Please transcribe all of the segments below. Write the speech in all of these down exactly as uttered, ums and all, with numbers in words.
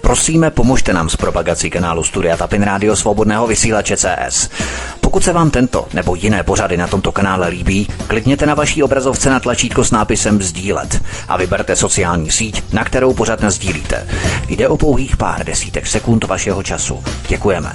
Prosíme, pomožte nám s propagací kanálu Studia Tapin Rádio Svobodného vysílače C S. Pokud se vám tento nebo jiné pořady na tomto kanále líbí, klikněte na vaší obrazovce na tlačítko s nápisem sdílet a vyberte sociální síť, na kterou pořad nasdílíte. Jde o pouhých pár desítek sekund vašeho času. Děkujeme.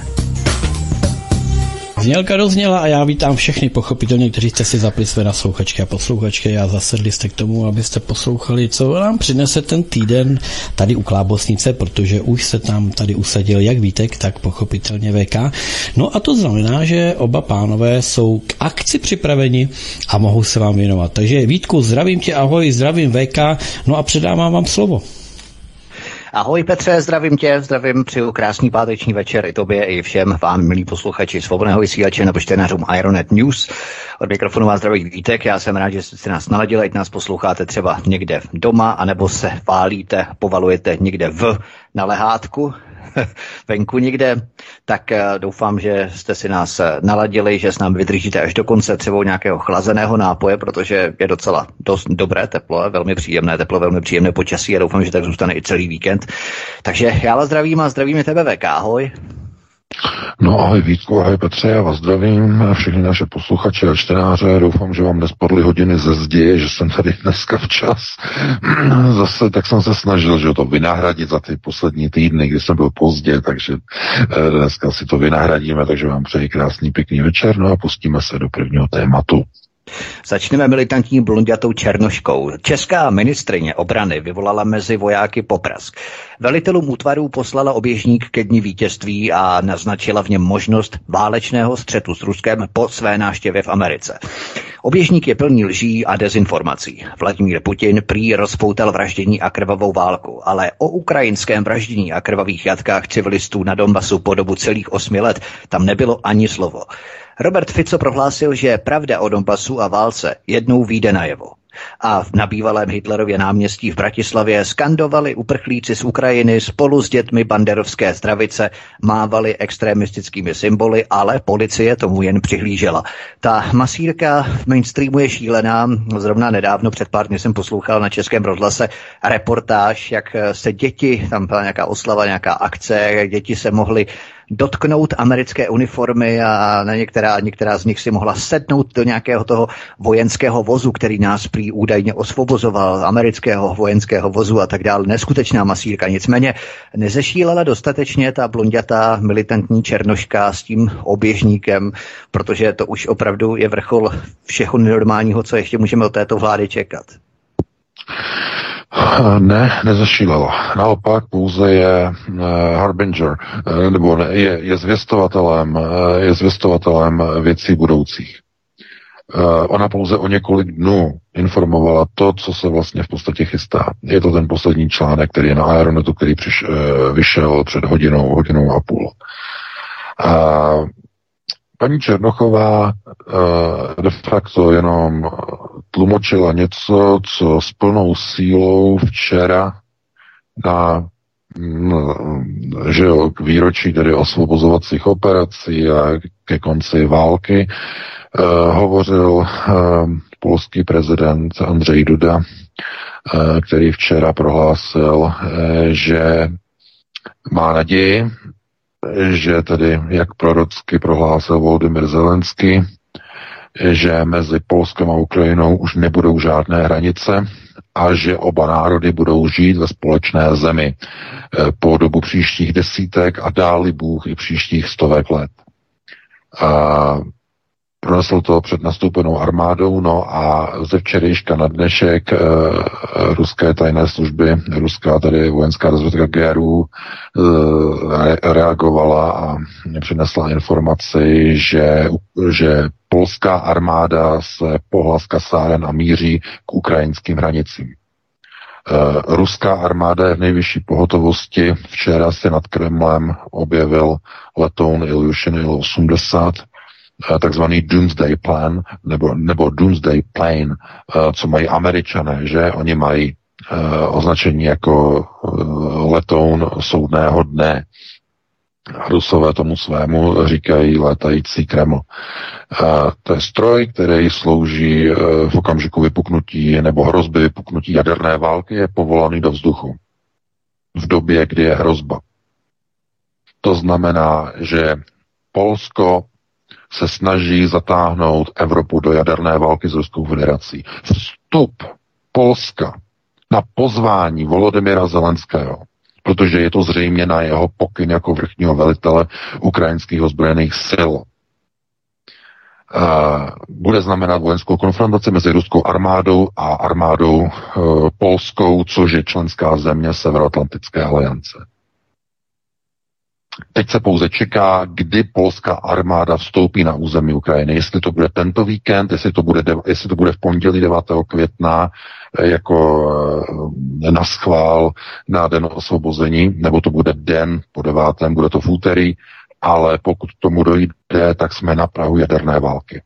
Znělka dozněla a já vítám všechny pochopitelně, kteří jste si zapli své naslouchačky a poslouchačky a zasedli jste k tomu, abyste poslouchali, co nám přinese ten týden tady u Klábosnice, protože už se tam tady usadil jak Vítek, tak pochopitelně V K. No a to znamená, že oba pánové jsou k akci připraveni a mohou se vám věnovat. Takže Vítku, zdravím tě, ahoj, zdravím V K, no a předávám vám slovo. Ahoj Petře, zdravím tě, zdravím, přeju krásný páteční večer i tobě, i všem vám, milí posluchači Svobodného vysílače nebo čtenářům Ironet News. Od mikrofonu vás zdraví Vítek, já jsem rád, že jste nás naladili, ať nás posloucháte třeba někde doma, anebo se válíte, povalujete někde v na lehátku, venku někde, tak doufám, že jste si nás naladili, že s námi vydržíte až do konce třeba nějakého chlazeného nápoje, protože je docela dost dobré teplo, velmi příjemné teplo, velmi příjemné počasí a doufám, že tak zůstane i celý víkend. Takže já vás zdravím a zdravím i tebe, V K, ahoj. No ahoj Vítku, ahoj Petře, já vás zdravím, všechny naše posluchače a čtenáře, doufám, že vám nespadly hodiny ze zdi, že jsem tady dneska včas. Zase tak jsem se snažil, že to vynahradit za ty poslední týdny, kdy jsem byl pozdě, takže dneska si to vynahradíme, takže vám přeji krásný pěkný večer, no a pustíme se do prvního tématu. Začneme militantní blonďatou Černoškou. Česká ministryně obrany vyvolala mezi vojáky poprask. Velitelům útvarů poslala oběžník ke dni vítězství a naznačila v něm možnost válečného střetu s Ruskem po své návštěvě v Americe. Oběžník je plný lží a dezinformací. Vladimír Putin prý rozpoutal vraždění a krvavou válku, ale o ukrajinském vraždění a krvavých jatkách civilistů na Donbasu po dobu celých osmi let tam nebylo ani slovo. Robert Fico prohlásil, že pravda o Donbasu a válce jednou vyjde najevo. A na bývalém Hitlerově náměstí v Bratislavě skandovali uprchlíci z Ukrajiny spolu s dětmi banderovské zdravice, mávali extremistickými symboly, ale policie tomu jen přihlížela. Ta masírka v mainstreamu je šílená. Zrovna nedávno před pár dny jsem poslouchal na Českém rozhlase reportáž, jak se děti, tam byla nějaká oslava, nějaká akce, jak děti se mohly dotknout americké uniformy a na některá, některá z nich si mohla sednout do nějakého toho vojenského vozu, který nás prý údajně osvobozoval, amerického vojenského vozu a tak dále. Neskutečná masírka. Nicméně nezešílela dostatečně ta blonďatá militantní Černoška s tím oběžníkem, protože to už opravdu je vrchol všeho nenormálního, co ještě můžeme od této vlády čekat. Ne, nezašílela. Naopak pouze je uh, harbinger, uh, nebo ne, je, je zvěstovatelem, uh, je zvěstovatelem věcí budoucích. Uh, ona pouze o několik dnů informovala to, co se vlastně v podstatě chystá. Je to ten poslední článek, který je na Aeronetu, který přiš, uh, vyšel před hodinou, hodinou a půl. Uh, Paní Černochová uh, de facto jenom tlumočila něco, co s plnou sílou včera na že jo, k výročí tedy osvobozovacích operací a ke konci války uh, hovořil uh, polský prezident Andrzej Duda, uh, který včera prohlásil, uh, že má naději, že tedy, jak prorocky prohlásil Volodymyr Zelenský, že mezi Polskem a Ukrajinou už nebudou žádné hranice a že oba národy budou žít ve společné zemi po dobu příštích desítek a dáli Bůh i příštích stovek let. A pronesl to před nastoupenou armádou, no a ze včerejška na dnešek e, ruské tajné služby, ruská tedy vojenská rozvědka G R U e, reagovala a přinesla informaci, že, že polská armáda se pohla z kasáren a míří k ukrajinským hranicím. E, ruská armáda je v nejvyšší pohotovosti. Včera se nad Kremlem objevil letoun Ilyushin Il osmdesát, takzvaný Doomsday Plan, nebo, nebo Doomsday Plane, co mají Američané, že? Oni mají uh, označení jako uh, letoun soudného dne. Rusové tomu svému říkají létající Kreml. Uh, to je stroj, který slouží uh, v okamžiku vypuknutí nebo hrozby vypuknutí jaderné války, je povolaný do vzduchu. V době, kdy je hrozba. To znamená, že Polsko se snaží zatáhnout Evropu do jaderné války s Ruskou federací. Vstup Polska na pozvání Volodymyra Zelenského, protože je to zřejmě na jeho pokyn jako vrchního velitele ukrajinských ozbrojených sil, bude znamenat vojenskou konfrontaci mezi ruskou armádou a armádou polskou, což je členská země Severoatlantické aliance. Teď se pouze čeká, kdy polská armáda vstoupí na území Ukrajiny. Jestli to bude tento víkend, jestli to bude, jestli to bude v pondělí devátého května jako na schvál na den osvobození, nebo to bude den po devátém, bude to v úterý, ale pokud tomu dojde, tak jsme na prahu jaderné války.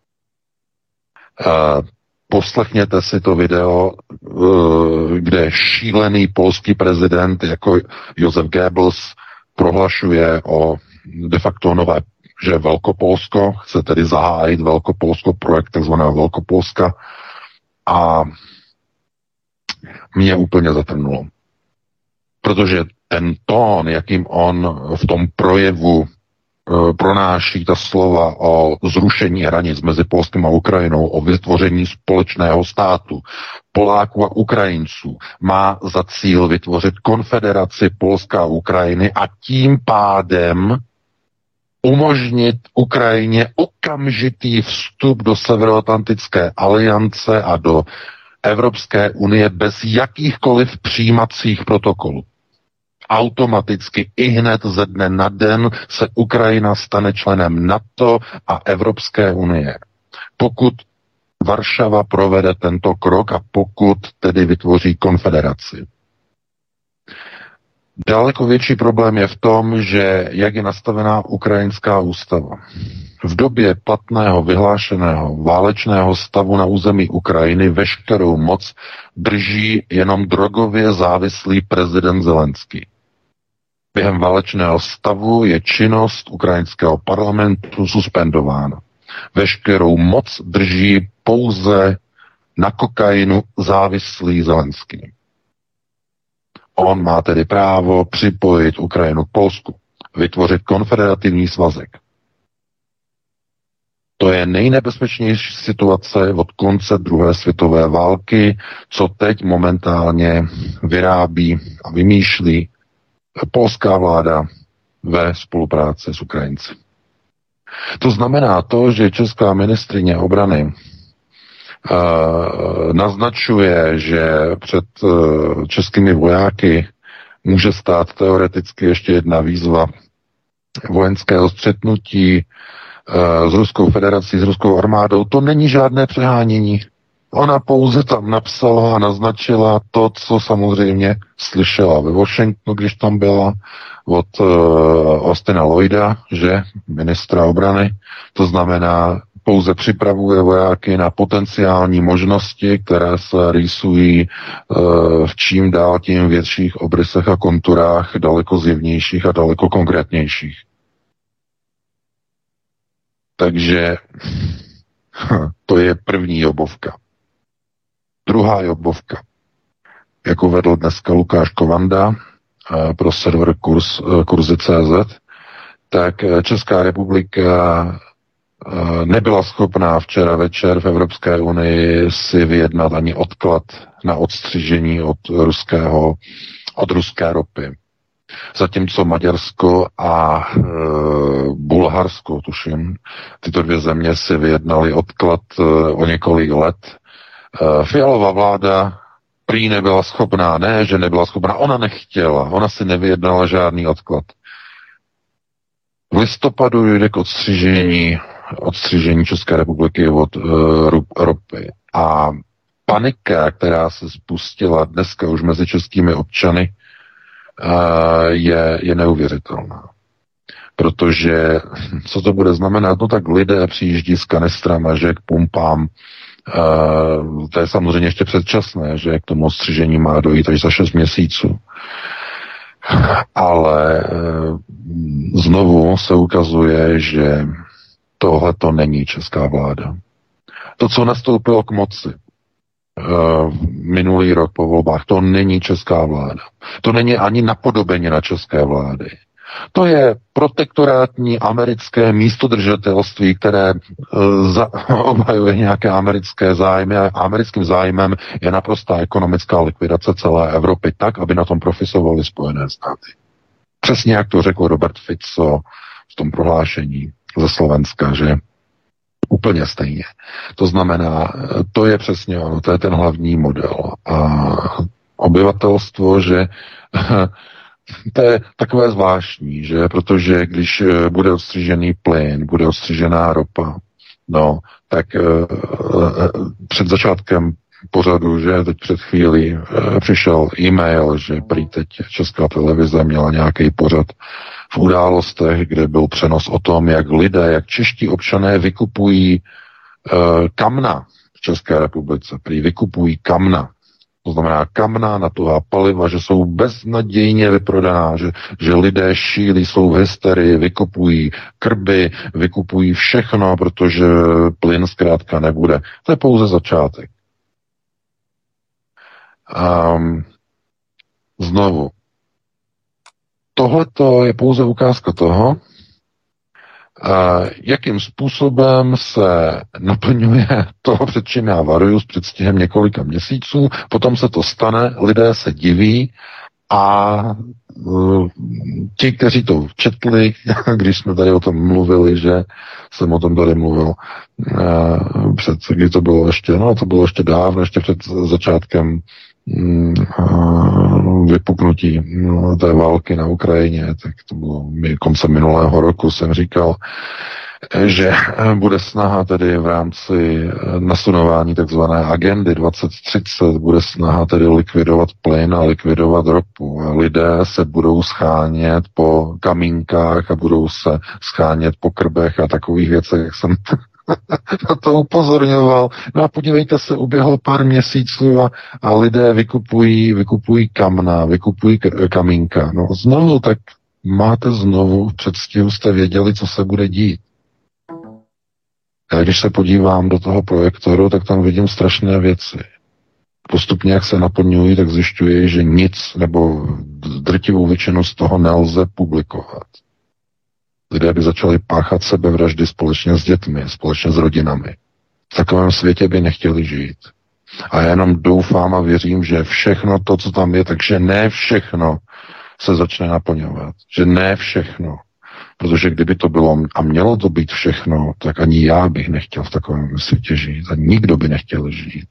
Poslechněte si to video, kde šílený polský prezident jako Josef Goebbels prohlašuje o de facto nové, že Velkopolsko, chce tedy zahájit Velkopolsko, projekt takzvaného Velkopolska, a mě úplně zatrnulo. Protože ten tón, jakým on v tom projevu e, pronáší ta slova o zrušení hranic mezi Polskem a Ukrajinou, o vytvoření společného státu Poláků a Ukrajinců, má za cíl vytvořit konfederaci Polska a Ukrajiny a tím pádem umožnit Ukrajině okamžitý vstup do Severoatlantické aliance a do Evropské unie bez jakýchkoliv přijímacích protokolů. Automaticky i hned ze dne na den se Ukrajina stane členem NATO a Evropské unie. Pokud Varšava provede tento krok a pokud tedy vytvoří konfederaci. Daleko větší problém je v tom, že jak je nastavená ukrajinská ústava. V době platného vyhlášeného válečného stavu na území Ukrajiny veškerou moc drží jenom drogově závislý prezident Zelenský. Během válečného stavu je činnost ukrajinského parlamentu suspendována. Veškerou moc drží pouze na kokainu závislý Zelenský. On má tedy právo připojit Ukrajinu k Polsku, vytvořit konfederativní svazek. To je nejnebezpečnější situace od konce druhé světové války, co teď momentálně vyrábí a vymýšlí polská vláda ve spolupráci s Ukrajinci. To znamená to, že česká ministryně obrany uh, naznačuje, že před uh, českými vojáky může stát teoreticky ještě jedna výzva vojenského střetnutí uh, s Ruskou federací, s Ruskou armádou. To není žádné přehánění. Ona pouze tam napsala a naznačila to, co samozřejmě slyšela ve Washingtonu, když tam byla, od uh, Austina Lloyda, že ministra obrany, to znamená, pouze připravuje vojáky na potenciální možnosti, které se rýsují uh, v čím dál tím větších obrysech a konturách, daleko zjevnějších a daleko konkrétnějších. Takže to je první jobovka. Druhá jobovka. Jako vedl dneska Lukáš Kovanda pro server kurz, kurzy tečka cé zet, tak Česká republika nebyla schopná včera večer v Evropské unii si vyjednat ani odklad na odstřižení od ruského, od ruské ropy. Zatímco Maďarsko a e, Bulharsko, tuším, tyto dvě země si vyjednali odklad e, o několik let. E, Fialová vláda prý nebyla schopná, ne, že nebyla schopná, ona nechtěla, ona si nevyjednala žádný odklad. V listopadu jde k odstřižení, odstřižení České republiky od e, ropy. A panika, která se spustila dneska už mezi českými občany, je, je neuvěřitelná. Protože co to bude znamenat? No tak lidé přijíždí s kanistrama, že k pumpám, uh, to je samozřejmě ještě předčasné, že k tomu odstřižení má dojít až za šest měsíců. Ale uh, znovu se ukazuje, že tohle to není česká vláda. To, co nastoupilo k moci minulý rok po volbách, to není česká vláda. To není ani napodobeně na české vlády. To je protektorátní americké místodržitelství, které za, obhajuje nějaké americké zájmy a americkým zájmem je naprostá ekonomická likvidace celé Evropy tak, aby na tom profisovaly Spojené státy. Přesně jak to řekl Robert Fico v tom prohlášení ze Slovenska, že úplně stejně. To znamená, to je přesně ono, to je ten hlavní model. A obyvatelstvo, že to je takové zvláštní, že protože když bude odstřižený plyn, bude odstřižená ropa, no, tak uh, před začátkem pořadu, že teď před chvílí uh, přišel e-mail, že prý teď Česká televize měla nějaký pořad v Událostech, kde byl přenos o tom, jak lidé, jak čeští občané vykupují uh, kamna v České republice, prý vykupují kamna. To znamená kamna na tuhá paliva, že jsou beznadějně vyprodaná, že, že lidé šílí, jsou v hysterii, vykupují krby, vykupují všechno, protože plyn zkrátka nebude. To je pouze začátek. Um, znovu. Tohleto je pouze ukázka toho, Uh, jakým způsobem se naplňuje toho, před čím já varuju s předstihem několika měsíců, potom se to stane, lidé se diví a uh, ti, kteří to četli, když jsme tady o tom mluvili, že jsem o tom tady mluvil, uh, před, kdy to bylo ještě, no to bylo ještě dávno, ještě před začátkem vypuknutí té války na Ukrajině, tak to bylo koncem minulého roku, jsem říkal, že bude snaha tedy v rámci nasunování takzvané agendy dvacet třicet, bude snaha tedy likvidovat plyn a likvidovat ropu. A lidé se budou schánět po kamínkách a budou se schánět po krbech a takových věcech, jak jsem na to upozorňoval. No a podívejte se, uběhlo pár měsíců a, a lidé vykupují, vykupují kamna, vykupují k- kamínka. No znovu, tak máte znovu v předstihu, jste věděli, co se bude dít. A když se podívám do toho projektoru, tak tam vidím strašné věci. Postupně, jak se naplňují, tak zjišťuji, že nic nebo drtivou většinu z toho nelze publikovat. Lidé by začali páchat sebevraždy společně s dětmi, společně s rodinami. V takovém světě by nechtěli žít. A já jenom doufám a věřím, že všechno to, co tam je, takže ne všechno se začne naplňovat. Že ne všechno. Protože kdyby to bylo a mělo to být všechno, tak ani já bych nechtěl v takovém světě žít. A nikdo by nechtěl žít.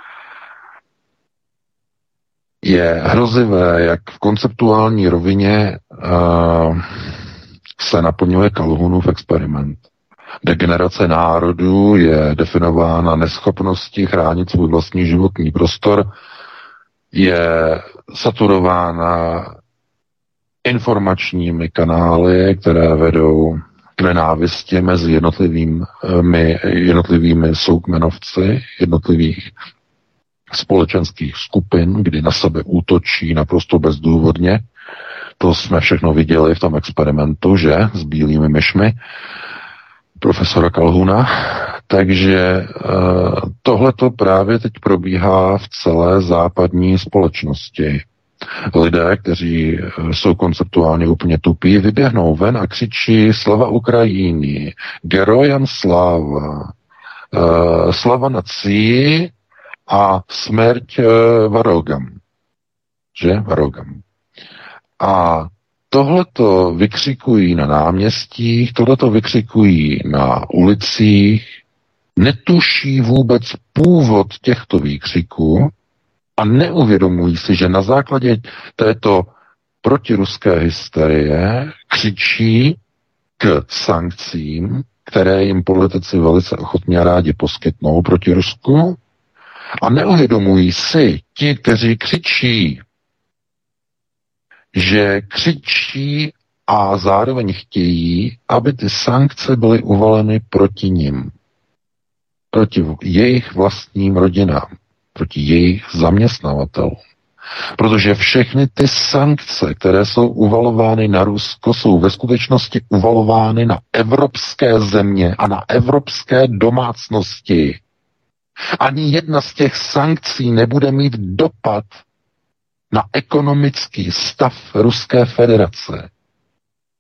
Je hrozivé, jak v konceptuální rovině uh, se naplňuje Kalhounův experiment. Degenerace národů je definována neschopností chránit svůj vlastní životní prostor, je saturována informačními kanály, které vedou k nenávisti mezi jednotlivými, jednotlivými soukmenovci jednotlivých společenských skupin, kdy na sebe útočí naprosto bezdůvodně. To jsme všechno viděli v tom experimentu, že? S bílými myšmi profesora Kalhouna. Takže tohle to právě teď probíhá v celé západní společnosti. Lidé, kteří jsou konceptuálně úplně tupí, vyběhnou ven a křičí slava Ukrajiny, Gerojan sláva, slava nací a smrť varogam. Že? Varogam. A tohleto vykřikují na náměstích, tohleto vykřikují na ulicích, netuší vůbec původ těchto výkřiků a neuvědomují si, že na základě této protiruské hysterie křičí k sankcím, které jim politici velice ochotně a rádi poskytnou proti Rusku, a neuvědomují si ti, kteří křičí, že křičí a zároveň chtějí, aby ty sankce byly uvaleny proti nim, proti jejich vlastním rodinám, proti jejich zaměstnavatelům. Protože všechny ty sankce, které jsou uvalovány na Rusko, jsou ve skutečnosti uvalovány na evropské země a na evropské domácnosti. Ani jedna z těch sankcí nebude mít dopad na ekonomický stav Ruské federace.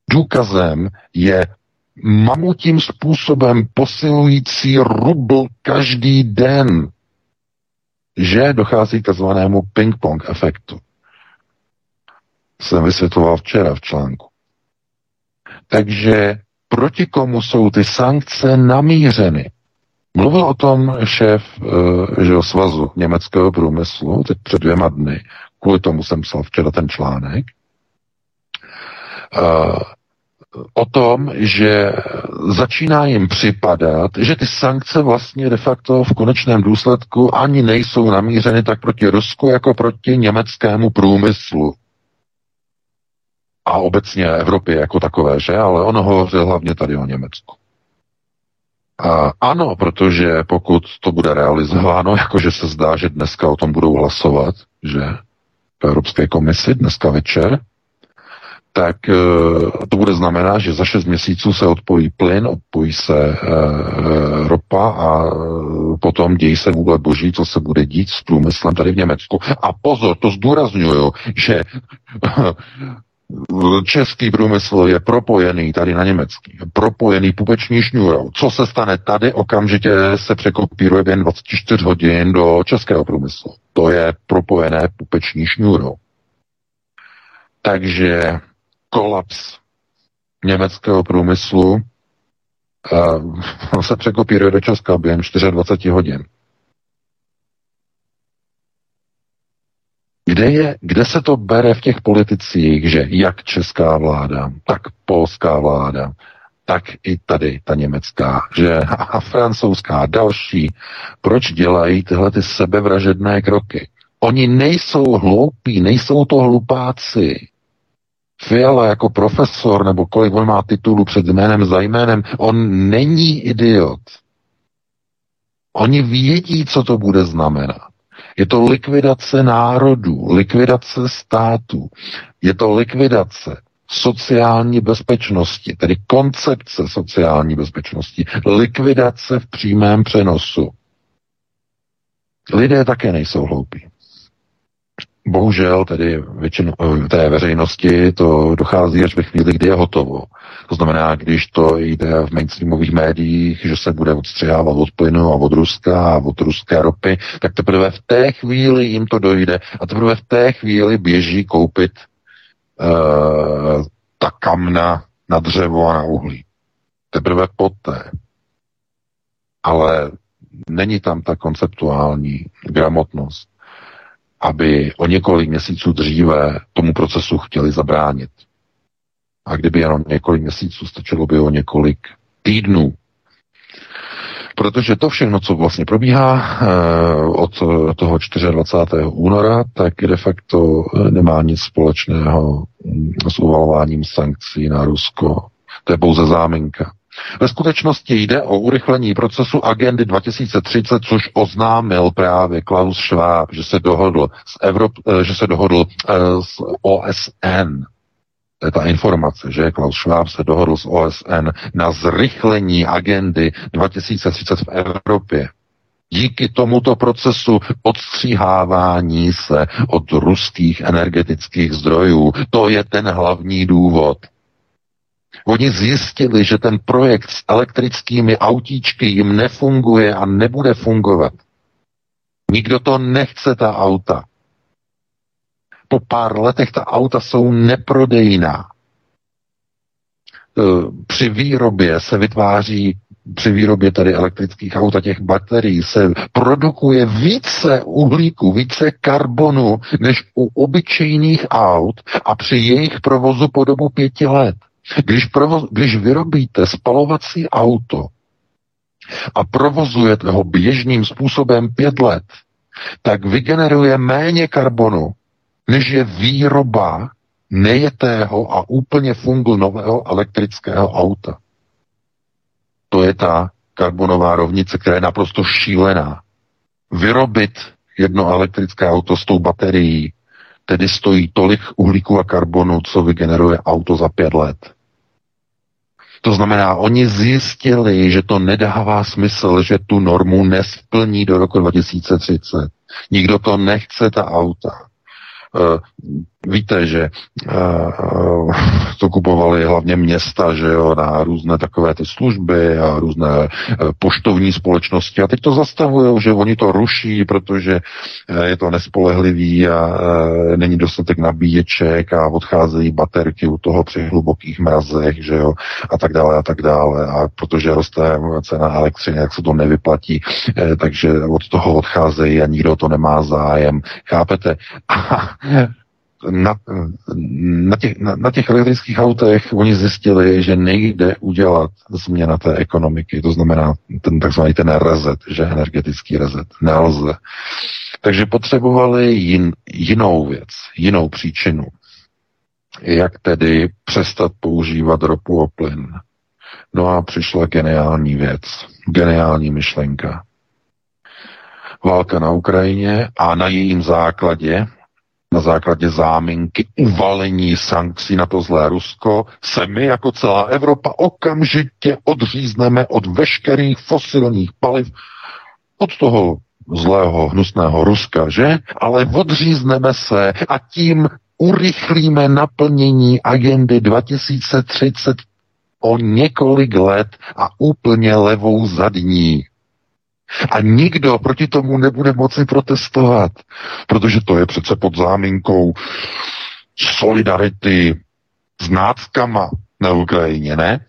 důkazem je mamutím způsobem posilující rubl každý den, že dochází k takzvanému ping-pong efektu. Jsem vysvětloval včera v článku. Takže proti komu jsou ty sankce namířeny? Mluvil o tom šéf že svazu německého průmyslu teď před dvěma dny. Kvůli tomu jsem psal včera ten článek. O tom, že začíná jim připadat, že ty sankce vlastně de facto v konečném důsledku ani nejsou namířeny tak proti Rusku, jako proti německému průmyslu. A obecně Evropě jako takové, že? Ale ono hovořil hlavně tady o Německu. A ano, protože pokud to bude realizováno, jakože se zdá, že dneska o tom budou hlasovat, že v Evropské komisi dneska večer, tak to bude znamenat, že za šest měsíců se odpojí plyn, odpojí se e, ropa a potom dějí se vůle boží, co se bude dít s průmyslem tady v Německu. A pozor, to zdůrazňuju, že český průmysl je propojený tady na německý, propojený pupeční šňůrou. Co se stane tady, okamžitě se překopíruje během dvacet čtyři hodin do českého průmyslu. To je propojené pupeční šňůrou. Takže kolaps německého průmyslu uh, se překopíruje do Česka během dvacet čtyři hodin. Kde, je, kde se to bere v těch politicích, že jak česká vláda, tak polská vláda, tak i tady ta německá, že a francouzská, další, proč dělají tyhle ty sebevražedné kroky? Oni nejsou hloupí, nejsou to hlupáci. Fiala jako profesor, nebo kolik on má titulu před jménem za jménem, on není idiot. Oni vědí, co to bude znamenat. Je to likvidace národů, likvidace států, je to likvidace sociální bezpečnosti, tedy koncepce sociální bezpečnosti, likvidace v přímém přenosu. Lidé také nejsou hloupí. Bohužel tedy většinu té veřejnosti to dochází až ve chvíli, kdy je hotovo. To znamená, když to jde v mainstreamových médiích, že se bude odstřihávat od plynu a od Ruska a od ruské ropy, tak teprve v té chvíli jim to dojde a teprve v té chvíli běží koupit uh, ta kamna na dřevo a na uhlí. Teprve poté. Ale není tam ta konceptuální gramotnost, aby o několik měsíců dříve tomu procesu chtěli zabránit. A kdyby jenom několik měsíců, stačilo by o několik týdnů. Protože to všechno, co vlastně probíhá od toho dvacátého čtvrtého února, tak de facto nemá nic společného s uvalováním sankcí na Rusko. To je pouze záminka. Ve skutečnosti jde o urychlení procesu agendy dva tisíce třicet, což oznámil právě Klaus Schwab, že se dohodl s, Evrop- že se dohodl s O S N. To je ta informace, že Klaus Schwab se dohodl s O S N na zrychlení agendy dva tisíce třicet v Evropě. Díky tomuto procesu odstříhávání se od ruských energetických zdrojů. To je ten hlavní důvod. Oni zjistili, že ten projekt s elektrickými autíčky jim nefunguje a nebude fungovat. Nikdo to nechce, ta auta. Po pár letech ta auta jsou neprodejná. Při výrobě se vytváří, při výrobě tady elektrických aut a těch baterií se produkuje více uhlíku, více karbonu, než u obyčejných aut a při jejich provozu po dobu pěti let. Když, provoz, když vyrobíte spalovací auto a provozujete ho běžným způsobem pět let, tak vygeneruje méně karbonu, než je výroba nejetého a úplně fungového elektrického auta. To je ta karbonová rovnice, která je naprosto šílená. Vyrobit jedno elektrické auto s tou baterií tedy stojí tolik uhlíku a karbonu, co vygeneruje auto za pět let. To znamená, oni zjistili, že to nedává smysl, že tu normu nesplní do roku dva tisíce třicet. Nikdo to nechce, ta auta. Víte, že uh, to kupovali hlavně města, že jo, na různé takové ty služby a různé uh, poštovní společnosti. A teď to zastavují, že oni to ruší, protože uh, je to nespolehlivý a uh, není dostatek nabíječek a odcházejí baterky u toho při hlubokých mrazech, že jo, a tak dále a tak dále. A protože roste cena elektřiny, jak se to nevyplatí, uh, takže od toho odcházejí a nikdo to nemá zájem. Chápete? Na, na, těch, na, na těch elektrických autech oni zjistili, že nejde udělat změna té ekonomiky, to znamená ten takzvaný ten rezet, že energetický rezet, nelze. Takže potřebovali jin, jinou věc, jinou příčinu, jak tedy přestat používat ropu a plyn. No a přišla geniální věc, geniální myšlenka. Válka na Ukrajině a na jejím základě na základě záminky uvalení sankcí na to zlé Rusko se my jako celá Evropa okamžitě odřízneme od veškerých fosilních paliv, od toho zlého, hnusného Ruska, že? Ale odřízneme se a tím urychlíme naplnění agendy dva tisíce třicet o několik let a úplně levou zadní. A nikdo proti tomu nebude moci protestovat, protože to je přece pod záminkou solidarity s náckama na Ukrajině, ne?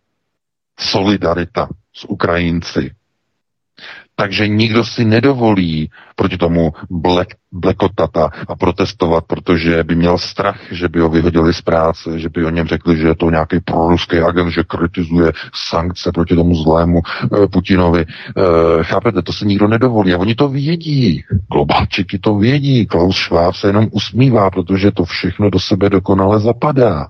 Solidarita s Ukrajinci. Takže nikdo si nedovolí proti tomu blek, blekotata a protestovat, protože by měl strach, že by ho vyhodili z práce, že by o něm řekli, že je to nějaký proruský agent, že kritizuje sankce proti tomu zlému e, Putinovi. E, chápete, to se nikdo nedovolí. A oni to vědí. Globalčiky to vědí. Klaus Schwab se jenom usmívá, protože to všechno do sebe dokonale zapadá.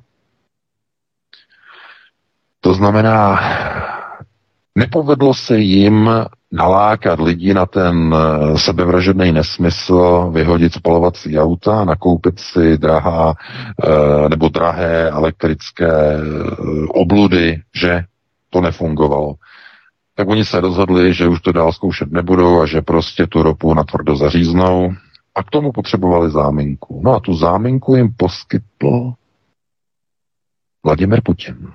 To znamená, nepovedlo se jim nalákat lidi na ten sebevražedný nesmysl, vyhodit spalovací auta, nakoupit si drahá nebo drahé elektrické obludy, že to nefungovalo. Tak oni se rozhodli, že už to dál zkoušet nebudou a že prostě tu ropu natvrdo zaříznou a k tomu potřebovali záminku. No a tu záminku jim poskytl Vladimir Putin.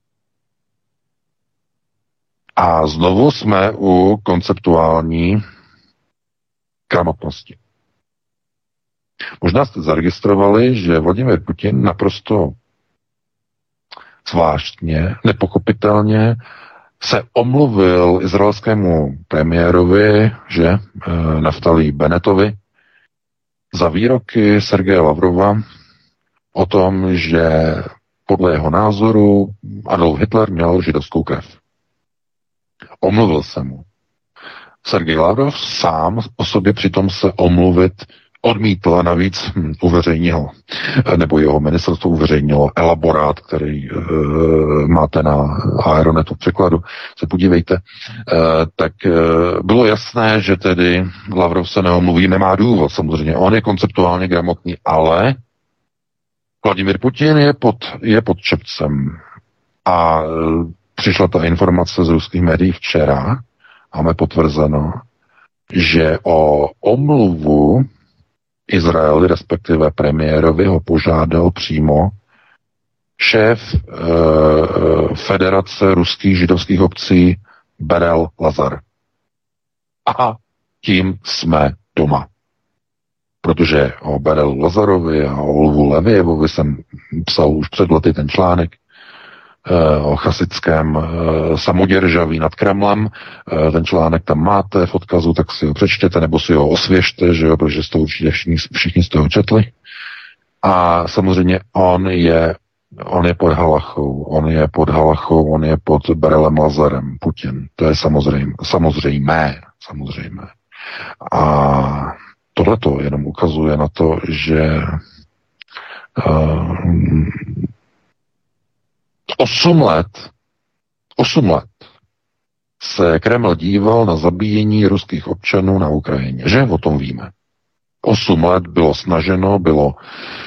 A znovu jsme u konceptuální gramotnosti. Možná jste zaregistrovali, že Vladimir Putin naprosto zvláštně, nepochopitelně se omluvil izraelskému premiérovi, že e, Naftali Bennettovi, za výroky Sergeje Lavrova o tom, že podle jeho názoru Adolf Hitler měl židovskou krev. Omluvil se mu. Sergej Lavrov sám o sobě přitom se omluvit odmítl a navíc hm, uveřejnil, nebo jeho ministerstvo uveřejnilo elaborát, který e, máte na Aeronetu v překladu, se podívejte, e, tak e, bylo jasné, že tedy Lavrov se neomluví, nemá důvod samozřejmě, on je konceptuálně gramotný, ale Vladimír Putin je pod, je pod čepcem a přišla ta informace z ruských médií včera, máme potvrzeno, že o omluvu Izraeli, respektive premiérovi, ho požádal přímo šéf e, Federace ruských židovských obcí Berel Lazar. A tím jsme doma. Protože o Berel Lazarovi a o Lvu Levijevovi jsem psal už před lety ten článek, o chasickém samoděržaví nad Kremlem. Ten článek tam máte v odkazu, tak si ho přečtěte, nebo si ho osvěžte, že jo, protože jste určitě všichni, všichni jste ho četli. A samozřejmě on je, on je pod halachou, on je pod halachou, on je pod Berelem Lazarem, Putin. To je samozřejmě, samozřejmé, samozřejmé. A tohleto jenom ukazuje na to, že uh, Osm let, osm let se Kreml díval na zabíjení ruských občanů na Ukrajině. Že? O tom víme. Osm let bylo snaženo, bylo uh,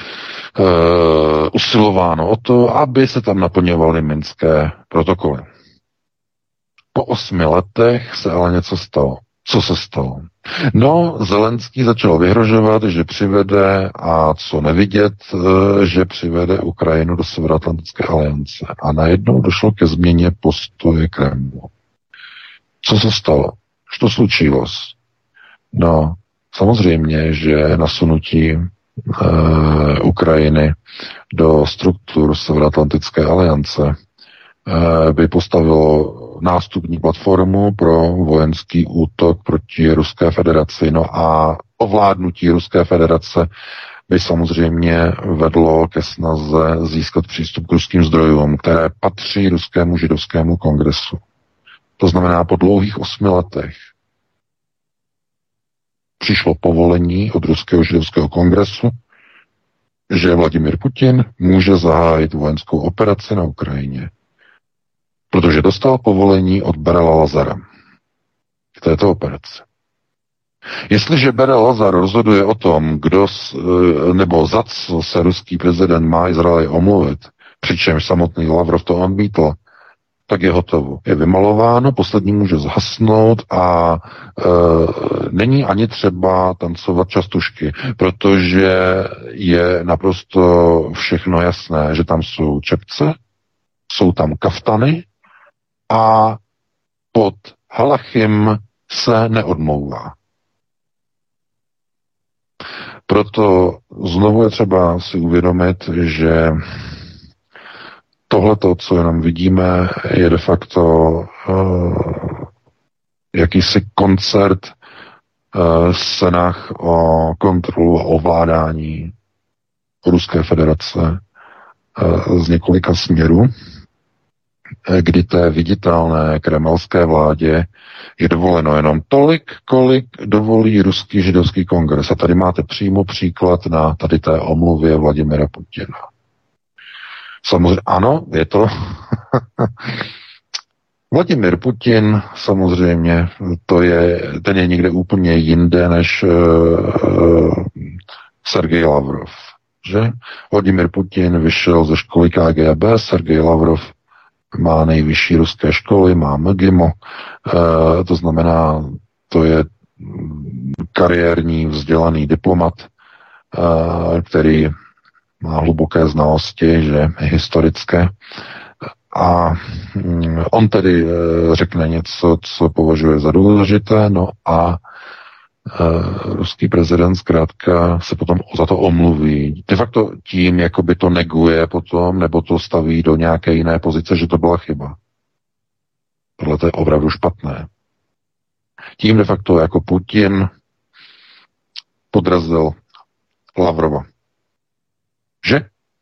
usilováno o to, aby se tam naplňovaly minské protokoly. Po osmi letech se ale něco stalo. Co se stalo? No, Zelenský začal vyhrožovat, že přivede, a co nevidět, že přivede Ukrajinu do Severoatlantické aliance. A najednou došlo ke změně postoje Kremlu. Co se stalo? Co slučilo? No, samozřejmě, že nasunutí e, Ukrajiny do struktur Severoatlantické aliance e, by postavilo nástupní platformu pro vojenský útok proti Ruské federaci. No a ovládnutí Ruské federace by samozřejmě vedlo ke snaze získat přístup k ruským zdrojům, které patří Ruskému židovskému kongresu. To znamená, po dlouhých osmi letech přišlo povolení od Ruského židovského kongresu, že Vladimír Putin může zahájit vojenskou operaci na Ukrajině. Protože dostal povolení od Berela Lazara k této operaci. Jestliže Berel Lazar rozhoduje o tom, kdo nebo za co se ruský prezident má Izraeli omluvit, přičemž samotný Lavrov to odmítl, tak je hotovo. Je vymalováno, poslední může zhasnout a e, není ani třeba tancovat častušky, protože je naprosto všechno jasné, že tam jsou čepce, jsou tam kaftany a pod halachim se neodmlouvá. Proto znovu je třeba si uvědomit, že tohleto, co jenom vidíme, je de facto uh, jakýsi koncert uh, snah o kontrolu a ovládání Ruské federace uh, z několika směrů, kdy té viditelné kremelské vládě je dovoleno jenom tolik, kolik dovolí Ruský židovský kongres. A tady máte přímo příklad na tady té omluvě Vladimira Putina. Samozřejmě, ano, je to Vladimír Putin, samozřejmě, to je, ten je někde úplně jinde než uh, Sergej Lavrov, že? Vladimír Putin vyšel ze školy K G B, Sergej Lavrov má nejvyšší ruské školy, má MGIMO, uh, to znamená, to je kariérní vzdělaný diplomat, uh, který má hluboké znalosti, že historické. A on tedy řekne něco, co považuje za důležité, no a ruský prezident zkrátka se potom za to omluví. De facto tím, jako by to neguje potom, nebo to staví do nějaké jiné pozice, že to byla chyba. Tohle to je opravdu špatné. Tím de facto jako Putin podrazil Lavrova. Že?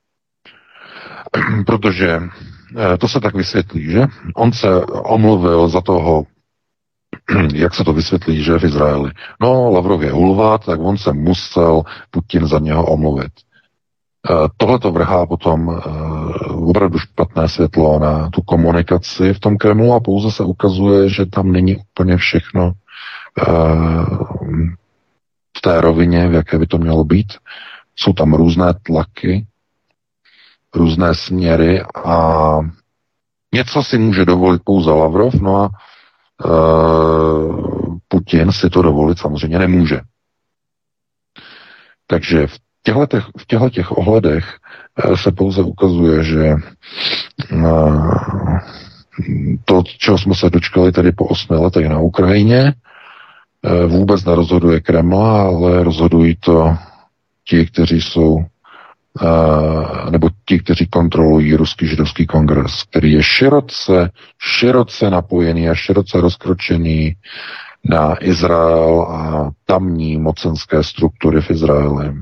Protože to se tak vysvětlí, že? On se omluvil za toho, jak se to vysvětlí, že v Izraeli. No, Lavrov je hulvát, tak on se musel Putin za něho omluvit. Tohle to vrhá potom opravdu špatné světlo na tu komunikaci v tom Kremlu a pouze se ukazuje, že tam není úplně všechno v té rovině, v jaké by to mělo být. Jsou tam různé tlaky, různé směry a něco si může dovolit pouze Lavrov, no a e, Putin si to dovolit samozřejmě nemůže. Takže v těchto těch, v těchto těch ohledech e, se pouze ukazuje, že e, to, čeho jsme se dočkali tady po osmi letech na Ukrajině, e, vůbec nerozhoduje Kreml, ale rozhodují to ti, kteří jsou, nebo ti, kteří kontrolují Ruský židovský kongres, který je široce, široce napojený a široce rozkročený na Izrael a tamní mocenské struktury v Izraeli.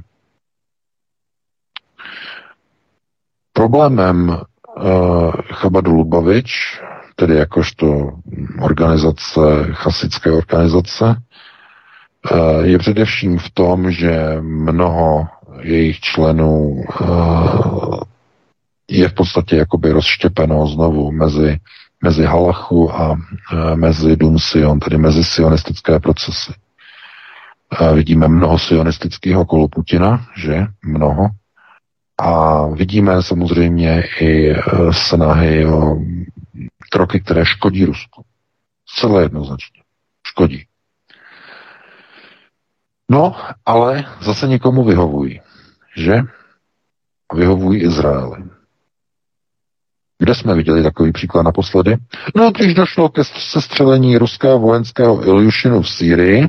Problémem uh, Chabadu Lubavič, tedy jakožto organizace, chasické organizace, je především v tom, že mnoho jejich členů je v podstatě jakoby rozštěpeno znovu mezi, mezi halachu a mezi Dum Sion, tedy mezi sionistické procesy. Vidíme mnoho sionistického okolo Putina, že? Mnoho. A vidíme samozřejmě i snahy o kroky, které škodí Rusku. Zcela jednoznačně. Škodí. No, ale zase někomu vyhovují, že? Vyhovují Izraeli. Kde jsme viděli takový příklad naposledy? No, když došlo ke sestřelení ruského vojenského Iljušinu v Sýrii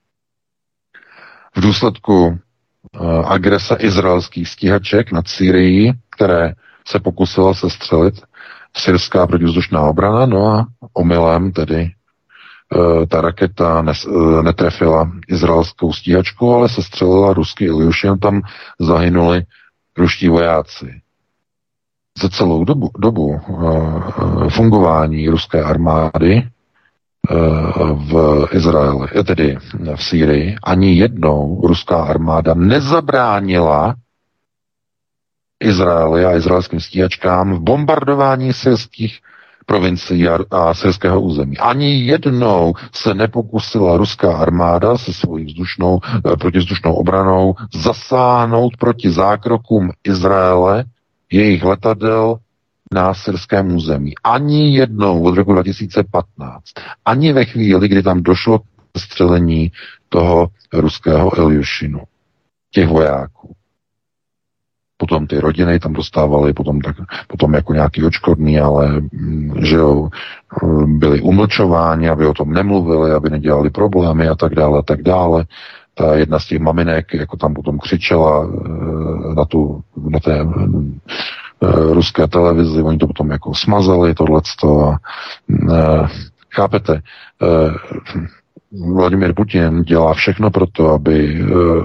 v důsledku uh, agrese izraelských stíhaček nad Sýrií, které se pokusila sestřelit syrská protivzdušná obrana, no a omylem tedy uh, ta raketa nes, uh, netrefila izraelskou stíhačku, ale sestřelila ruský Iljušin, tam zahynuli ruští vojáci. Za celou dobu, dobu uh, fungování ruské armády uh, v Izraeli, tedy v Sýrii, ani jednou ruská armáda nezabránila Izraeli a izraelským stíhačkám v bombardování syrských provincií a, a syrského území. Ani jednou se nepokusila ruská armáda se svojí vzdušnou, uh, protivzdušnou obranou zasáhnout proti zákrokům Izraele, jejich letadel na syrském území. Ani jednou od roku dva tisíce patnáct. Ani ve chvíli, kdy tam došlo k střelení toho ruského Iljušinu. Těch vojáků. Potom ty rodiny tam dostávaly potom, tak, potom jako nějaký odškodný, ale že jo, byli umlčováni, aby o tom nemluvili, aby nedělali problémy a tak dále, a tak dále. Ta jedna z těch maminek jako tam potom křičela na, tu, na té ruské televizi, oni to potom jako smazali, tohleto a chápete, Vladimír Putin dělá všechno pro to, aby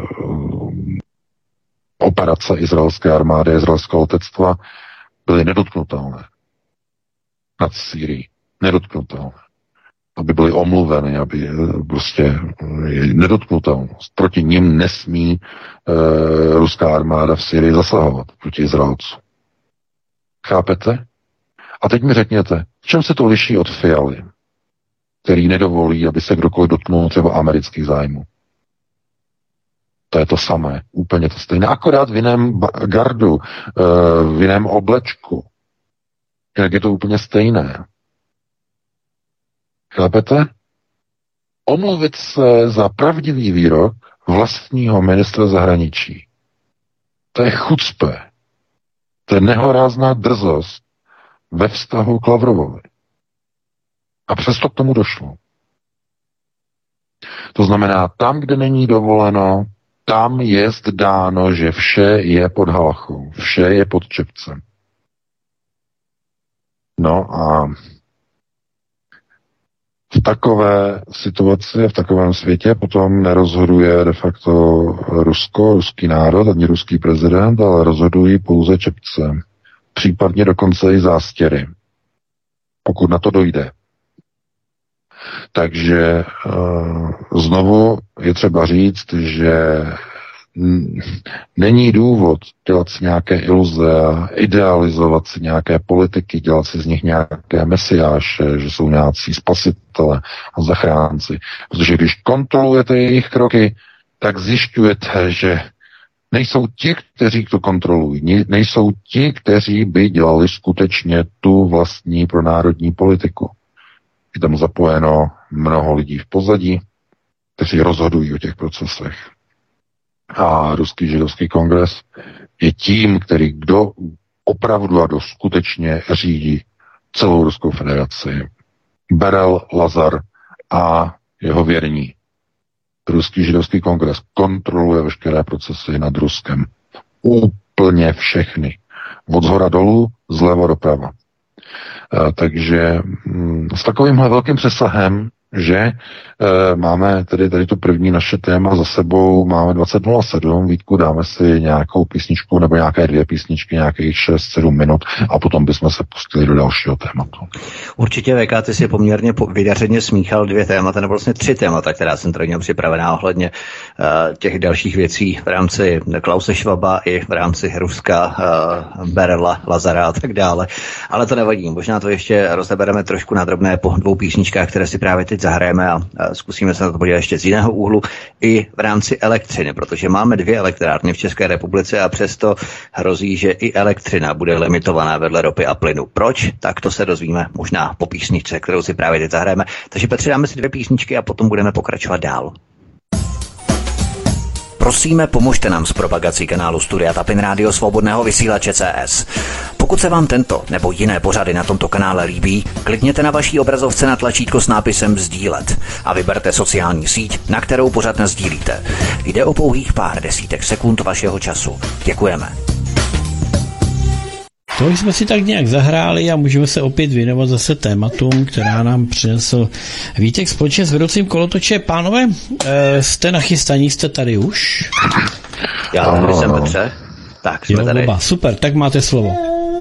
operace izraelské armády, izraelského letectva byly nedotknutelné nad Sýrií. Nedotknutelné. Aby byly omluveny, aby prostě nedotknutelnost. Proti nim nesmí e, ruská armáda v Syrii zasahovat proti Izraelcům. Chápete? A teď mi řekněte, v čem se to liší od Fialy, který nedovolí, aby se kdokoliv dotknul třeba amerických zájmů? To je to samé, úplně to stejné. Akorát v jiném gardu, v jiném oblečku. Jak je to úplně stejné. Chápete? Omluvit se za pravdivý výrok vlastního ministra zahraničí. To je chucpe. To je nehorázná drzost ve vztahu k Lavrovovi. A přesto k tomu došlo. To znamená, tam, kde není dovoleno, tam je dáno, že vše je pod halachou, vše je pod čepcem. No a v takové situaci, v takovém světě potom nerozhoduje de facto Rusko, ruský národ, ani ruský prezident, ale rozhodují pouze čepce. Případně dokonce i zástěry. Pokud na to dojde. Takže uh, znovu je třeba říct, že není důvod dělat si nějaké iluze a idealizovat si nějaké politiky, dělat si z nich nějaké mesiáše, že jsou nějací spasitele a zachránci. Protože když kontrolujete jejich kroky, tak zjišťujete, že nejsou ti, kteří to kontrolují, nejsou ti, kteří by dělali skutečně tu vlastní pronárodní politiku. Je tam zapojeno mnoho lidí v pozadí, kteří rozhodují o těch procesech. A Ruský židovský kongres je tím, který kdo opravdu a kdo skutečně řídí celou Ruskou federaci. Berel, Lazar a jeho věrní. Ruský židovský kongres kontroluje veškeré procesy nad Ruskem. Úplně všechny. Od zhora dolů, zleva doprava. Takže s takovýmhle velkým přesahem, že e, máme tedy tady to první naše téma za sebou, máme dvacet nula sedm, Vítku, dáme si nějakou písničku nebo nějaké dvě písničky, nějakých šest sedm minut a potom bychom se pustili do dalšího tématu. Určitě, V K, ty si poměrně vydařeně smíchal dvě témata, nebo vlastně tři témata, která jsem tady měl připravená ohledně uh, těch dalších věcí v rámci Klause Schwaba i v rámci Ruska, uh, Berela, Lazara a tak dále. Ale to nevadí, možná to ještě rozebereme trošku na drobné po dvou písničkách, které si právě teď zahrajeme a, a zkusíme se na to podívat ještě z jiného úhlu i v rámci elektřiny, protože máme dvě elektrárny v České republice a přesto hrozí, že i elektřina bude limitovaná vedle ropy a plynu. Proč? Tak to se dozvíme možná po písničce, kterou si právě teď zahrajeme. Takže Petře, dáme si dvě písničky a potom budeme pokračovat dál. Prosíme, pomožte nám s propagací kanálu Studia Tapin Rádio Svobodného vysílače C S. Pokud se vám tento nebo jiné pořady na tomto kanále líbí, klikněte na vaší obrazovce na tlačítko s nápisem sdílet a vyberte sociální síť, na kterou pořad nasdílíte. Jde o pouhých pár desítek sekund vašeho času. Děkujeme. To jsme si tak nějak zahráli a můžeme se opět věnovat zase tématům, která nám přinesl Vítek společně s vedoucím kolotoče. Pánové, jste nachystaní, jste tady už? Já tady jsem, Petře. Tak, jsme jo, tady. Oba. Super, tak máte slovo.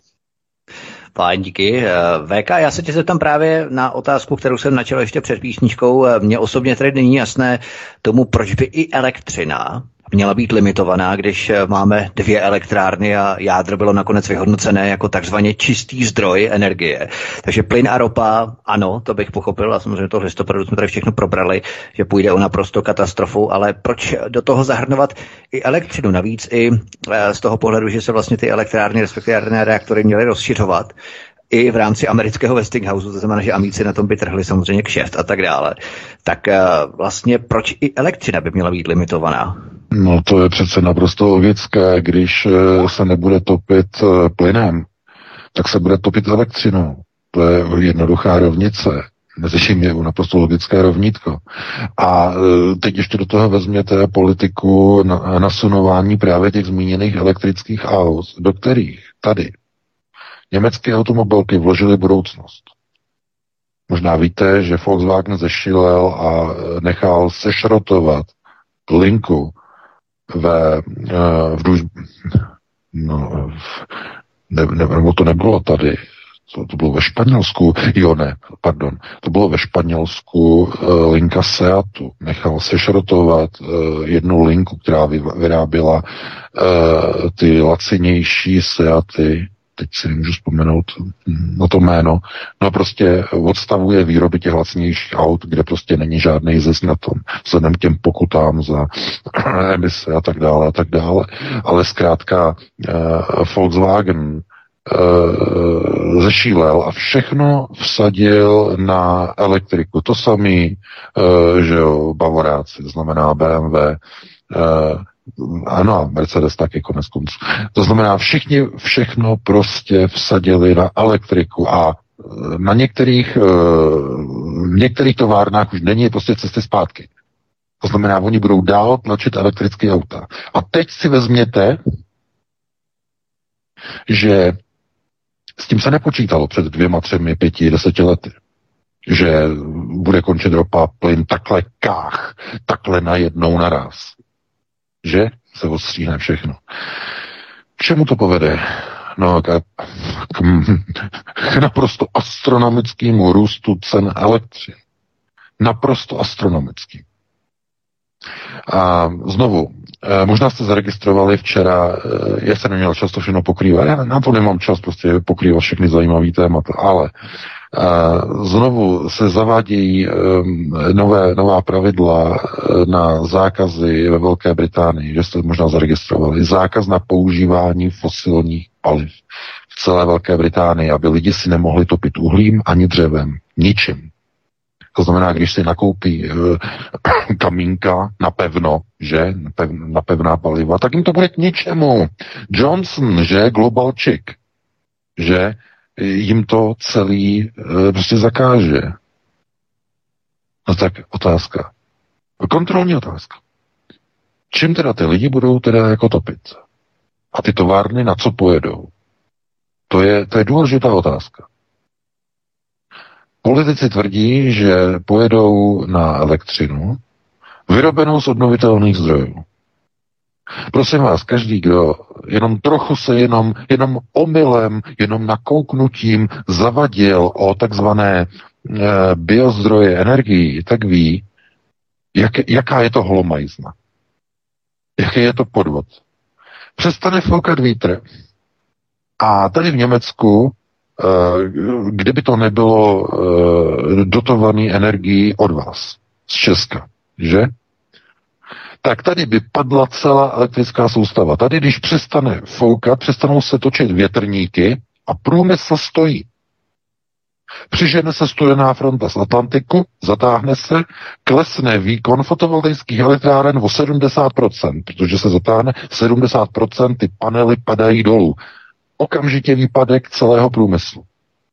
Fajn, díky. V K, já se tě zeptám právě na otázku, kterou jsem načal ještě před písničkou. Mně osobně tady není jasné tomu, proč by i elektřina měla být limitovaná, když máme dvě elektrárny a jádro bylo nakonec vyhodnocené jako takzvaně čistý zdroj energie. Takže plyn a ropa, ano, to bych pochopil a samozřejmě to v listopadu jsme tady všechno probrali, že půjde o naprosto katastrofu, ale proč do toho zahrnovat i elektřinu? Navíc i z toho pohledu, že se vlastně ty elektrárny, respektive jaderné reaktory měly rozšiřovat i v rámci amerického Westinghouse, to znamená, že Amíci na tom by trhli samozřejmě kšeft a tak dále. Tak vlastně proč i elektřina by měla být limitovaná? No to je přece naprosto logické, když se nebude topit plynem, tak se bude topit elektřinou. To je jednoduchá rovnice. Mezi tím je naprosto logické rovnítko. A teď ještě do toho vezměte politiku na, nasunování právě těch zmíněných elektrických aut, do kterých tady německé automobilky vložily budoucnost. Možná víte, že Volkswagen zešílel a nechal sešrotovat linku ve, v druž... no, ne, ne, nebo to nebylo tady, to, to bylo ve Španělsku, jo ne, pardon, to bylo ve Španělsku linka Seatu, nechal sešrotovat jednu linku, která vyráběla ty lacinější Seaty, teď si nemůžu vzpomenout na to jméno, no prostě odstavuje výroby těch lacnějších aut, kde prostě není žádný zisk na tom, vzhledem k těm pokutám za emise a tak dále a tak dále. Ale zkrátka uh, Volkswagen uh, zešílel a všechno vsadil na elektriku. To samý, uh, že jo, Bavoráci, znamená B M W, uh, ano, Mercedes taky konec konců. To znamená, všichni všechno prostě vsadili na elektriku a na některých, v některých továrnách už není prostě cesty zpátky. To znamená, oni budou dál tlačit elektrické auta. A teď si vezměte, že s tím se nepočítalo před dvěma, třemi, pěti, deseti lety. Že bude končit ropa, plyn, takhle kách, takhle najednou naraz. Že se odstříhne všechno. K čemu to povede? No, k, k, k naprosto astronomickému růstu cen elektřiny. Naprosto astronomický. A znovu, možná jste zaregistrovali včera, já jsem neměl čas to všechno pokrývat, já na to nemám čas prostě pokrývat všechny zajímavé témata, ale znovu se zavádějí nové, nová pravidla na zákazy ve Velké Británii, že jste možná zaregistrovali. Zákaz na používání fosilních paliv v celé Velké Británii, aby lidi si nemohli topit uhlím ani dřevem, ničím. To znamená, když si nakoupí uh, kamínka na pevno, že, na pevná paliva, tak jim to bude k ničemu. Johnson, že, Global Chick, že, jim to celý uh, prostě zakáže. No tak otázka. Kontrolní otázka. Čím teda ty lidi budou teda jako topit? A ty továrny na co pojedou? To je, to je důležitá otázka. Politici tvrdí, že pojedou na elektřinu vyrobenou z obnovitelných zdrojů. Prosím vás, každý, kdo jenom trochu se jenom, jenom omylem, jenom nakouknutím zavadil o takzvané e, biozdroje energií, tak ví, jak, jaká je to holomajzna. Jaký je to podvod. Přestane foukat vítr. A tady v Německu, kdyby to nebylo dotované energií od vás, z Česka, že? Tak tady by padla celá elektrická soustava. Tady, když přestane foukat, přestanou se točit větrníky a průmysl stojí. Přižene se studená fronta z Atlantiku, zatáhne se, klesne výkon fotovoltaických elektráren o sedmdesát procent, protože se zatáhne sedmdesát procent, ty panely padají dolů. Okamžitě výpadek celého průmyslu.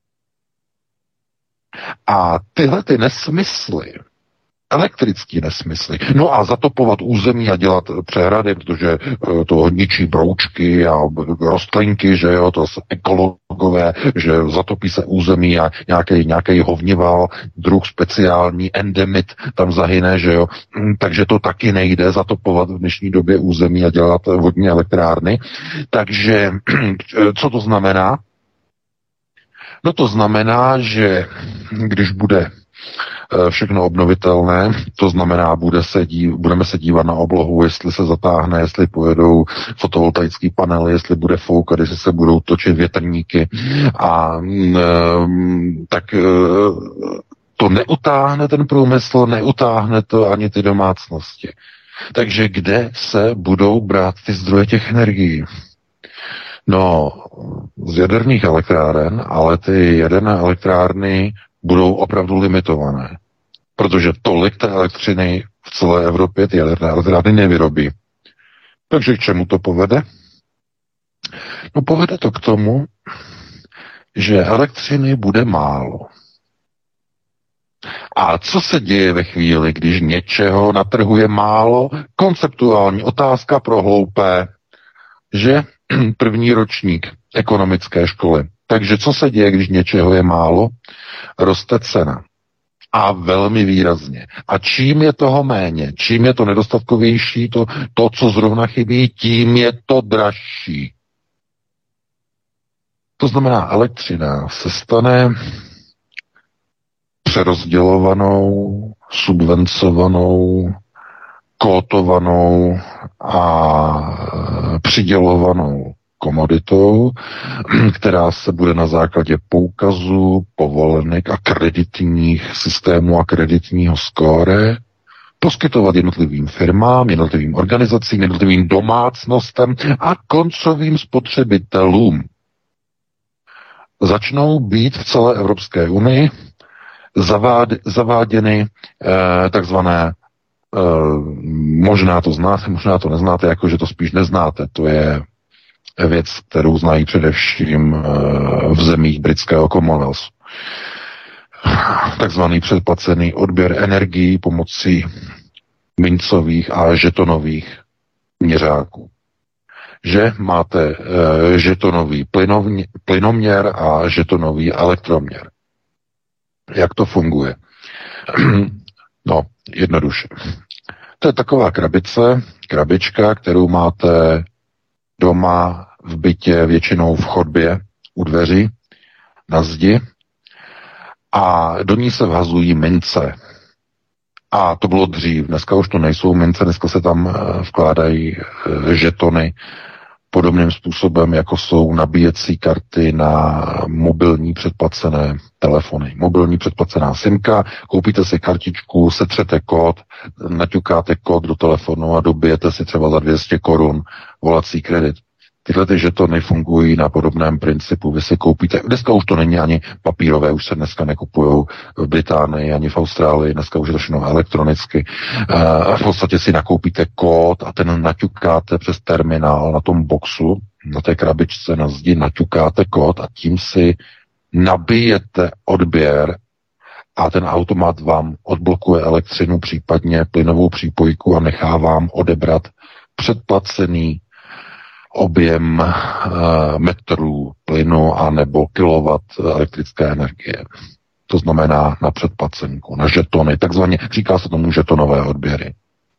A tyhle ty nesmysly, elektrický nesmysly. No a zatopovat území a dělat přehrady, protože to ničí broučky a rostlinky, že jo, to jsou ekologové, že zatopí se území a nějaký, nějaký hovnival, druh speciální, endemit tam zahyne, že jo. Takže to taky nejde zatopovat v dnešní době území a dělat vodní elektrárny. Takže co to znamená? No to znamená, že když bude všechno obnovitelné, to znamená, bude se dív, budeme se dívat na oblohu, jestli se zatáhne, jestli pojedou fotovoltaické panely, jestli bude foukat, jestli se budou točit větrníky a mm, tak to neutáhne ten průmysl, neutáhne to ani ty domácnosti. Takže kde se budou brát ty zdroje těch energií? No, z jaderných elektráren, ale ty jaderné elektrárny budou opravdu limitované, protože tolik té elektřiny v celé Evropě ty jaderné elektrárny nevyrobí. Takže k čemu to povede? No povede to k tomu, že elektřiny bude málo. A co se děje ve chvíli, když něčeho na trhu je málo? Konceptuální otázka pro hloupé, že první ročník ekonomické školy. Takže co se děje, když něčeho je málo? Roste cena. A velmi výrazně. A čím je toho méně, čím je to nedostatkovější, to, to co zrovna chybí, tím je to dražší. To znamená, elektřina se stane přerozdělovanou, subvencovanou, kótovanou a přidělovanou komoditou, která se bude na základě poukazu, povolenek a kreditních systémů a kreditního skóre poskytovat jednotlivým firmám, jednotlivým organizacím, jednotlivým domácnostem a koncovým spotřebitelům. Začnou být v celé Evropské unii zavád, zaváděny eh, takzvané Uh, možná to znáte, možná to neznáte, jakože to spíš neznáte. To je věc, kterou znají především uh, v zemích britského Commonwealthu. Takzvaný předplacený odběr energií pomocí mincových a žetonových měřáků. Že máte uh, žetonový plynovně, plynoměr a žetonový elektroměr. Jak to funguje? No, jednoduše. To je taková krabice, krabička, kterou máte doma v bytě, většinou v chodbě, u dveří, na zdi a do ní se vhazují mince. A to bylo dřív, dneska už to nejsou mince, dneska se tam vkládají žetony podobným způsobem, jako jsou nabíjecí karty na mobilní předplacené telefony. Mobilní předplacená simka, koupíte si kartičku, setřete kód, naťukáte kód do telefonu a dobijete si třeba za dvě stě korun volací kredit. Tyhle ty žetony fungují na podobném principu. Vy si koupíte, dneska už to není ani papírové, už se dneska nekupujou v Británii, ani v Austrálii, dneska už je to všechno elektronicky. A v podstatě si nakoupíte kód a ten naťukáte přes terminál na tom boxu, na té krabičce na zdi, naťukáte kód a tím si nabijete odběr a ten automat vám odblokuje elektřinu, případně plynovou přípojku a nechá vám odebrat předplacený objem uh, metrů plynu a nebo kilowatt elektrické energie. To znamená na předplacenku, na žetony, takzvaně říká se tomu žetonové odběry.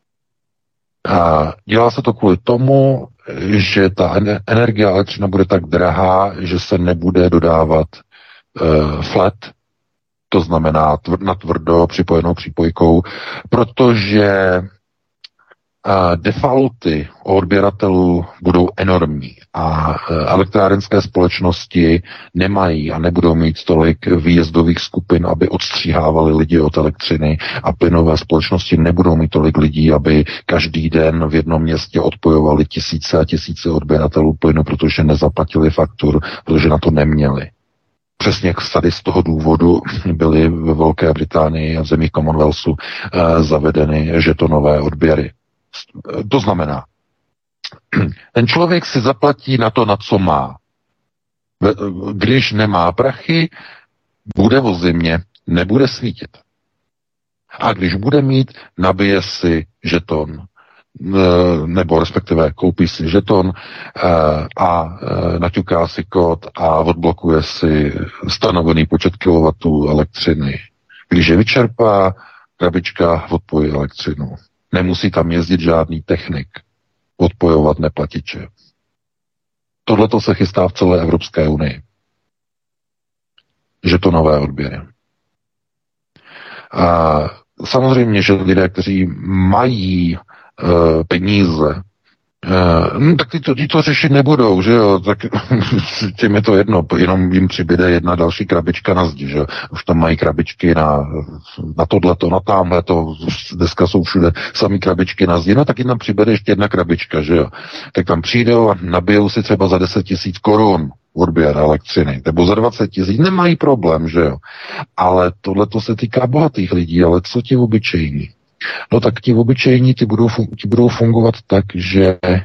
A dělá se to kvůli tomu, že ta energie a elektřina bude tak drahá, že se nebude dodávat uh, flat, to znamená tvr- na tvrdo připojenou přípojkou, protože a defaulty odběratelů budou enormní a elektrárenské společnosti nemají a nebudou mít tolik výjezdových skupin, aby odstříhávali lidi od elektřiny a plynové společnosti nebudou mít tolik lidí, aby každý den v jednom městě odpojovali tisíce a tisíce odběratelů plynu, protože nezaplatili faktur, protože na to neměli. Přesně tady z toho důvodu byly ve Velké Británii a v zemích Commonwealthu eh, zavedeny žetonové odběry. To znamená, ten člověk si zaplatí na to, na co má. Když nemá prachy, bude o zimě, nebude svítit. A když bude mít, nabije si žeton, nebo respektive koupí si žeton a naťuká si kód a odblokuje si stanovený počet kilowattů elektřiny. Když je vyčerpá, krabička odpojí elektřinu. Nemusí tam jezdit žádný technik, odpojovat neplatiče. Tohle to se chystá v celé Evropské unii. Žetonové odběry. A samozřejmě, že lidé, kteří mají uh, peníze, uh, no, tak ty to, ty to řešit nebudou, že jo, tak těm je to jedno, jenom jim přibyde jedna další krabička na zdi, že jo, už tam mají krabičky na, na tohleto, na tamhleto, dneska jsou všude samý krabičky na zdi, no tak jim tam přibyde ještě jedna krabička, že jo, tak tam přijdou a nabijou si třeba za deset tisíc korun odběr elektřiny, nebo za dvacet tisíc, nemají problém, že jo. Ale tohle to se týká bohatých lidí, ale co ti obyčejní? No tak ti obyčejní, ti budou, fun- ti budou fungovat tak, že eh,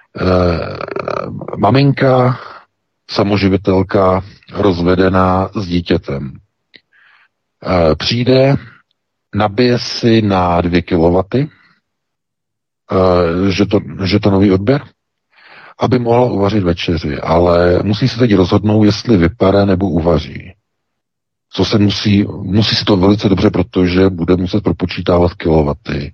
maminka, samoživitelka, rozvedená s dítětem, eh, přijde, nabije si na dvě kilowatty, eh, že to, že to nový odběr, aby mohla uvařit večeři, ale musí se teď rozhodnout, jestli vypere nebo uvaří. Co se musí, musí si to velice dobře, protože bude muset propočítávat kilowaty.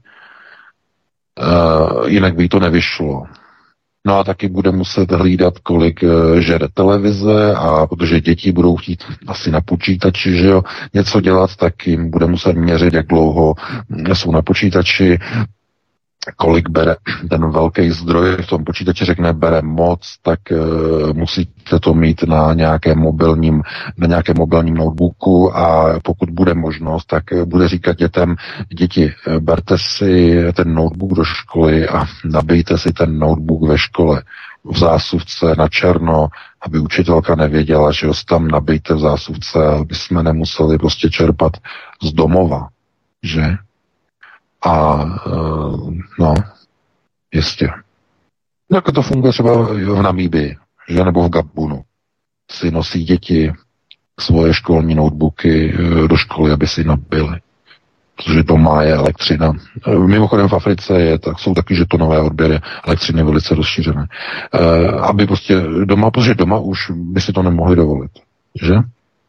Uh, jinak by to nevyšlo. No a taky bude muset hlídat, kolik uh, žere televize, a protože děti budou chtít asi na počítači, že jo, něco dělat, tak jim bude muset měřit, jak dlouho jsou na počítači, kolik bere ten velký zdroj v tom počítači, řekne, bere moc, tak uh, musíte to mít na nějakém mobilním, na nějakém mobilním notebooku, a pokud bude možnost, tak bude říkat dětem, děti, berte si ten notebook do školy a nabijte si ten notebook ve škole v zásuvce na černo, aby učitelka nevěděla, že ho tam nabijte v zásuvce, aby jsme nemuseli prostě čerpat z domova, že? A no, jistě. Jak to funguje třeba v Namíbii, že, nebo v Gabunu. Si nosí děti svoje školní notebooky do školy, aby si nabili. Protože doma je elektřina. Mimochodem v Africe je, tak jsou taky žetonové odběry elektřiny velice rozšířené. Aby prostě doma, protože doma už by si to nemohli dovolit. Že?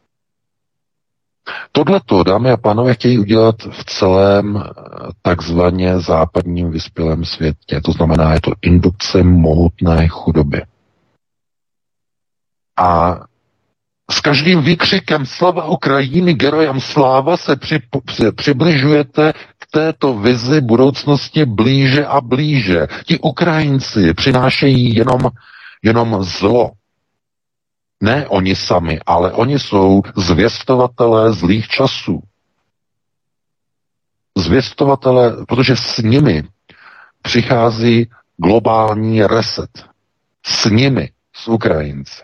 Tohleto, dámy a pánové, chtějí udělat v celém takzvaně západním vyspělém světě. To znamená, je to indukce mohutné chudoby. A s každým výkřikem slava Ukrajiny, gerojam sláva se při, při, přibližujete k této vizi budoucnosti blíže a blíže. Ti Ukrajinci přinášejí jenom, jenom zlo. Ne oni sami, ale oni jsou zvěstovatelé zlých časů. Zvěstovatelé, protože s nimi přichází globální reset. S nimi, s Ukrajinci.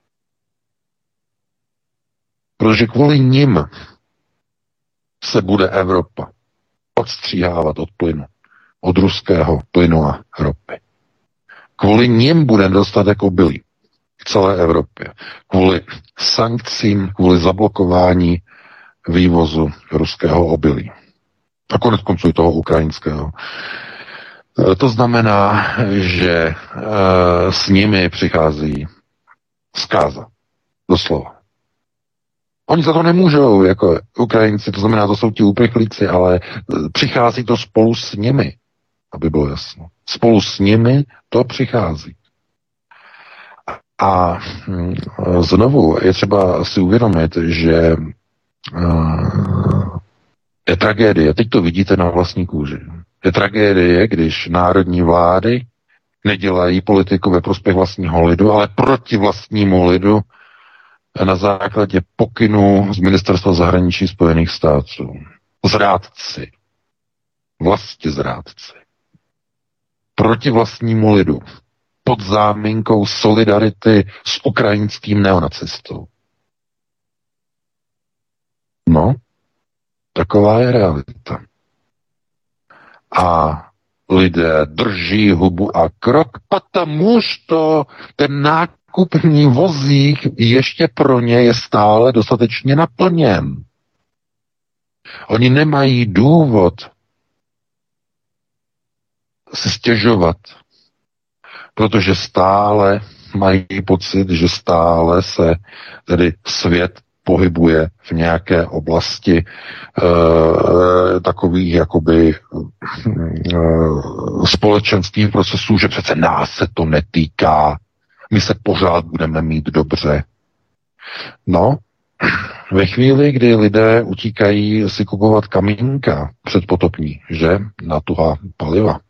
Protože kvůli nim se bude Evropa odstříhávat od plynu. Od ruského plynu a ropy. Kvůli nim bude nedostatek obilí v celé Evropě. Kvůli sankcím, kvůli zablokování vývozu ruského obilí. A konec konců i toho ukrajinského. To znamená, že s nimi přichází zkáza. Doslova. Oni za to nemůžou, jako Ukrajinci, to znamená, to jsou ti uprchlíci, ale přichází to spolu s nimi, aby bylo jasno. Spolu s nimi to přichází. A znovu je třeba si uvědomit, že je tragédie, teď to vidíte na vlastní kůži, je tragédie, když národní vlády nedělají politiku ve prospěch vlastního lidu, ale proti vlastnímu lidu na základě pokynů z Ministerstva zahraničí Spojených států. Zrádci. Vlasti zrádci. Proti vlastnímu lidu. Pod záminkou solidarity s ukrajinským neonacistou. No, taková je realita. A lidé drží hubu a krok, protože to ten nákupní vozík ještě pro ně je stále dostatečně naplněn. Oni nemají důvod si stěžovat, protože stále mají pocit, že stále se tedy svět pohybuje v nějaké oblasti e, takových jakoby e, společenských procesů, že přece nás se to netýká, my se pořád budeme mít dobře. No, ve chvíli, kdy lidé utíkají si kupovat kamínka předpotopní, že, na tuhá paliva,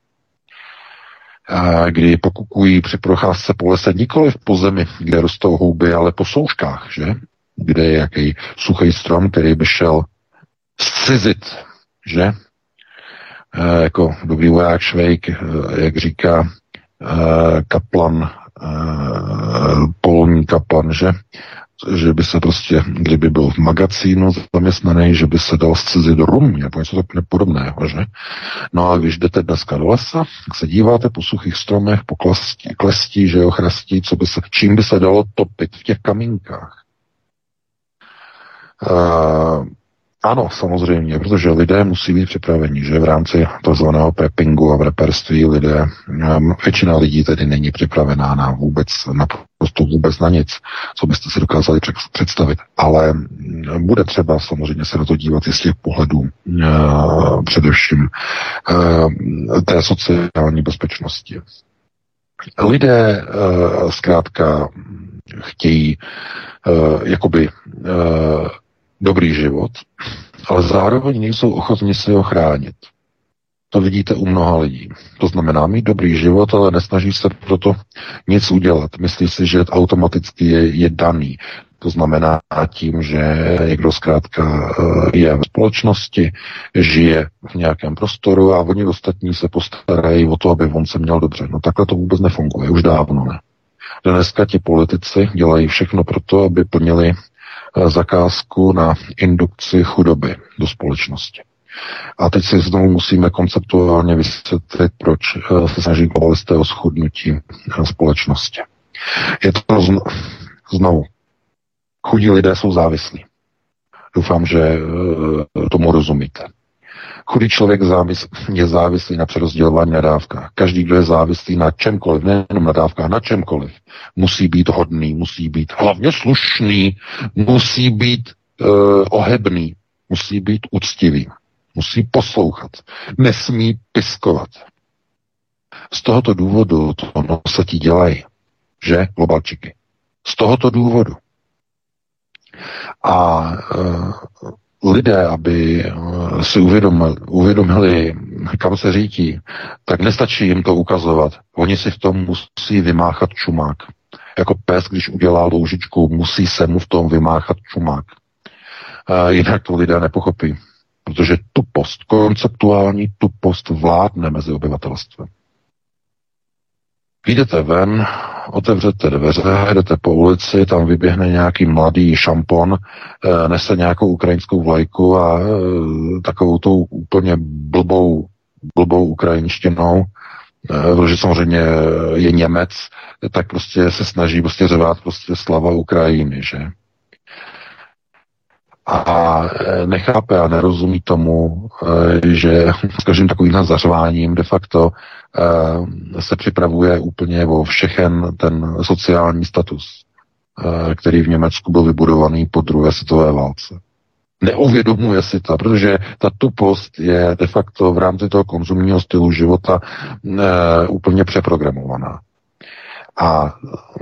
a kdy pokukují při procházce po lese nikoli po zemi, kde rostou houby, ale po souškách, že, kde je jaký suchý strom, který by šel zcizit, že, e, jako dobrý voják Švejk, e, jak říká e, kaplan, e, polní kaplan, že, že by se prostě, kdyby byl v magazínu zaměstnaný, že by se dal zcizit rum, nebo něco tak podobného, že? No a když jdete dneska do lesa, tak se díváte po suchých stromech, po klestí, klestí, že jo, chrastí, co by se, čím by se dalo topit v těch kamínkách. Uh, ano, samozřejmě, protože lidé musí být připraveni, že v rámci takzvaného preppingu a v reperství lidé, většina lidí tedy není připravená na vůbec, na prostě vůbec na nic, co byste si dokázali představit. Ale bude třeba samozřejmě se na to dívat i z těch pohledů uh, především uh, té sociální bezpečnosti. Lidé uh, zkrátka chtějí uh, jakoby uh, dobrý život, ale zároveň nejsou ochotni si ho chránit. To vidíte u mnoha lidí. To znamená mít dobrý život, ale nesnaží se proto nic udělat. Myslí si, že automaticky je, je daný. To znamená tím, že někdo zkrátka je v společnosti, žije v nějakém prostoru a oni ostatní se postarají o to, aby on se měl dobře. No takhle to vůbec nefunguje, už dávno ne. Dneska ti politici dělají všechno pro to, aby plnili zakázku na indukci chudoby do společnosti. A teď si znovu musíme konceptuálně vysvětlit, proč se snaží globalisté o schudnutí společnosti. Je to znovu. Chudí lidé jsou závislí. Doufám, že tomu rozumíte. Chudý člověk je závislý na přerozdělování na dávkách. Každý, kdo je závislý na čemkoliv, nejenom na dávkách, na čemkoliv, musí být hodný, musí být hlavně slušný, musí být uh, ohebný, musí být úctivý, musí poslouchat, nesmí piskovat. Z tohoto důvodu to nosatí dělají, že, globalčiky? Z tohoto důvodu. A uh, lidé, aby si uvědomili, uvědomili, kam se řítí, tak nestačí jim to ukazovat. Oni si v tom musí vymáchat čumák. Jako pes, když udělá loužičku, musí se mu v tom vymáchat čumák. A jinak to lidé nepochopí. Protože tupost, konceptuální tupost vládne mezi obyvatelstvem. Jdete ven, otevřete dveře, jdete po ulici, tam vyběhne nějaký mladý šampon, nese nějakou ukrajinskou vlajku a takovou tou úplně blbou, blbou ukrajinštinou, protože samozřejmě je Němec, tak prostě se snaží prostě řevát prostě slava Ukrajiny, že? A nechápe a nerozumí tomu, že s každým takovým zařváním de facto se připravuje úplně o všechen ten sociální status, který v Německu byl vybudovaný po druhé světové válce. Neuvědomuje si to, protože ta tupost je de facto v rámci toho konzumního stylu života úplně přeprogramovaná. A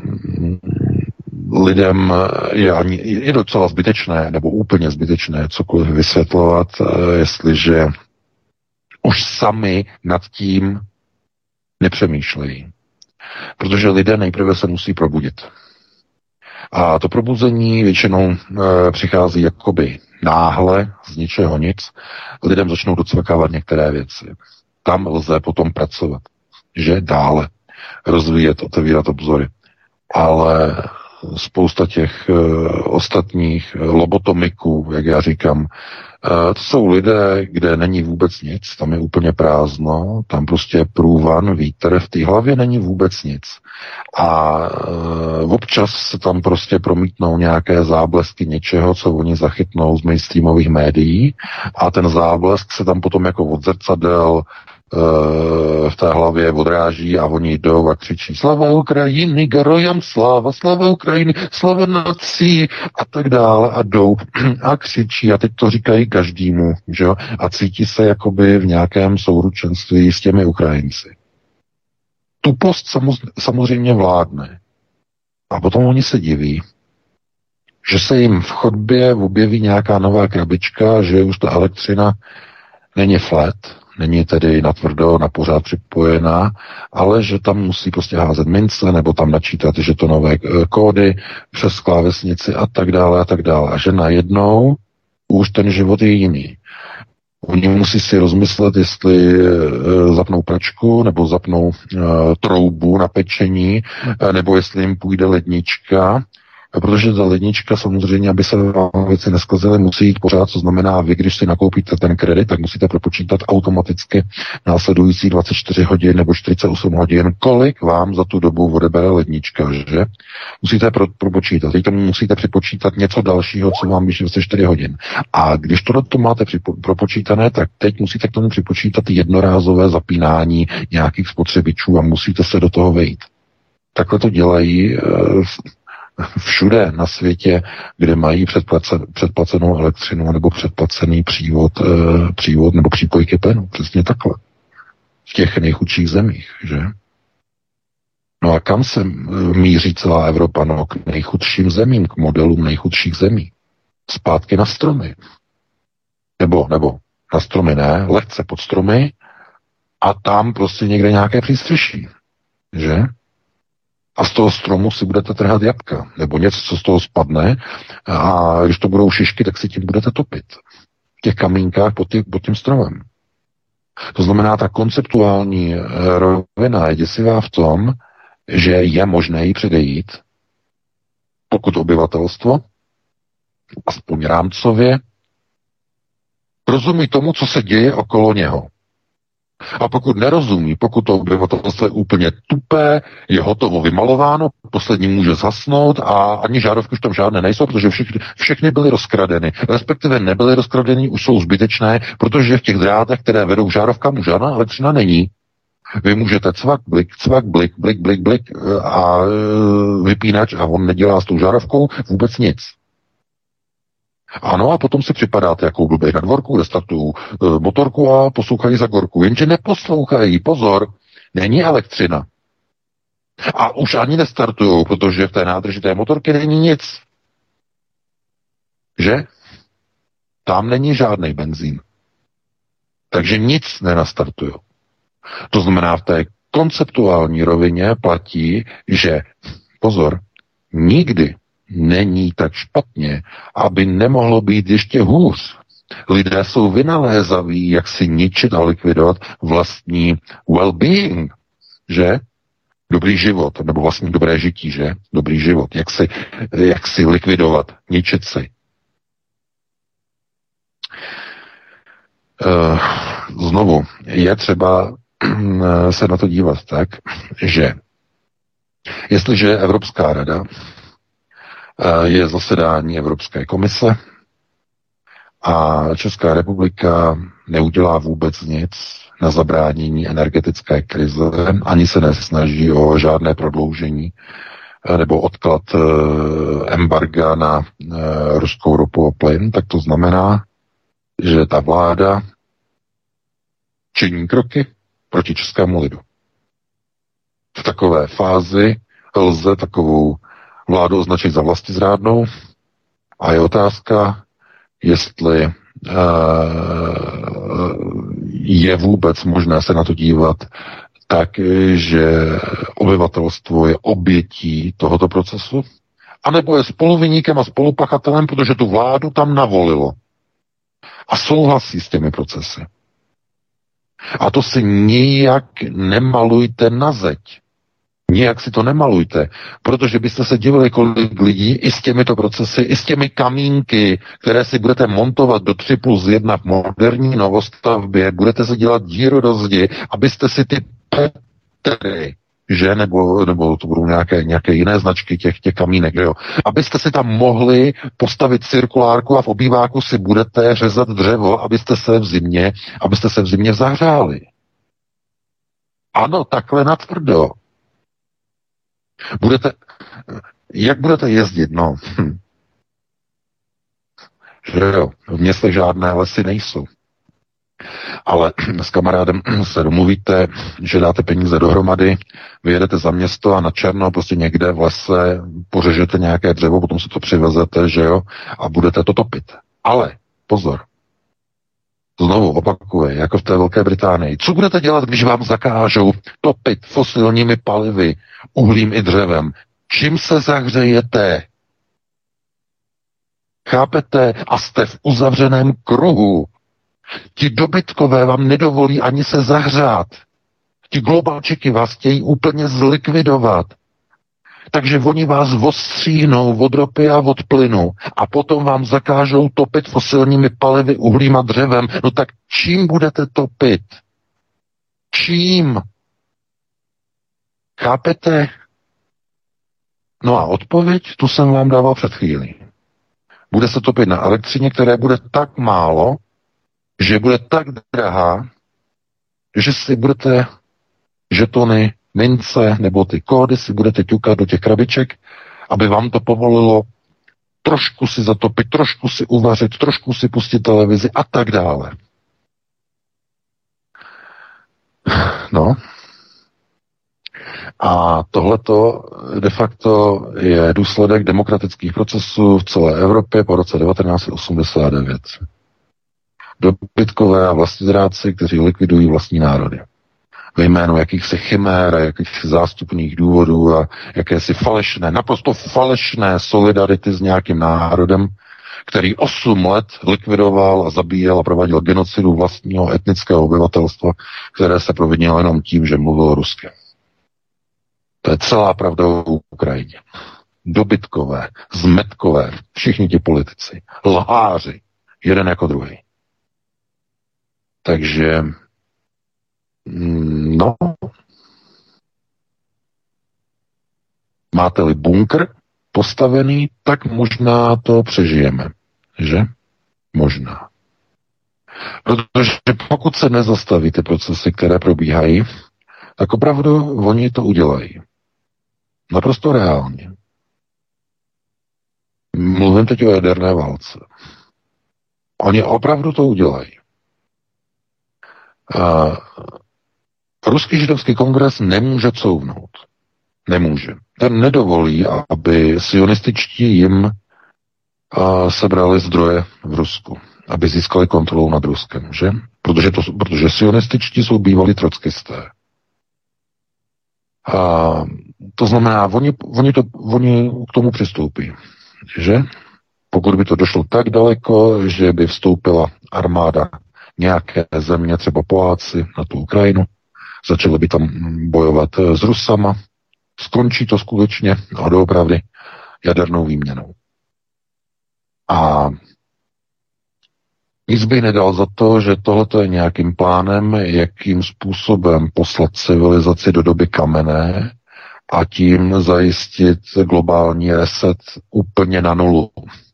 lidem je, je docela zbytečné, nebo úplně zbytečné cokoliv vysvětlovat, jestliže už sami nad tím nepřemýšlejí. Protože lidé nejprve se musí probudit. A to probuzení většinou e, přichází jakoby náhle, z ničeho nic. Lidem začnou docvakávat některé věci. Tam lze potom pracovat. Že dále rozvíjet, otevírat obzory. Ale spousta těch ostatních lobotomiků, jak já říkám. To jsou lidé, kde není vůbec nic, tam je úplně prázdno, tam prostě je průvan, vítr, v té hlavě není vůbec nic. A občas se tam prostě promítnou nějaké záblesky něčeho, co oni zachytnou z mainstreamových médií a ten záblesk se tam potom jako odzrcadel v té hlavě odráží a oni jdou a křičí slava Ukrajiny, gerojam sláva, slava Ukrajiny, slava nací a tak dále a jdou a křičí a teď to říkají každému, že jo, a cítí se jakoby v nějakém souručenství s těmi Ukrajinci. Tupost samozřejmě vládne a potom oni se diví, že se jim v chodbě objeví nějaká nová krabička, že už ta elektřina není flat, není tedy natvrdo, na pořád připojená, ale že tam musí prostě házet mince, nebo tam načítat žetonové kódy přes klávesnici a tak dále a tak dále. A že najednou už ten život je jiný. Oni musí si rozmyslet, jestli zapnou pračku, nebo zapnou uh, troubu na pečení, uh, nebo jestli jim půjde lednička, protože ta lednička samozřejmě, aby se vám věci neskazily, musí jít pořád, co znamená, vy, když si nakoupíte ten kredit, tak musíte propočítat automaticky následující dvacet čtyři hodin nebo čtyřicet osm hodin, kolik vám za tu dobu odebere lednička, že? Musíte pro, propočítat. Teď tomu musíte připočítat něco dalšího, co vám běží dvacet čtyři hodin. A když tohle to máte připo, propočítané, tak teď musíte k tomu připočítat jednorázové zapínání nějakých spotřebičů a musíte se do toho vejít. Takhle to dělají všude na světě, kde mají předplacen, předplacenou elektřinu nebo předplacený přívod, e, přívod nebo přípojky plynu. Přesně takhle. V těch nejchudších zemích, že? No a kam se míří celá Evropa? No k nejchudším zemím, k modelům nejchudších zemí. Zpátky na stromy. Nebo, nebo na stromy ne, lehce pod stromy a tam prostě někde nějaké přístřeší. Že? A z toho stromu si budete trhat jablka, nebo něco, co z toho spadne, a když to budou šišky, tak si tím budete topit. V těch kamínkách pod, tě, pod tím stromem. To znamená, ta konceptuální rovina je děsivá v tom, že je možné jí předejít, pokud obyvatelstvo, aspoň rámcově, rozumí tomu, co se děje okolo něho. A pokud nerozumí, pokud to obyvatelstvo je úplně tupé, je hotovo vymalováno, poslední může zhasnout a ani žárovky už tam žádné nejsou, protože všechny, všechny byly rozkradeny. Respektive nebyly rozkradeny, už jsou zbytečné, protože v těch drátech, které vedou k žárovkám, žádná elektřina není. Vy můžete cvak, blik, cvak, blik, blik, blik, blik a vypínač a on nedělá s tou žárovkou vůbec nic. Ano, a potom si připadáte jako blbej na dvorku, kde startují e, motorku a poslouchají za gorku. Jenže neposlouchají, pozor, není elektřina. A už ani nestartují, protože v té nádrži té motorky není nic. Že? Tam není žádný benzín. Takže nic nenastartují. To znamená, v té konceptuální rovině platí, že, pozor, nikdy není tak špatně, aby nemohlo být ještě hůř. Lidé jsou vynalézaví, jak si ničit a likvidovat vlastní well-being, že? Dobrý život, nebo vlastně dobré žití, že? Dobrý život, jak si, jak si likvidovat, ničit si. Uh, znovu, je třeba se na to dívat tak, že jestliže Evropská rada je zasedání Evropské komise a Česká republika neudělá vůbec nic na zabránění energetické krize, ani se nesnaží o žádné prodloužení nebo odklad embarga na ruskou ropu a plyn, tak to znamená, že ta vláda činí kroky proti českému lidu. V takové fázi lze takovou vládu označit za vlastizrádnou a je otázka, jestli uh, je vůbec možné se na to dívat tak, že obyvatelstvo je obětí tohoto procesu, anebo je spoluviníkem a spolupachatelem, protože tu vládu tam navolilo a souhlasí s těmi procesy. A to si nijak nemalujte na zeď. Nijak si to nemalujte, protože byste se divili, kolik lidí i s těmito procesy, i s těmi kamínky, které si budete montovat do tři plus jedna v moderní novostavbě, budete si dělat díru do zdi, abyste si ty Petry, že, nebo, nebo to budou nějaké, nějaké jiné značky těch, těch kamínek, že jo, abyste si tam mohli postavit cirkulárku a v obýváku si budete řezat dřevo, abyste se v zimě, abyste se v zimě zahřáli. Ano, takhle natvrdo. Budete, jak budete jezdit, no? Hm. Že jo, v městech žádné lesy nejsou. Ale s kamarádem se domluvíte, že dáte peníze dohromady, vyjedete za město a na černo prostě někde v lese pořežete nějaké dřevo, potom si to přivezete, že jo, a budete to topit. Ale pozor, znovu opakuje, jako v té Velké Británii. Co budete dělat, když vám zakážou topit fosilními palivy, uhlím i dřevem? Čím se zahřejete? Chápete? A jste v uzavřeném kruhu. Ti dobytkové vám nedovolí ani se zahřát. Ti globalčiky vás chtějí úplně zlikvidovat. Takže oni vás ostříhnou od ropy a od plynu a potom vám zakážou topit fosilními palivy, uhlím a dřevem. No tak čím budete topit? Čím? Chápete? No a odpověď, tu jsem vám dával před chvílí. Bude se topit na elektřině, které bude tak málo, že bude tak drahá, že si budete žetony, mince nebo ty kódy si budete ťukat do těch krabiček, aby vám to povolilo trošku si zatopit, trošku si uvařit, trošku si pustit televizi a tak dále. No. A tohleto de facto je důsledek demokratických procesů v celé Evropě po roce devatenáct set osmdesát devět. Dobytkové a vlastizrádci, kteří likvidují vlastní národy. Ve jménu jakýchsi chimér a jakýchsi zástupných důvodů a jakési falešné, naprosto falešné solidarity s nějakým národem, který osm let likvidoval a zabíjel a prováděl genocidu vlastního etnického obyvatelstva, které se provinilo jenom tím, že mluvil rusky. To je celá pravda o Ukrajině. Dobytkové, zmetkové, všichni ti politici, lháři, jeden jako druhý. Takže, no, máte-li bunkr postavený, tak možná to přežijeme, že? Možná. Protože pokud se nezastaví ty procesy, které probíhají, tak opravdu oni to udělají. Naprosto reálně. Mluvím teď o jaderné válce. Oni opravdu to udělají. Uh, Ruský židovský kongres nemůže couvnout. Nemůže. Ten nedovolí, aby sionističtí jim uh, sebrali zdroje v Rusku, aby získali kontrolu nad Ruskem, že? Protože, to, protože sionističtí jsou bývalí trockisté. Uh, to znamená, oni, oni, to, oni k tomu přistoupí, že? Pokud by to došlo tak daleko, že by vstoupila armáda nějaké země, třeba Poláci, na tu Ukrajinu, začali by tam bojovat s Rusama, skončí to skutečně a doopravdy jadernou výměnou. A nic bych nedal za to, že tohleto je nějakým plánem, jakým způsobem poslat civilizaci do doby kamenné a tím zajistit globální reset úplně na nulu.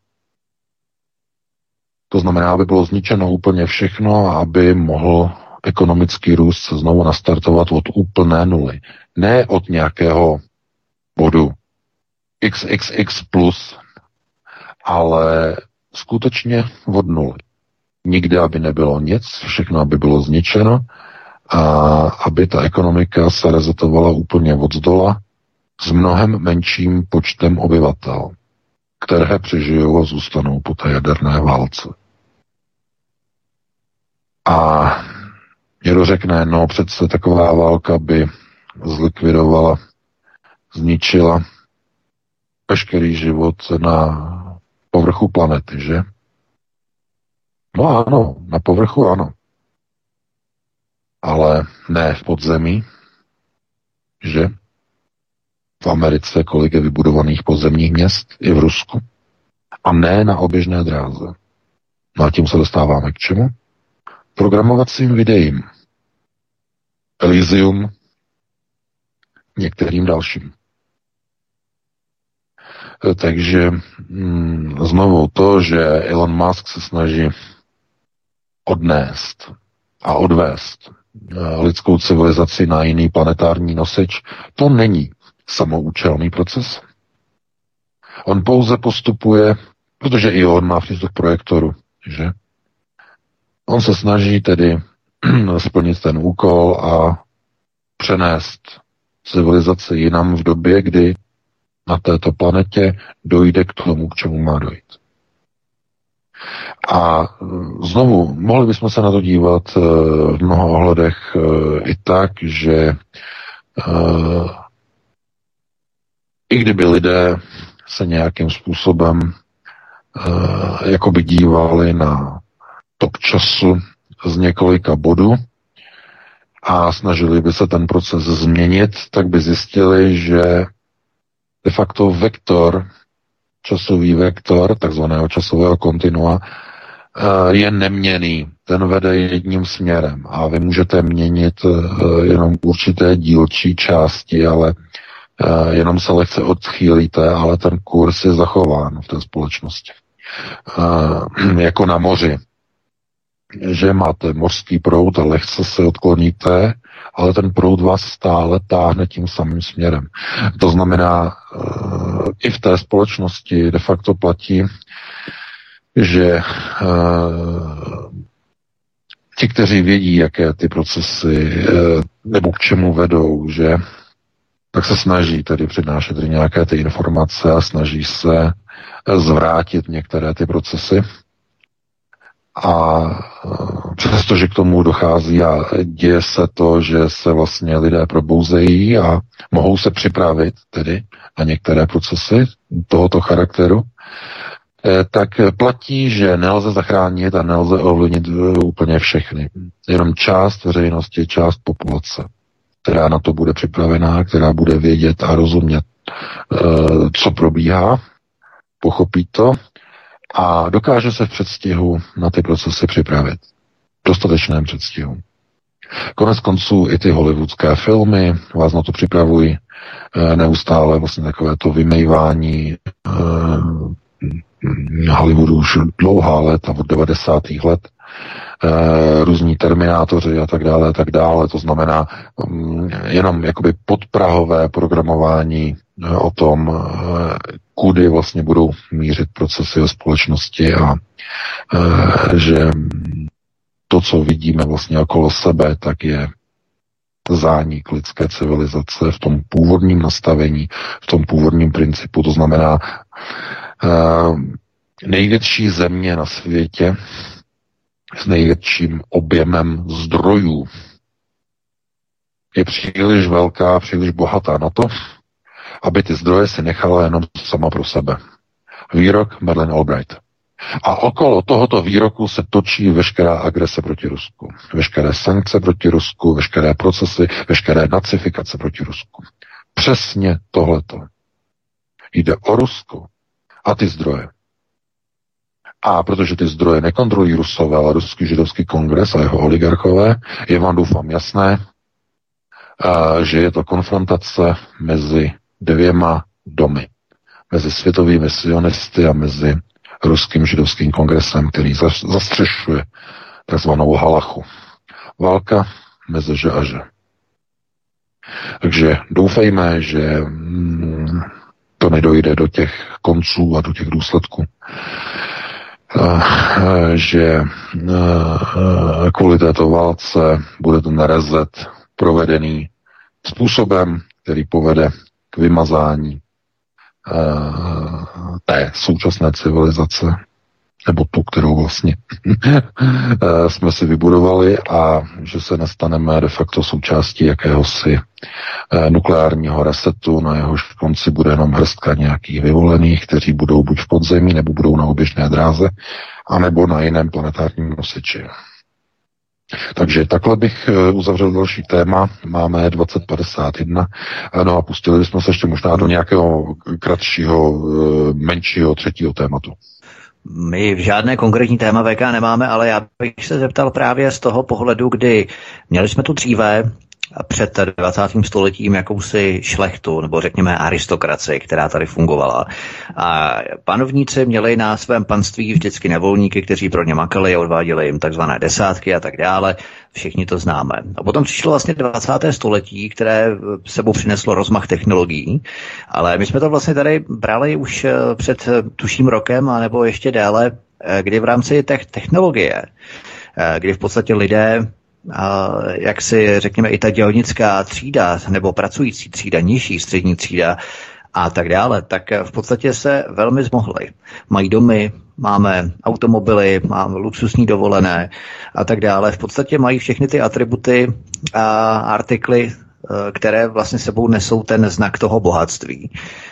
To znamená, aby bylo zničeno úplně všechno a aby mohl ekonomický růst se znovu nastartovat od úplné nuly. Ne od nějakého bodu iks iks iks plus, ale skutečně od nuly. Nikde, aby nebylo nic, všechno, aby bylo zničeno a aby ta ekonomika se rezetovala úplně od zdola s mnohem menším počtem obyvatel, které přežijou a zůstanou po té jaderné válce. A někdo řekne, no přece taková válka by zlikvidovala, zničila veškerý život na povrchu planety, že? No ano, na povrchu ano. Ale ne v podzemí, že? v Americe, kolik je vybudovaných pozemních měst, i v Rusku, a ne na oběžné dráze. No a tím se dostáváme k čemu? Programovacím videím. Elysium, některým dalším. Takže hm, znovu to, že Elon Musk se snaží odnést a odvést lidskou civilizaci na jiný planetární nosič, to není samoučelný proces. On pouze postupuje, protože i on má přístup k projektoru, že? On se snaží tedy splnit ten úkol a přenést civilizaci jinam v době, kdy na této planetě dojde k tomu, k čemu má dojít. A znovu, mohli bychom se na to dívat v mnoha ohledech i tak, že i kdyby lidé se nějakým způsobem jakoby dívali na tok času z několika bodů a snažili by se ten proces změnit, tak by zjistili, že de facto vektor, časový vektor takzvaného časového kontinua je neměnný. Ten vede jedním směrem a vy můžete měnit jenom určité dílčí části, ale jenom se lehce odchýlíte, ale ten kurz je zachován v té společnosti. Jako na moři. Že máte mořský proud a lehce se odkloníte, ale ten proud vás stále táhne tím samým směrem. To znamená, i v té společnosti de facto platí, že ti, kteří vědí, jaké ty procesy nebo k čemu vedou, že tak se snaží tedy přinášet tedy nějaké ty informace a snaží se zvrátit některé ty procesy. A přestože k tomu dochází a děje se to, že se vlastně lidé probouzejí a mohou se připravit tedy na některé procesy tohoto charakteru, tak platí, že nelze zachránit a nelze ovlivnit úplně všechny. Jenom část veřejnosti, část populace, která na to bude připravená, která bude vědět a rozumět, co probíhá, pochopí to a dokáže se v předstihu na ty procesy připravit. V dostatečném předstihu. Konec konců i ty hollywoodské filmy vás na to připravují neustále, vlastně takové to vymejvání Hollywoodu už dlouhá léta, od devadesátých let, různí terminátoři a tak dále, a tak dále. To znamená jenom jakoby podprahové programování o tom, kudy vlastně budou mířit procesy ve společnosti a že to, co vidíme vlastně okolo sebe, tak je zánik lidské civilizace v tom původním nastavení, v tom původním principu. To znamená největší země na světě s největším objemem zdrojů je příliš velká, příliš bohatá na to, aby ty zdroje si nechala jenom sama pro sebe. Výrok Madeleine Albright. A okolo tohoto výroku se točí veškerá agrese proti Rusku. Veškeré sankce proti Rusku, veškeré procesy, veškeré nacifikace proti Rusku. Přesně tohleto. Jde o Rusko a ty zdroje. A protože ty zdroje nekontrolují Rusové, ale Ruský židovský kongres a jeho oligarchové, je vám doufám jasné, že je to konfrontace mezi dvěma domy. Mezi světovými sionisty a mezi Ruským židovským kongresem, který zastřešuje takzvanou halachu. Válka mezi že a že. Takže doufejme, že to nedojde do těch konců a do těch důsledků. Že kvůli této válce bude ten reset provedený způsobem, který povede k vymazání té současné civilizace, nebo tu, kterou vlastně jsme si vybudovali, a že se nestaneme de facto součástí jakéhosi nukleárního resetu, na jehož konci bude jenom hrstka nějakých vyvolených, kteří budou buď v podzemí, nebo budou na oběžné dráze, anebo na jiném planetárním nosiči. Takže takhle bych uzavřel další téma. Máme dvacet padesát jedna. No a pustili jsme se ještě možná do nějakého kratšího, menšího třetího tématu. My v žádné konkrétní téma V K nemáme, ale já bych se zeptal právě z toho pohledu, kdy měli jsme tu dříve před dvacátým stoletím jakousi šlechtu, nebo řekněme aristokracii, která tady fungovala. A panovníci měli na svém panství vždycky nevolníky, kteří pro ně makali, odváděli jim takzvané desátky a tak dále. Všichni to známe. A potom přišlo vlastně dvacáté století, které sebou přineslo rozmach technologií, ale my jsme to vlastně tady brali už před tuším rokem, anebo ještě déle, kdy v rámci těch technologie, kdy v podstatě lidé, a jak si řekněme i ta dělnická třída nebo pracující třída, nižší střední třída a tak dále, tak v podstatě se velmi zmohly. Mají domy, máme automobily, máme luxusní dovolené a tak dále. V podstatě mají všechny ty atributy a artikly, které vlastně sebou nesou ten znak toho bohatství.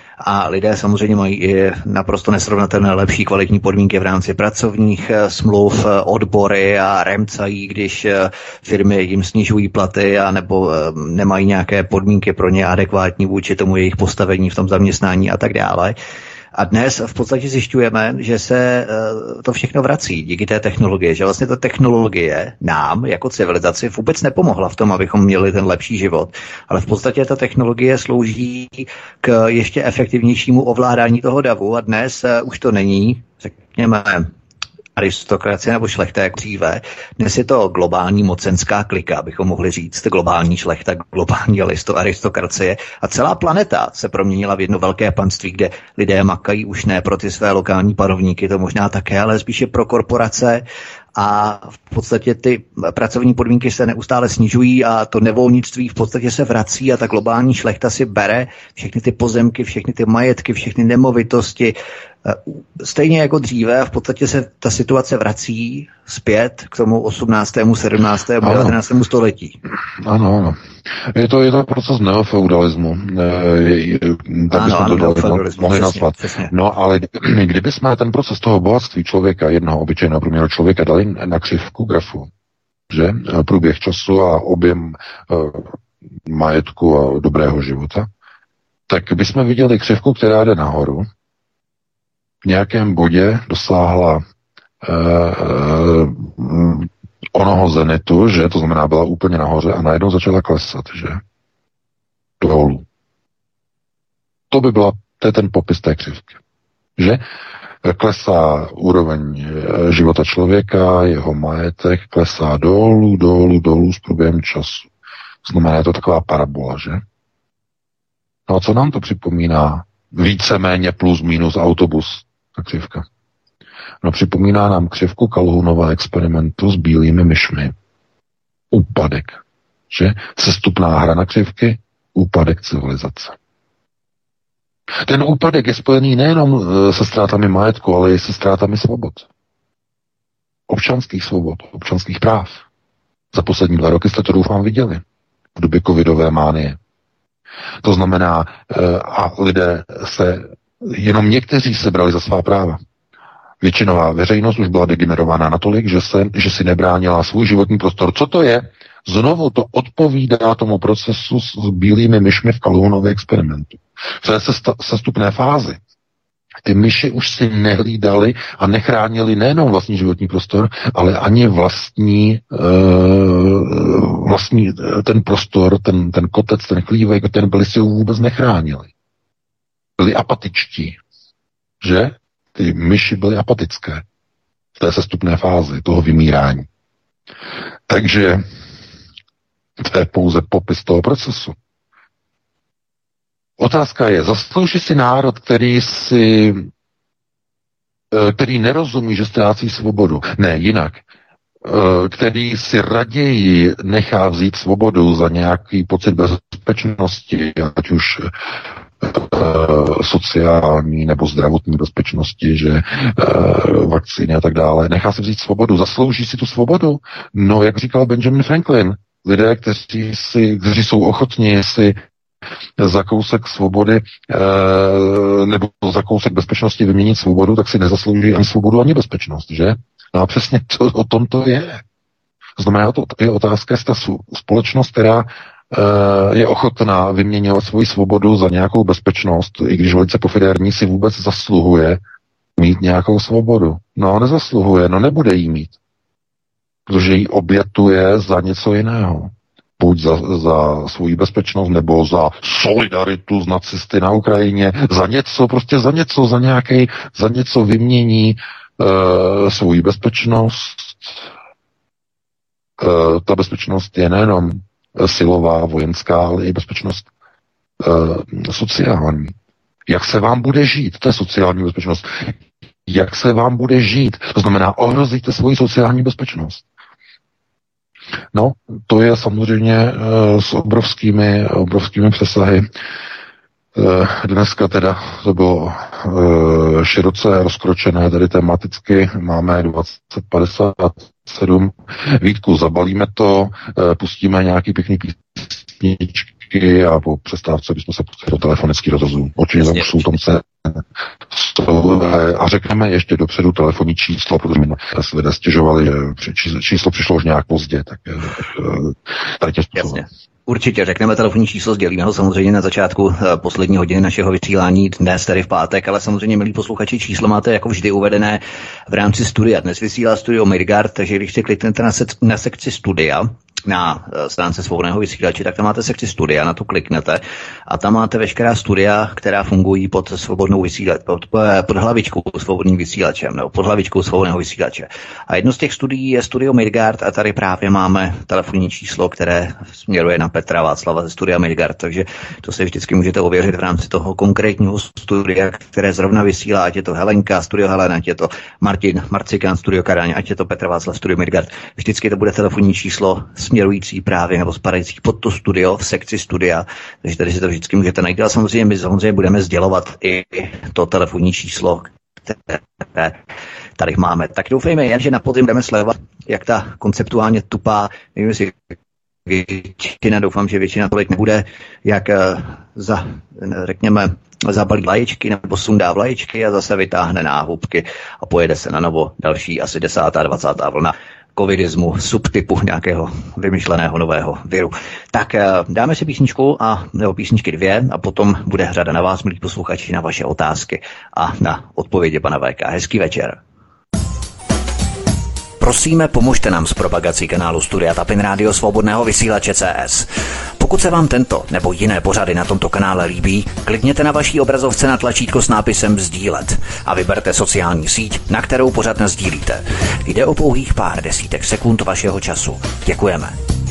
A lidé samozřejmě mají i naprosto nesrovnatelné lepší kvalitní podmínky v rámci pracovních smluv, odbory a remcají, když firmy jim snižují platy a nebo nemají nějaké podmínky pro ně adekvátní vůči tomu jejich postavení v tom zaměstnání a tak dále. A dnes v podstatě zjišťujeme, že se to všechno vrací díky té technologie, že vlastně ta technologie nám jako civilizaci vůbec nepomohla v tom, abychom měli ten lepší život, ale v podstatě ta technologie slouží k ještě efektivnějšímu ovládání toho davu a dnes už to není, řekněme, aristokracie nebo šlechta jak dříve. Dnes je to globální mocenská klika, bychom mohli říct, globální šlechta, globální aristokracie a celá planeta se proměnila v jedno velké panství, kde lidé makají už ne pro ty své lokální panovníky, to možná také, ale spíše pro korporace a v podstatě ty pracovní podmínky se neustále snižují a to nevolnictví v podstatě se vrací a ta globální šlechta si bere všechny ty pozemky, všechny ty majetky, všechny nemovitosti. Stejně jako dříve, v podstatě se ta situace vrací zpět k tomu osmnáctému, sedmnáctému, devatenáctému století. Ano, ano. Je to, je to proces neofeudalismu. Tak bychom to dali, mohli nazvat. No, ale kdyby jsme ten proces toho bohatství člověka, jednoho obyčejného průměru člověka, dali na křivku grafu, že? Průběh času a objem uh, majetku a dobrého života, tak bychom viděli křivku, která jde nahoru. V nějakém bodě dosáhla uh, uh, onoho zenitu, že to znamená byla úplně nahoře a najednou začala klesat, že dolů. To by byla, to je ten popis té křivky, že klesá úroveň života člověka, jeho majetek, klesá dolů, dolů, dolů s průběhem času. Znamená, je to taková parabola, že? No a co nám to připomíná? Víceméně plus minus autobus, ta křivka. No připomíná nám křivku Calhounova experimentu s bílými myšmi. Úpadek. Že? Sestupná hra na křivky, úpadek civilizace. Ten úpadek je spojený nejenom se ztrátami majetku, ale i se ztrátami svobod. Občanských svobod, občanských práv. Za poslední dva roky jste to doufám viděli. V době covidové mánie. To znamená, a lidé se, jenom někteří se brali za svá práva. Většinová veřejnost už byla degenerovaná natolik, že, se, že si nebránila svůj životní prostor. Co to je? Znovu to odpovídá tomu procesu s bílými myšmi v Calhounově experimentu. V té sestupné fázi. Ty myši už si nehlídali a nechránili nejenom vlastní životní prostor, ale ani vlastní, uh, vlastní ten prostor, ten, ten kotec, ten chlívek, ten byli si vůbec nechránili. Byli apatičtí. Že? Ty myši byly apatické v té sestupné fázi toho vymírání. Takže to je pouze popis toho procesu. Otázka je, zaslouží si národ, který si, který nerozumí, že ztrácí svobodu. Ne, jinak. Který si raději nechá vzít svobodu za nějaký pocit bezpečnosti, ať už sociální nebo zdravotní bezpečnosti, že vakcíny a tak dále. Nechá si vzít svobodu. Zaslouží si tu svobodu? No, jak říkal Benjamin Franklin, lidé, kteří, si, kteří jsou ochotní si za kousek svobody e, nebo za kousek bezpečnosti vyměnit svobodu, tak si nezaslouží ani svobodu, ani bezpečnost, že? No a přesně to, o tom to je. To znamená, to je otázka, jestli ta společnost, která je ochotná vyměňovat svoji svobodu za nějakou bezpečnost, i když velice pofidérní, si vůbec zasluhuje mít nějakou svobodu. No, nezasluhuje, no nebude jí mít. Protože ji obětuje za něco jiného. Buď za, za svou bezpečnost, nebo za solidaritu s nacisty na Ukrajině, za něco, prostě za něco, za nějaký, za něco vymění uh, svou bezpečnost. Uh, ta bezpečnost je nejenom silová, vojenská, ale i bezpečnost uh, sociální. Jak se vám bude žít? To je sociální bezpečnost. Jak se vám bude žít? To znamená, ohrozíte svoji sociální bezpečnost. No, to je samozřejmě uh, s obrovskými, obrovskými přesahy. Uh, dneska teda to bylo uh, široce rozkročené, tedy tematicky máme dvacet padesát sedm. Vítku, zabalíme to, uh, pustíme nějaký pěkný písničky a po přestávce bychom se pustili do telefonický rozhovoru. Určitě tam jsou tomce a řekneme ještě dopředu telefonní číslo, protože mi se lidé stěžovali, že číslo přišlo už nějak pozdě, tak tady tě Jasně. Určitě řekneme telefonní číslo, sdělíme ho samozřejmě na začátku poslední hodiny našeho vysílání, dnes tedy v pátek, ale samozřejmě, milí posluchači, číslo máte jako vždy uvedené v rámci studia. Dnes vysílá studio Midgard, takže když si kliknete na, sek- na sekci studia, na stránce svobodného vysílače, tak tam máte sekci studia, na to kliknete a tam máte veškerá studia, která fungují pod svobodnou vysílač, pod, pod hlavičkou svobodným vysílačem, nebo pod hlavičkou svobodného vysílače. A jedno z těch studií je studio Midgard a tady právě máme telefonní číslo, které směruje na Petra Václava ze studia Midgard, takže to si vždycky můžete ověřit v rámci toho konkrétního studia, které zrovna vysílá, ať je to Helenka, studio Helena, ať je to Martin Marcikán, studio Karaň, ať je to Petr Václav, studio Midgard. Vždycky to bude telefonní číslo směrující právě nebo spadající pod to studio v sekci studia, takže tady si to vždycky můžete najít. Ale samozřejmě my samozřejmě budeme sdělovat i to telefonní číslo, které tady máme. Tak doufejme jen, že na podzim budeme sledovat, jak ta konceptuálně tupá, nevím, jestli většina, doufám, že většina tolik nebude, jak za, řekněme, zabalí vlaječky nebo sundá vlaječky a zase vytáhne náhubky a pojede se na novo další asi desátá, dvacátá vlna covidismu, subtypu nějakého vymyšleného nového viru. Tak dáme si písničku, a, nebo písničky dvě a potom bude řada na vás, milí posluchači, na vaše otázky a na odpovědi pana V K. Hezký večer. Prosíme, pomožte nám s propagací kanálu Studia Tapin Rádio Svobodného vysílače C S. Pokud se vám tento nebo jiné pořady na tomto kanále líbí, klikněte na vaší obrazovce na tlačítko s nápisem sdílet a vyberte sociální síť, na kterou pořad nasdílíte. Jde o pouhých pár desítek sekund vašeho času. Děkujeme.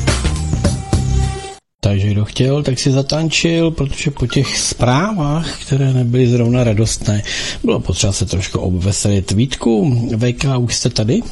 Takže kdo chtěl, tak si zatančil, protože po těch zprávách, které nebyly zrovna radostné, bylo potřeba se trošku obveselit. Vítku, V K, už jste tady?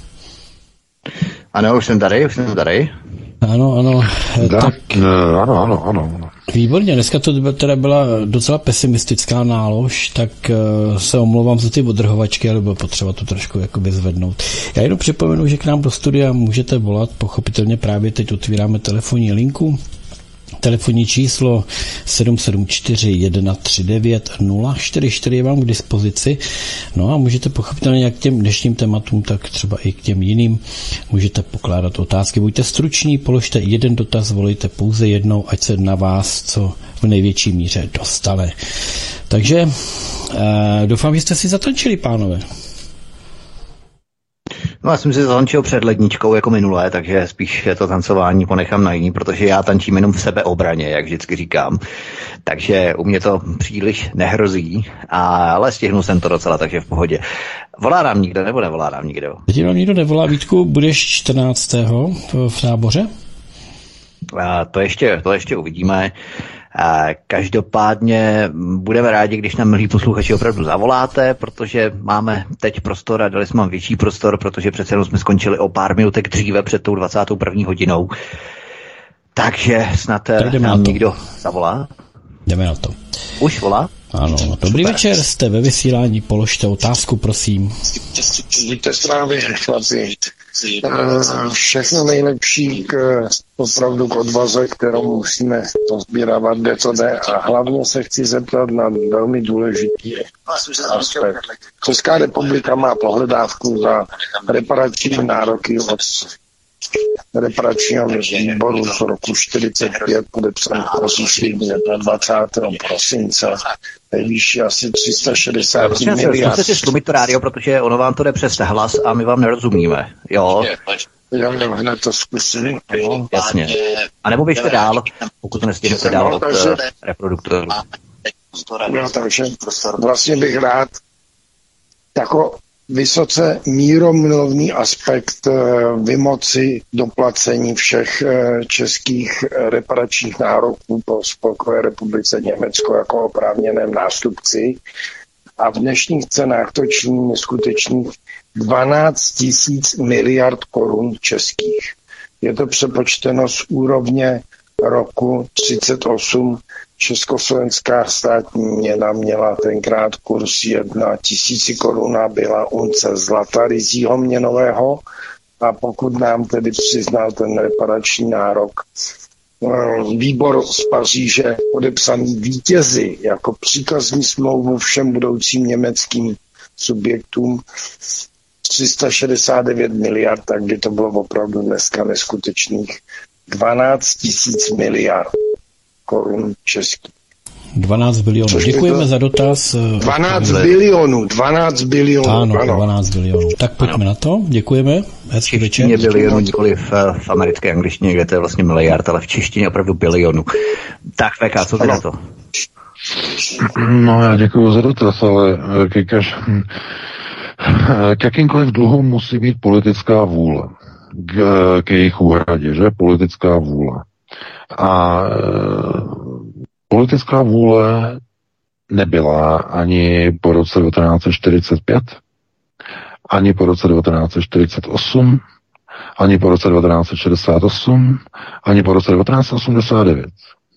Ano, už jsem tady, už jsem tady. Ano, ano. Da, tak... Ano, ano, ano. Výborně, dneska to teda byla docela pesimistická nálož, tak uh, se omlouvám za ty odrhovačky, ale bylo potřeba to trošku jakoby zvednout. Já jenom připomenu, že k nám do studia můžete volat, pochopitelně právě teď otvíráme telefonní linku. Telefonní číslo sedm sedm čtyři jedna tři devět nula čtyři čtyři je vám k dispozici. No a můžete pochopitelně jak k těm dnešním tématům, tak třeba i k těm jiným můžete pokládat otázky. Buďte struční, položte jeden dotaz, volejte pouze jednou, ať se na vás co v největší míře dostane. Takže eh, doufám, že jste si zatančili, pánové. No já jsem si zatančil před ledničkou jako minulé, takže spíš to tancování ponechám na jiný, protože já tančím jenom v sebeobraně, jak vždycky říkám. Takže u mě to příliš nehrozí, ale stihnul jsem to docela, takže v pohodě. Volá nám nikdo, nebo nevolá nám nikdo? Teď vám nikdo nevolá, Vítku, budeš čtrnáctého v Táboře? A to ještě, to ještě uvidíme. A každopádně budeme rádi, když nám, milí posluchači, opravdu zavoláte, protože máme teď prostor a dali jsme vám větší prostor, protože přece jenom jsme skončili o pár minutek dříve před tou dvacátou první hodinou. Takže snad nám někdo zavolá. Jdeme na to. Už volá? Ano, dobrý Super. Večer, jste ve vysílání, položte otázku, prosím. Buďte zdraví, chlapi. Všechno nejlepší k opravdu k odvaze, kterou musíme pozbírávat, kde to jde. A hlavně se chci zeptat na velmi důležitý aspekt. Česká republika má pohledávku za reparační nároky od reparačního výboru z roku čtyřicet pět, podepsaný dvacátého prosince, nejvyšší asi tři sta šedesát miliard. Zkuste si slumit to rádio, protože ono vám to jde přes hlas a my vám nerozumíme. Jo? Já hned to zkusím. No, jasně. A nebo běžte dál, pokud to nestihnete dál od uh, reproduktorů. No, takže vlastně bych rád jako vysoce míromilovný aspekt vymoci doplacení všech českých reparačních nároků po Spolkové republice Německo jako oprávněném nástupci. A v dnešních cenách to činí neskutečných dvanáct tisíc miliard korun českých. Je to přepočteno z úrovně roku třicet osm. Československá státní měna měla tenkrát kurz jedna tisíci korun a byla unce zlata ryzího měnového, a pokud nám tedy přiznal ten reparační nárok výbor z Paříže podepsaný vítězi jako příkazní smlouvu všem budoucím německým subjektům tři sta šedesát devět miliard, tak by to bylo opravdu dneska neskutečných dvanáct tisíc miliard korun českých. dvanáct bilionů. Děkujeme to... za dotaz. dvanáct bilionů, dvanáct bilionů. Ano, ano, dvanáct bilionů. Tak pojďme ano. na to. Děkujeme. Hezký večer. V češtině bilionů, nikoli v, v americké angličtině, kde to je vlastně miliard, ale v češtině opravdu bilionů. Tak, V K, co ty na to? No, já děkuju za dotaz, ale ke kaž... k jakýmkoliv dluhům musí být politická vůle k, k jejich úhradě, že? Politická vůle. A e, politická vůle nebyla ani po roce devatenáct set čtyřicet pět, ani po roce devatenáct set čtyřicet osm, ani po roce devatenáct set šedesát osm, ani po roce devatenáct set osmdesát devět.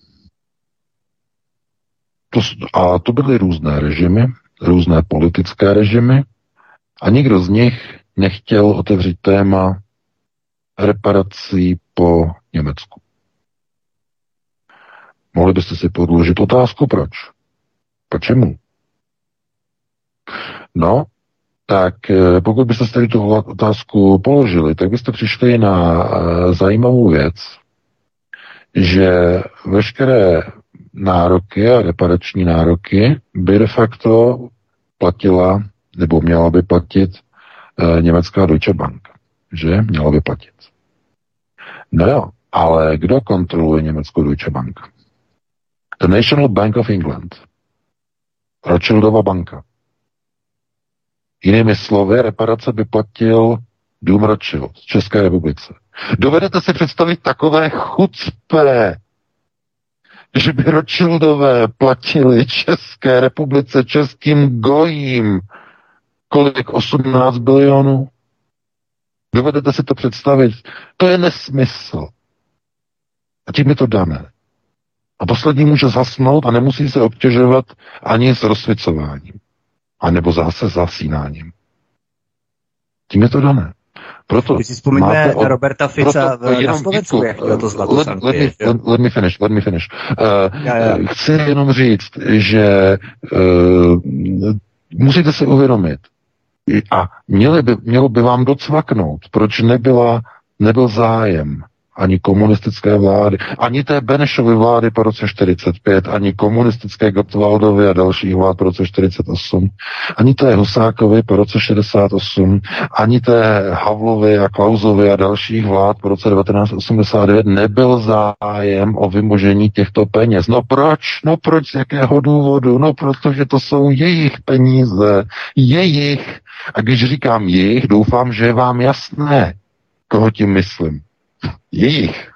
To, a to byly různé režimy, různé politické režimy, a nikdo z nich nechtěl otevřít téma reparací po Německu. Mohli byste si podložit otázku, proč? Počemu? No, tak pokud byste si tady tu otázku položili, tak byste přišli na zajímavou věc, že veškeré nároky a reparační nároky by de facto platila, nebo měla by platit e, německá Deutsche Bank. Že? Měla by platit. No jo, ale kdo kontroluje německou Deutsche Bank? The National Bank of England. Rothschildova banka. Jinými slovy, reparace by platil Dům Rothschild z České republice. Dovedete si představit takové chucpe, že by Rothschildové platili České republice, českým gojím, kolik? osmnáct bilionů? Dovedete si to představit? To je nesmysl. A tím je to dané. A poslední může zasnout a nemusí se obtěžovat ani s rozsvicováním. A nebo zase zasínáním. Tím je to dané. Proto Když si vzpomínáme od... Roberta Fica v, na Slovensku, jak chtěl to zlato let, let, me, let, let me finish, let me finish. Uh, já, já. Chci jenom říct, že uh, musíte si uvědomit, a měli by, mělo by vám docvaknout, proč nebyla, nebyl zájem ani komunistické vlády, ani té Benešovy vlády po roce čtyřicet pět, ani komunistické Gottwaldovy a dalších vlád po roce čtyřicet osm, ani té Husákovy po roce šedesát osm, ani té Havlovy a Klausovy a dalších vlád po roce devatenáct osmdesát devět nebyl zájem o vymožení těchto peněz. No proč? No proč? Z jakého důvodu? No protože to jsou jejich peníze. Jejich. A když říkám jejich, doufám, že je vám jasné, koho tím myslím. Jejich.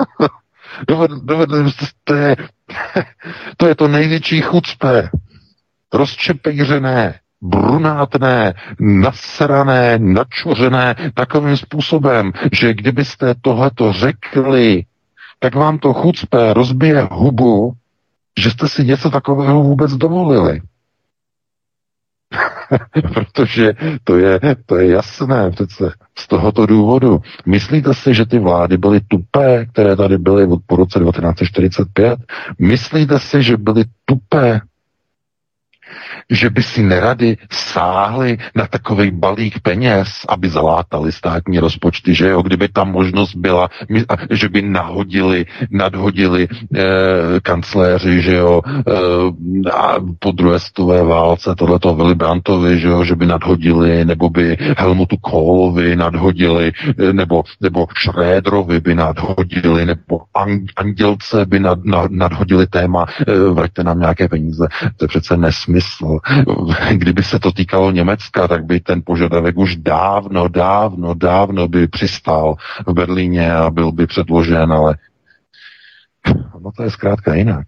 Dovedli jste, to je, to je to největší chucpe. Rozčepejřené, brunátné, nasrané, načuřené takovým způsobem, že kdybyste tohleto řekli, tak vám to chucpe rozbije hubu, že jste si něco takového vůbec dovolili. Protože to je, to je jasné přece z tohoto důvodu. Myslíte si, že ty vlády byly tupé, které tady byly od po roce devatenáct set čtyřicet pět? Myslíte si, že byly tupé? že by si nerady sáhli na takovej balík peněz, aby zalátali státní rozpočty, že jo, kdyby ta možnost byla, že by nahodili, nadhodili eh, kancléři, že jo, eh, a po druhé světové válce tohleto Willy Brandtovi, že jo, že by nadhodili, nebo by Helmutu Kohlovi nadhodili, eh, nebo, nebo Schröderovi by nadhodili, nebo Andělce by nad, nad, nadhodili téma, eh, vraťte nám nějaké peníze. To je přece nesmysl. Kdyby se to týkalo Německa, tak by ten požadavek už dávno, dávno, dávno by přistál v Berlíně a byl by předložen, ale no to je zkrátka jinak.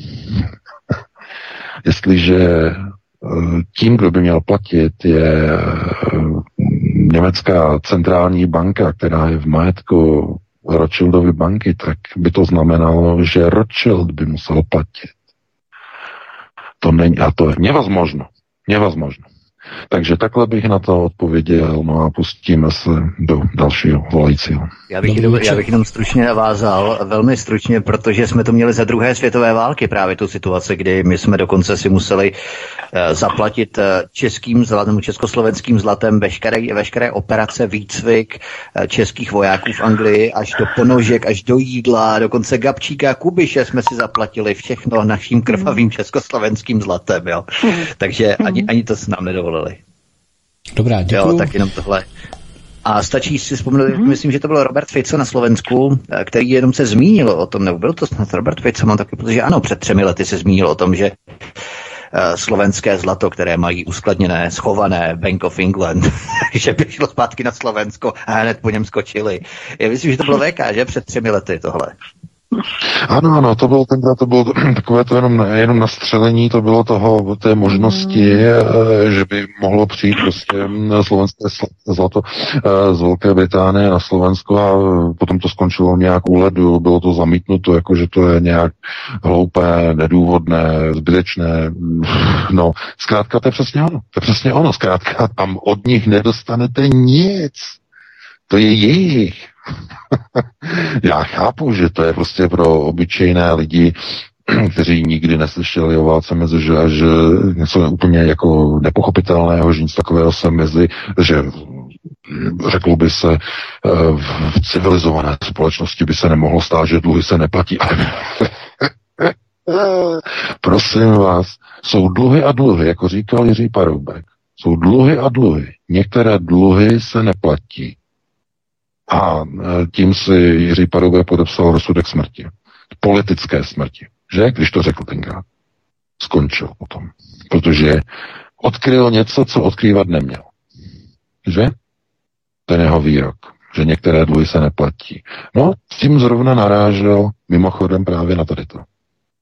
Jestliže tím, kdo by měl platit, je německá centrální banka, která je v majetku Rothschildovy banky, tak by to znamenalo, že Rothschild by musel platit. To není, a to je nevazmožno. Nevazmožno. Takže takhle bych na to odpověděl, no a pustíme se do dalšího volajícího. Já bych, jenom, já bych jenom stručně navázal, velmi stručně, protože jsme to měli za druhé světové války, právě tu situaci, kdy my jsme dokonce si museli uh, zaplatit uh, českým zlatem, československým zlatem veškeré, veškeré operace, výcvik uh, českých vojáků v Anglii, až do ponožek, až do jídla, dokonce Gabčíka, Kubiše jsme si zaplatili všechno naším krvavým československým zlatem, jo. Takže ani, ani to se nám nedovolili. Dobrá, děkuji. Jo, tak jenom tohle. A stačí si vzpomenout, mm-hmm. myslím, že to byl Robert Fico na Slovensku, který jenom se zmínil o tom, nebo byl to snad Robert Fico, mám taky, protože ano, před třemi lety se zmínil o tom, že slovenské zlato, které mají uskladněné, schované Bank of England, že by šlo zpátky na Slovensko a hned po něm skočili. Já myslím, že to bylo V K, že před třemi lety tohle. Ano, ano, to bylo tenkrát, to bylo takové to jenom, jenom nastřelení, to bylo toho, té možnosti, mm. že by mohlo přijít prostě slovenské zlato z Velké Británie na Slovensko a potom to skončilo nějak u ledu, bylo to zamítnuto, jako že to je nějak hloupé, nedůvodné, zbytečné, no, zkrátka to je přesně ono, to je přesně ono, zkrátka tam od nich nedostanete nic, to je jejich. Já chápu, že to je prostě pro obyčejné lidi, kteří nikdy neslyšeli o válce mezi, že, že něco úplně jako nepochopitelného, že nic takového se mezi, že řeklo by se, v civilizované společnosti by se nemohlo stát, že dluhy se neplatí. Prosím vás, jsou dluhy a dluhy, jako říkal Jiří Paroubek. Jsou dluhy a dluhy. Některé dluhy se neplatí. A tím si Jiří Paroubek podepsal rozsudek smrti. Politické smrti. Že? Když to řekl tenkrát. Skončil potom. Protože odkryl něco, co odkrývat neměl. Že? Ten jeho výrok. Že některé dluhy se neplatí. No, tím zrovna narážel mimochodem právě na tady to.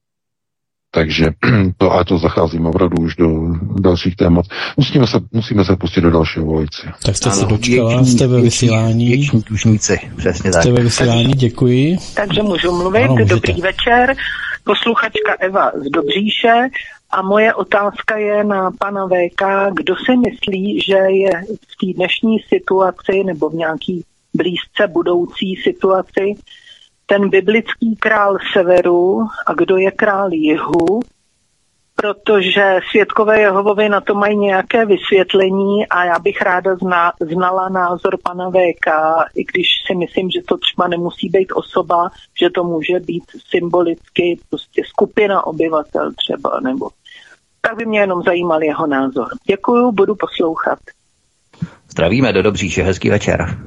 Takže to, a to zacházíme opravdu už do dalších témat. Musíme se, musíme se pustit do dalšího volající. Tak jste se dočkala, jste ve vysílání. Věční dlužníci, přesně tak. Jste ve vysílání, děkuji. Takže můžu mluvit. Ano, dobrý večer. Posluchačka Eva z Dobříše. A moje otázka je na pana V K. Kdo si myslí, že je v té dnešní situaci nebo v nějaký blízce budoucí situaci ten biblický král severu a kdo je král jihu, protože svědkové Jehovovi na to mají nějaké vysvětlení a já bych ráda zna, znala názor pana V K, i když si myslím, že to třeba nemusí být osoba, že to může být symbolicky prostě skupina obyvatel třeba, nebo tak by mě jenom zajímal jeho názor. Děkuju, budu poslouchat. Zdravíme do Dobříše, hezký večer.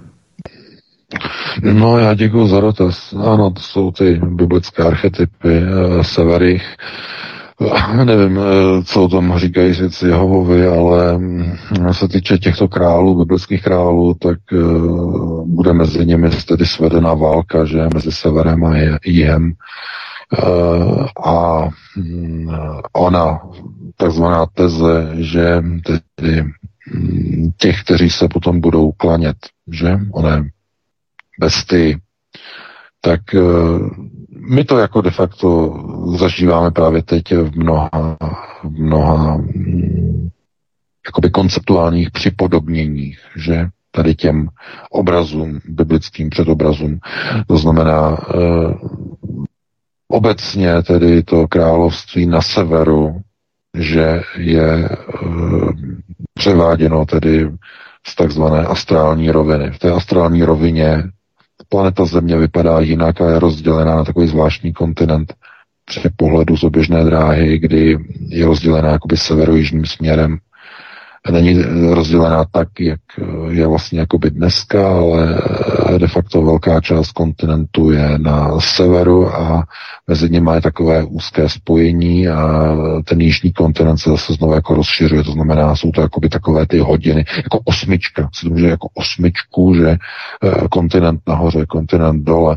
No, já děkuji za dotaz. Ano, to jsou ty biblické archetypy e, severých. E, nevím, e, co o tom říkají svědci Jehovovi, ale e, se týče těchto králů, biblických králů, tak e, bude mezi nimi tedy svedená válka, že mezi severem a jihem. E, a m, ona, takzvaná teze, že tedy m, těch, kteří se potom budou klanět, že oné besty, tak uh, my to jako de facto zažíváme právě teď v mnoha, v mnoha um, jakoby konceptuálních připodobněních, že tady těm obrazům, biblickým předobrazům, to znamená uh, obecně tedy to království na severu že je e, převáděno tedy z takzvané astrální roviny. V té astrální rovině planeta Země vypadá jinak a je rozdělená na takový zvláštní kontinent při pohledu z oběžné dráhy, kdy je rozdělená jakoby severojižním směrem. Není rozdělená tak, jak je vlastně jakoby dneska, ale de facto velká část kontinentu je na severu a mezi nimi je takové úzké spojení a ten jižní kontinent se zase znovu jako rozšiřuje, to znamená, jsou to jakoby takové ty hodiny, jako osmička, se to může jako osmičku, že kontinent nahoře, kontinent dole.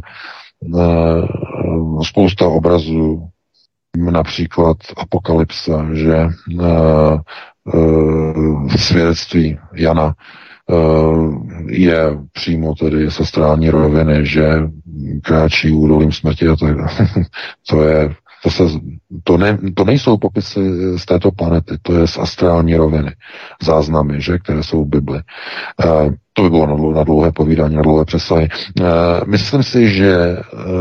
Spousta obrazů, například Apokalypsa, že svědectví Jana je přímo tedy z astrální roviny, že kráčí údolím smrti a to je, to je to, se, to, ne, to nejsou popisy z této planety, to je z astrální roviny, záznamy, že, které jsou v Bibli. To by bylo na, na dlouhé povídání, na dlouhé přesahy. Myslím si, že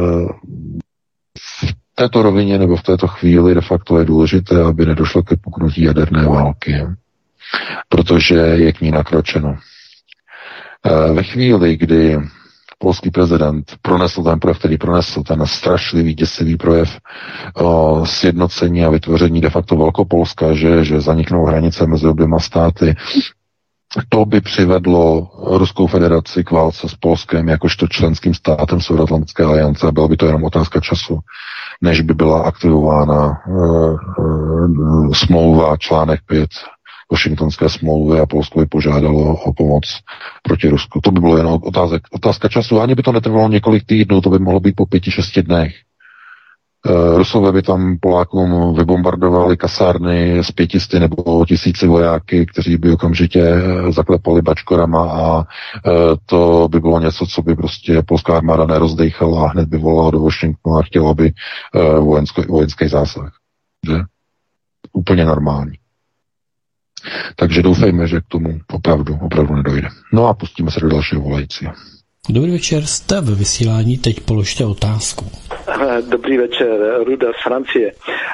v této rovině nebo v této chvíli de facto je důležité, aby nedošlo ke puknutí jaderné války, protože je k ní nakročeno. Ve chvíli, kdy polský prezident pronesl ten projev, který pronesl ten strašlivý, děsivý projev o sjednocení a vytvoření de facto Velkopolska, že, že zaniknou hranice mezi oběma státy, to by přivedlo Ruskou federaci k válce s Polskem jakožto členským státem Severoatlantické aliance a byla by to jenom otázka času, než by byla aktivována uh, uh, smlouva článek pět Washingtonské smlouvy a Polsko by požádalo o pomoc proti Rusku. To by bylo jen otázek, otázka času. Ani by to netrvalo několik týdnů, to by mohlo být po pěti, šesti dnech. Uh, Rusové by tam Polákům vybombardovali kasárny s pětisty nebo tisíci vojáky, kteří by okamžitě zaklepali bačkorama a uh, to by bylo něco, co by prostě polská armáda nerozdejchala a hned by volala do Washingtonu a chtěla by uh, vojensko, vojenský zásah. Že? Úplně normální. Takže doufejme, že k tomu opravdu, opravdu nedojde. No a pustíme se do dalšího volajícího. Dobrý večer, jste ve vysílání, teď položte otázku. Dobrý večer, Ruda z Francie.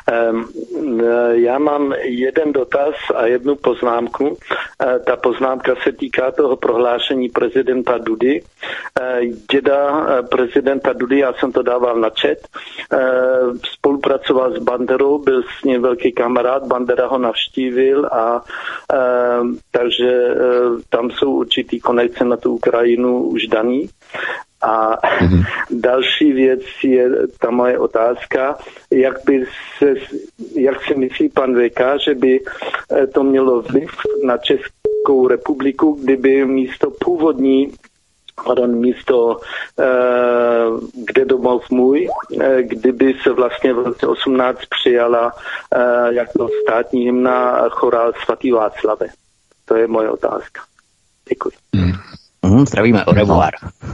Já mám jeden dotaz a jednu poznámku. Ta poznámka se týká toho prohlášení prezidenta Dudy. Děda prezidenta Dudy, já jsem to dával na chat, spolupracoval s Banderou, byl s ním velký kamarád, Bandera ho navštívil a takže tam jsou určitý konekce na tu Ukrajinu už daný. A mm-hmm. další věc je ta moje otázka, jak by se, jak si myslí pan V K, že by to mělo vliv na Českou republiku, kdyby místo původní, pardon, místo eh, kde domov můj, eh, kdyby se vlastně v roce osmnáct přijala eh, jako státní hymna chorál Svatý Václave. To je moje otázka. Děkuji. Mm. Mm, zdravíme, au revoir.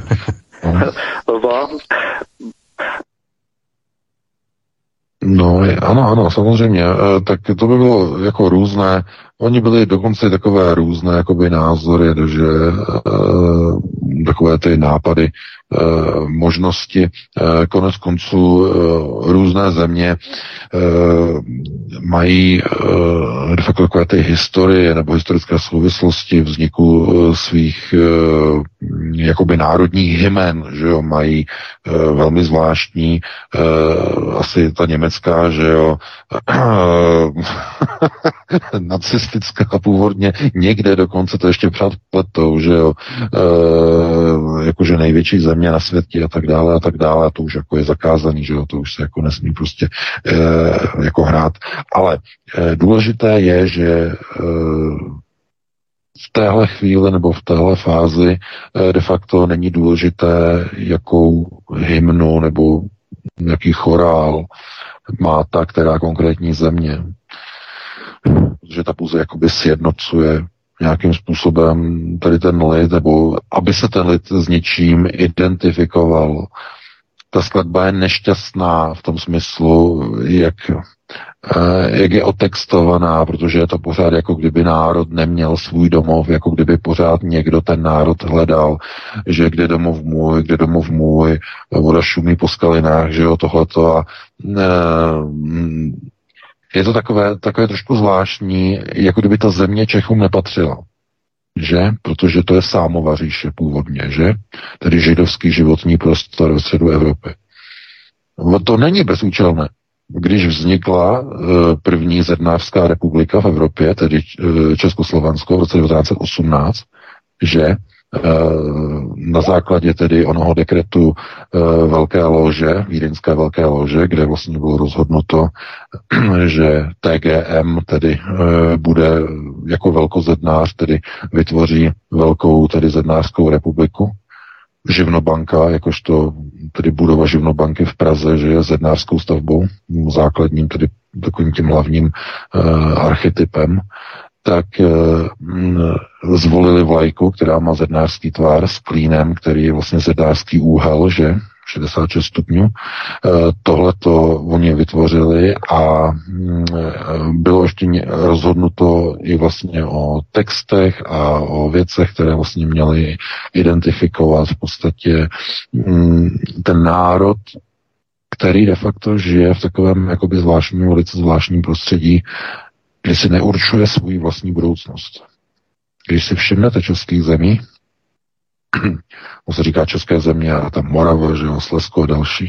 No, ano, ano, samozřejmě. Tak to by bylo jako různé. Oni byli dokonce takové různé jakoby názory, že uh, takové ty nápady, uh, možnosti. Uh, konec konců uh, různé země uh, mají uh, de facto takové ty historie nebo historické souvislosti vzniku uh, svých uh, jakoby národních hymen, že jo, mají uh, velmi zvláštní, uh, asi ta německá, že jo, nacistická původně, někde dokonce to ještě před pletou, že jo, e, jakože největší země na světě a tak dále a tak dále, a to už jako je zakázaný, že jo, to už se jako nesmí prostě e, jako hrát, ale e, důležité je, že e, v téhle chvíli nebo v téhle fázi e, de facto není důležité, jakou hymnu nebo jaký chorál má ta, která konkrétní země. Protože ta pouze jakoby sjednocuje nějakým způsobem tady ten lid, nebo aby se ten lid s něčím identifikoval. Ta skladba je nešťastná v tom smyslu, jak, jak je otextovaná, protože je to pořád jako kdyby národ neměl svůj domov, jako kdyby pořád někdo ten národ hledal, že kde domov můj, kde domov můj, voda šumí po skalinách, že jo, tohleto a je to takové, takové trošku zvláštní, jako kdyby ta země Čechům nepatřila. Že? Protože to je Sámova říše původně, že? Tedy židovský životní prostor ve středu Evropy. To není bezúčelné. Když vznikla první zednářská republika v Evropě, tedy Československo v roce devatenáct set osmnáct, že na základě tedy onoho dekretu Velké lože, Vídeňské Velké lože, kde vlastně bylo rozhodnuto, že T G M tedy bude jako velkozednář, tedy vytvoří velkou tedy zednářskou republiku. Živnobanka, jakožto tedy budova Živnobanky v Praze, že je zednářskou stavbou, základním, tedy takovým tím hlavním uh, archetypem, tak uh, zvolili vlajku, která má zednářský tvar s klínem, který je vlastně zednářský úhel, že šedesát šest stupňů. Tohle to oni vytvořili a bylo ještě rozhodnuto i vlastně o textech a o věcech, které vlastně měly identifikovat v podstatě ten národ, který de facto žije v takovém jakoby zvláštním, velice zvláštním prostředí, kdy si neurčuje svou vlastní budoucnost. Když si všimnete českých zemí, on se říká české země a tam Morava, že jo, Slezsko a další.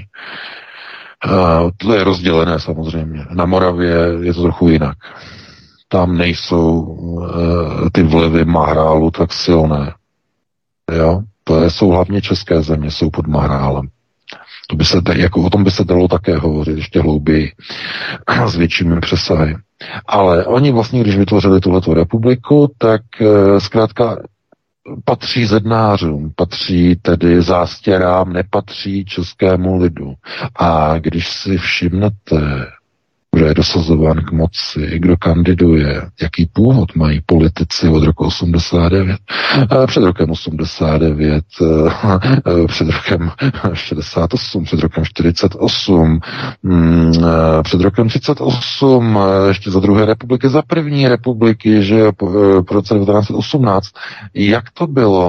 A to je rozdělené samozřejmě. Na Moravě je to trochu jinak. Tam nejsou uh, ty vlivy Mahrálu tak silné. Jo? To jsou hlavně české země, jsou pod Mahrálem. To by se, jako o tom by se dalo také hovořit ještě hlouběji s většími přesahy. Ale oni vlastně, když vytvořili tuhletu republiku, tak uh, zkrátka patří zednářům, patří tedy zástěrám, nepatří českému lidu. A když si všimnete, kdo je dosazován k moci, kdo kandiduje, jaký původ mají politici od roku osmdesát devět, před rokem osmdesát devět, před rokem šedesát osm, před rokem čtyřicet osm, před rokem třicet osm, ještě za druhé republiky, za první republiky, že po, po roce devatenáct set osmnáct. Jak to bylo?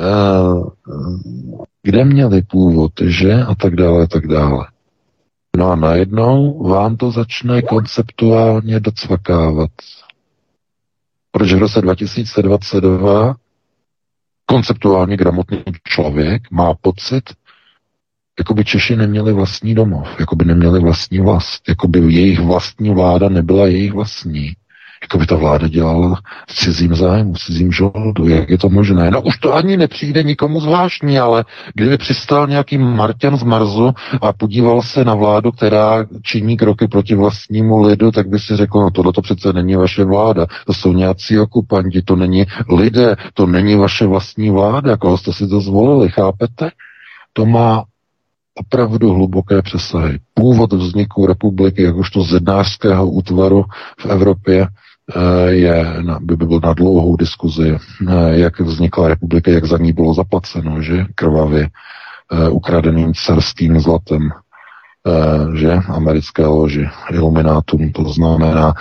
Kde měli původ, že? A tak dále, a tak dále. No a najednou vám to začne konceptuálně docvakávat. Protože v roce dva tisíce dvacet dva konceptuálně gramotný člověk má pocit, jako by Češi neměli vlastní domov, jako by neměli vlastní vlast, jako by jejich vlastní vláda nebyla jejich vlastní. Jako by ta vláda dělala v cizím zájmu, v cizím žoldu. Jak je to možné? No už to ani nepřijde nikomu zvláštní, ale kdyby přistál nějaký Marťan z Marsu a podíval se na vládu, která činí kroky proti vlastnímu lidu, tak by si řekl, no tohle to přece není vaše vláda, to jsou nějací okupanti, to není lidé, to není vaše vlastní vláda, koho jste si to zvolili, chápete? To má opravdu hluboké přesahy. Původ vzniku republiky jakožto zednářského útvaru v Evropě je, by byl na dlouhou diskuzi, jak vznikla republika, jak za ní bylo zaplaceno, že krvavě ukradeným carským zlatem, že americké loži, iluminátum, to znamená,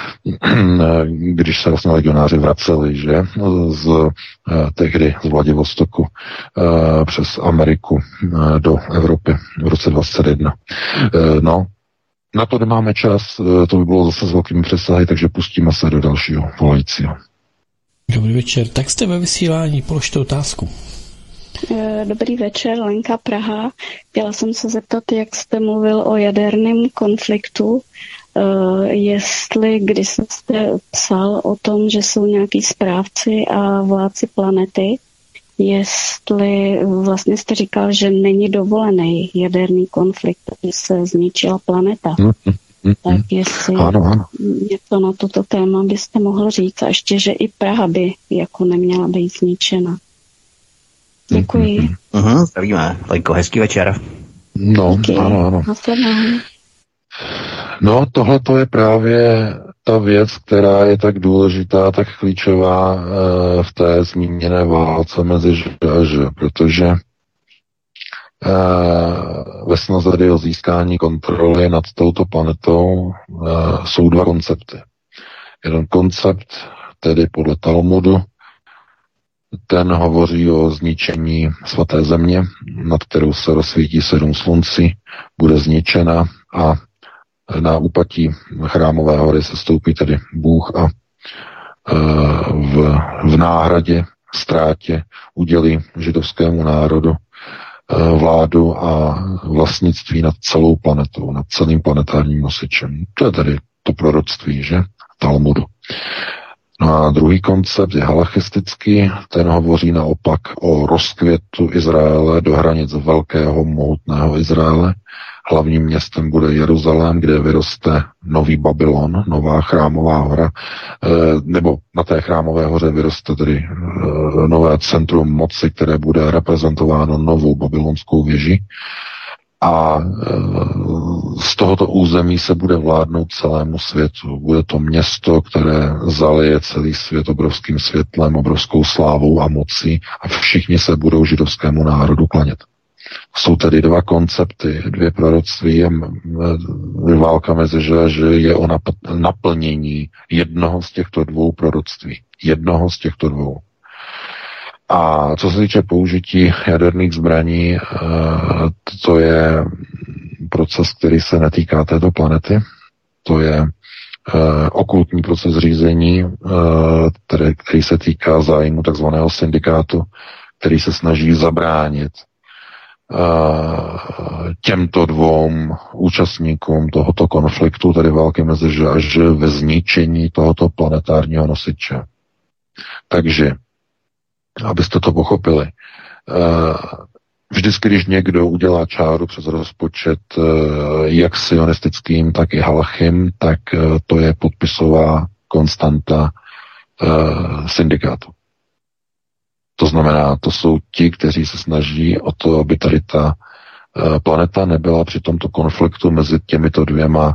když se vlastně legionáři vraceli, že z tehdy z Vladivostoku přes Ameriku do Evropy v roce dvacet jedna. No, na to nemáme čas, to by bylo zase s velkými přesahy, takže pustíme se do dalšího volajícího. Dobrý večer, tak jste ve vysílání, položte otázku. Dobrý večer, Lenka, Praha. Chtěla jsem se zeptat, jak jste mluvil o jaderném konfliktu, jestli, když jste psal o tom, že jsou nějaký správci a vládci planety, jestli vlastně jste říkal, že není dovolený jaderný konflikt, aby se zničila planeta. Mm, mm, mm, tak jestli ano, ano. něco na toto téma byste mohl říct, a ještě, že i Praha by jako neměla být zničena. Děkuji. Mm, mm, zdravíme. Lenko, hezký večer. No, Díky. ano, ano. Nasledování. No, tohle to je právě ta věc, která je tak důležitá, tak klíčová e, v té zmíněné válce mezi Ž a Ž, protože e, ve snaze o získání kontroly nad touto planetou e, jsou dva koncepty. Jeden koncept, tedy podle Talmudu, ten hovoří o zničení svaté země, nad kterou se rozsvítí sedm sluncí, bude zničena a na úpatí Chrámové hory se stoupí tedy Bůh a v, v náhradě, ztrátě udělí židovskému národu vládu a vlastnictví nad celou planetou, nad celým planetárním nosičem. To je tedy to proroctví, že? Talmudu. No a druhý koncept je halachistický, ten hovoří naopak o rozkvětu Izraele do hranic velkého, mohutného Izraele. Hlavním městem bude Jeruzalém, kde vyroste nový Babylon, nová chrámová hora, nebo na té chrámové hoře vyroste tedy nové centrum moci, které bude reprezentováno novou babylonskou věží. A z tohoto území se bude vládnout celému světu. Bude to město, které zalije celý svět obrovským světlem, obrovskou slávou a mocí a všichni se budou židovskému národu klanět. Jsou tedy dva koncepty, dvě proroctví a válka mezi že, že je o naplnění jednoho z těchto dvou proroctví. Jednoho z těchto dvou. A co se týče použití jaderných zbraní, to je proces, který se netýká této planety. To je okultní proces řízení, který, který se týká zájmu takzvaného syndikátu, který se snaží zabránit těmto dvou účastníkům tohoto konfliktu, tedy války mezi že a že, ve zničení tohoto planetárního nosiče. Takže abyste to pochopili. Vždycky, když někdo udělá čáru přes rozpočet jak sionistickým, tak i halachim, tak to je podpisová konstanta syndikátu. To znamená, to jsou ti, kteří se snaží o to, aby tady ta planeta nebyla při tomto konfliktu mezi těmito dvěma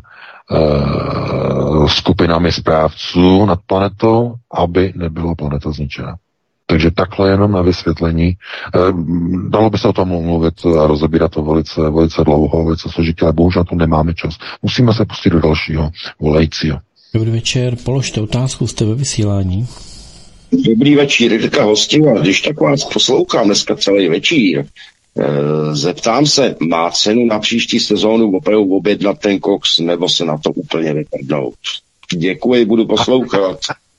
skupinami správců nad planetou, aby nebyla planeta zničena. Takže takhle jenom na vysvětlení. Dalo by se o tom mluvit a rozebírat to velice, velice dlouho, velice složitě, ale bohužel tu nemáme čas. Musíme se pustit do dalšího volajícího. Dobrý večer, položte otázku, jste ve vysílání. Dobrý večer, Jirka Hostiva. Když tak vás poslouchám dneska celý večír, zeptám se, má cenu na příští sezónu opravdu objednat ten koks, nebo se na to úplně vyprdnout? Děkuji, budu poslouchat.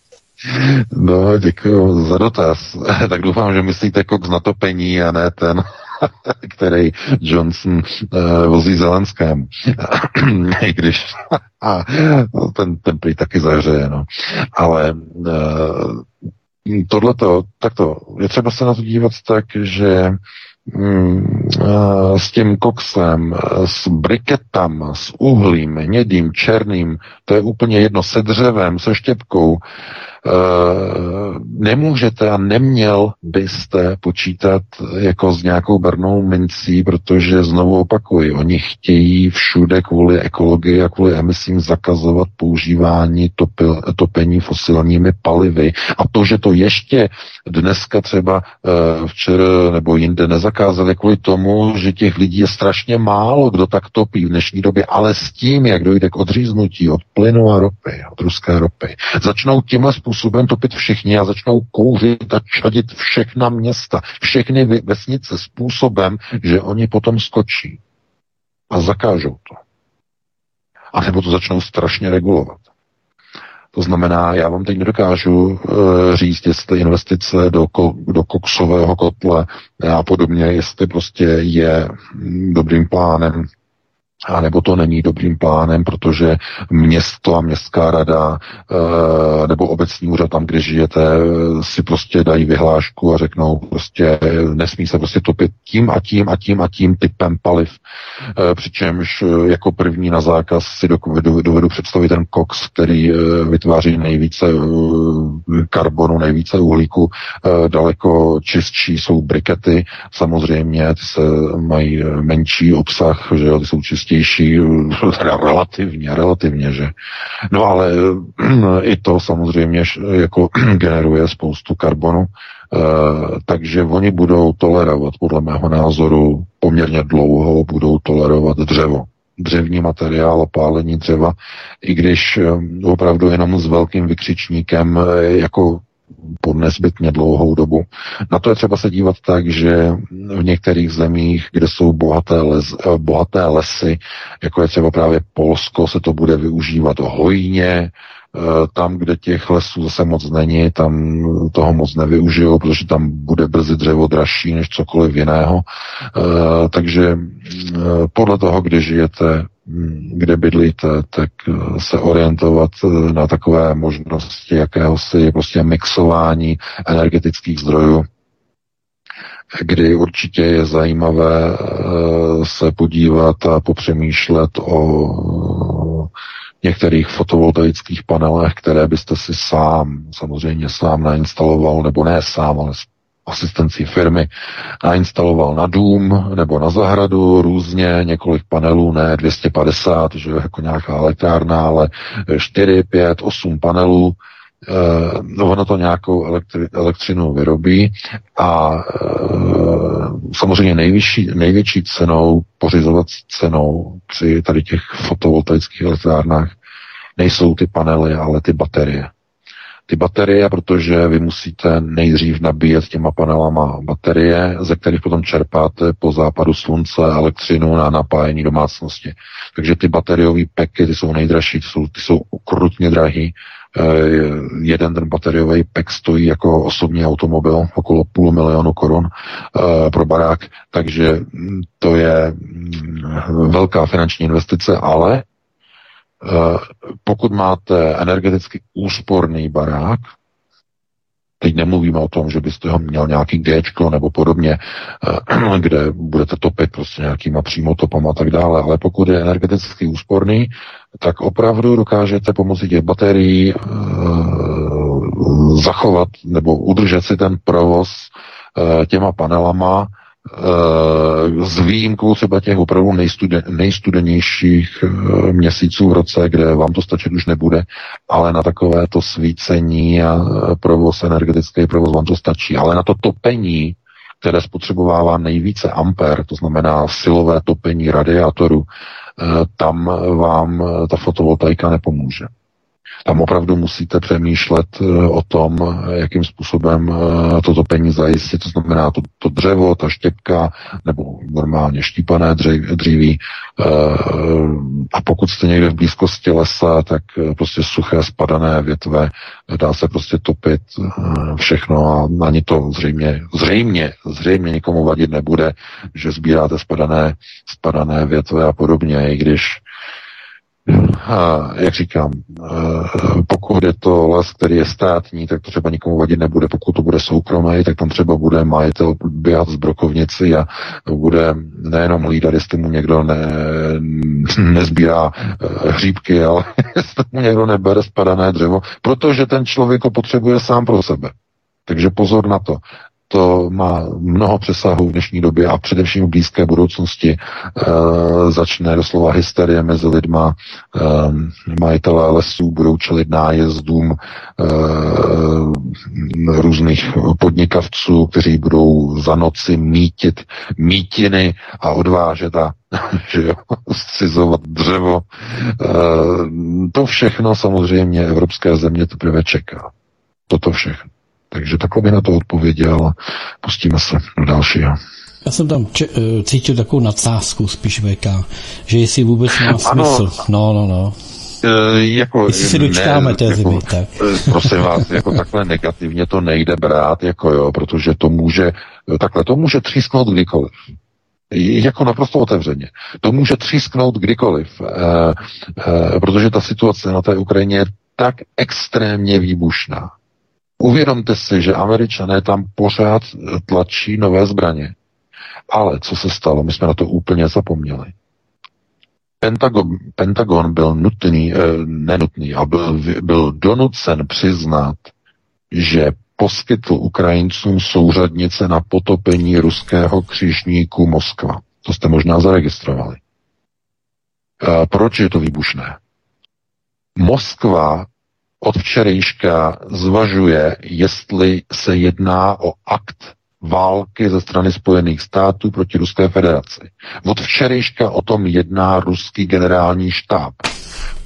No, děkuji za dotaz. Tak doufám, že myslíte koks na topení a ne ten, který Johnson uh, vozí Zelenskému. I když a, ten, ten prý taky zahřeje, no. Ale uh, tohleto, takto, je třeba se na to dívat tak, že mm, uh, s tím koksem, s briketama, s uhlím, nědým, černým, to je úplně jedno, se dřevem, se štěpkou, Uh, nemůžete a neměl byste počítat jako s nějakou bernou mincí, protože znovu opakuji, oni chtějí všude kvůli ekologii a kvůli emisím zakazovat používání topil, topení fosilními palivy. A to, že to ještě dneska třeba uh, včera nebo jinde nezakázali kvůli tomu, že těch lidí je strašně málo, kdo tak topí v dnešní době, ale s tím, jak dojde k odříznutí od plynu a ropy, od ruské ropy, začnou tímhle způsobem způsobem topit všichni a začnou kouřit a čadit všechna města, všechny vesnice způsobem, že oni potom skočí a zakážou to. A nebo to začnou strašně regulovat. To znamená, já vám teď nedokážu uh, říct, jestli investice do, ko, do koksového kotle a podobně, jestli prostě je dobrým plánem, a nebo to není dobrým plánem, protože město a městská rada e, nebo obecní úřad tam, kde žijete, si prostě dají vyhlášku a řeknou prostě nesmí se prostě topit tím a tím a tím a tím typem paliv. E, přičemž jako první na zákaz si dovedu, dovedu představit ten koks, který e, vytváří nejvíce e, karbonu, nejvíce uhlíku, e, daleko čistší jsou brikety, samozřejmě ty se mají menší obsah, že jo, ty jsou čistší teda relativně, relativně, že. No ale i to samozřejmě jako generuje spoustu karbonu, takže oni budou tolerovat, podle mého názoru, poměrně dlouho budou tolerovat dřevo. Dřevní materiál a pálení dřeva, i když opravdu jenom s velkým vykřičníkem jako po nezbytně dlouhou dobu. Na to je třeba se dívat tak, že v některých zemích, kde jsou bohaté, les, bohaté lesy, jako je třeba právě Polsko, se to bude využívat hojně. Tam, kde těch lesů zase moc není, tam toho moc nevyužijou, protože tam bude brzy dřevo dražší než cokoliv jiného. Takže podle toho, kde žijete, kde bydlíte, tak se orientovat na takové možnosti jakéhosi prostě mixování energetických zdrojů, kdy určitě je zajímavé se podívat a popřemýšlet o některých fotovoltaických panelech, které byste si sám, samozřejmě sám nainstaloval, nebo ne sám, ale s asistencí firmy, nainstaloval na dům nebo na zahradu různě několik panelů, ne dvě stě padesát, že jako nějaká elektrárna, ale čtyři, pět, osm panelů. No, ono to nějakou elektri- elektřinu vyrobí a e, samozřejmě nejvyšší, největší cenou, pořizovací cenou při tady těch fotovoltaických elektrárnách nejsou ty panely, ale ty baterie. Ty baterie, protože vy musíte nejdřív nabíjet těma panelama baterie, ze kterých potom čerpáte po západu slunce elektřinu na napájení domácnosti. Takže ty bateriové peky, ty jsou nejdražší, ty jsou, ty jsou ukrutně drahý. Jeden ten bateriový pek stojí jako osobní automobil okolo půl milionu korun pro barák, takže to je velká finanční investice, ale pokud máte energeticky úsporný barák, teď nemluvíme o tom, že byste ho měl nějaký Gčko nebo podobně, kde budete topit prostě nějakýma přímotopama a tak dále, ale pokud je energeticky úsporný, tak opravdu dokážete pomocí těch baterií e, zachovat nebo udržet si ten provoz e, těma panelama e, s výjimkou třeba těch opravdu nejstuden, nejstudenějších e, měsíců v roce, kde vám to stačit už nebude, ale na takové to svícení a provoz, energetický provoz vám to stačí, ale na to topení, které spotřebovává nejvíce ampér, to znamená silové topení radiátoru, tam vám ta fotovoltaika nepomůže. Tam opravdu musíte přemýšlet o tom, jakým způsobem to topení zajistit, to znamená to, to dřevo, ta štěpka, nebo normálně štípané dříví. A pokud jste někde v blízkosti lesa, tak prostě suché spadané větve, dá se prostě topit všechno a ani to zřejmě, zřejmě, zřejmě nikomu vadit nebude, že sbíráte spadané, spadané větve a podobně, i když A, jak říkám, pokud je to les, který je státní, tak to třeba nikomu vadit nebude. Pokud to bude soukromý, tak tam třeba bude majitel běhat z brokovnici a bude nejenom hlídat, jestli mu někdo ne, nezbírá hříbky, ale jestli mu někdo nebere spadané dřevo, protože ten člověk ho potřebuje sám pro sebe. Takže pozor na to. To má mnoho přesahů v dnešní době a především v blízké budoucnosti e, začne doslova hysterie mezi lidma. E, majitelé lesů budou čelit nájezdům e, různých podnikavců, kteří budou za noci mítit mítiny a odvážet a že jo, scizovat dřevo. E, to všechno samozřejmě evropské země teprve čeká. Toto všechno. Takže takhle bych na to odpověděl a pustíme se do dalšího. Já jsem tam če- cítil takovou nadsázku spíš V K, že jestli vůbec má smysl. No, no, no. E, jako, jestli se dočkáme ne, té jako, zimy, tak. Prosím vás, jako takhle negativně to nejde brát, jako jo, protože to může, takhle to může třísknout kdykoliv. Jako naprosto otevřeně. To může třísknout kdykoliv, e, e, protože ta situace na té Ukrajině je tak extrémně výbušná. Uvědomte si, že Američané tam pořád tlačí nové zbraně. Ale co se stalo? My jsme na to úplně zapomněli. Pentagon, Pentagon byl nutný, eh, nenutný, a byl, byl donucen přiznat, že poskytl Ukrajincům souřadnice na potopení ruského křižníku Moskva. To jste možná zaregistrovali. Eh, proč je to výbušné? Moskva od včerejška zvažuje, jestli se jedná o akt války ze strany Spojených států proti Ruské federaci. Od včerejška o tom jedná ruský generální štáb.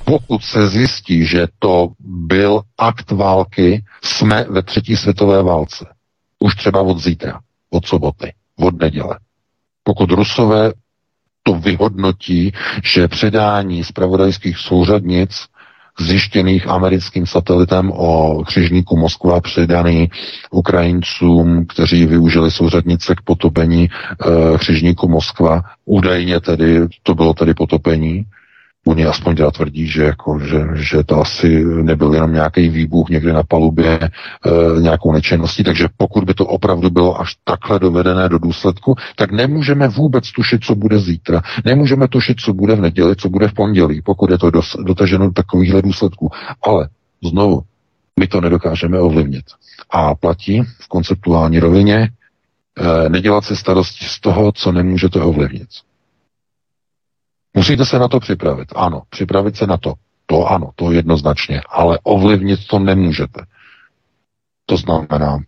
pokud se zjistí, že to byl akt války, jsme ve třetí světové válce. Už třeba od zítra, od soboty, od neděle. Pokud Rusové to vyhodnotí, že předání zpravodajských souřadnic zjištěných americkým satelitem o křižníku Moskva předaný Ukrajincům, kteří využili souřadnice k potopení e, křižníku Moskva. Údajně tedy, to bylo tedy potopení. Oni aspoň teda tvrdí, že, jako, že, že to asi nebyl jenom nějaký výbuch někde na palubě e, nějakou nečinností, takže pokud by to opravdu bylo až takhle dovedené do důsledku, tak nemůžeme vůbec tušit, co bude zítra. Nemůžeme tušit, co bude v neděli, co bude v pondělí, pokud je to dos, dotaženo do takovýchhle důsledků. Ale znovu, my to nedokážeme ovlivnit. A platí v konceptuální rovině e, nedělat si starosti z toho, co nemůžete ovlivnit. Musíte se na to připravit. Ano, připravit se na to. To ano, to jednoznačně. Ale ovlivnit to nemůžete. To znamená,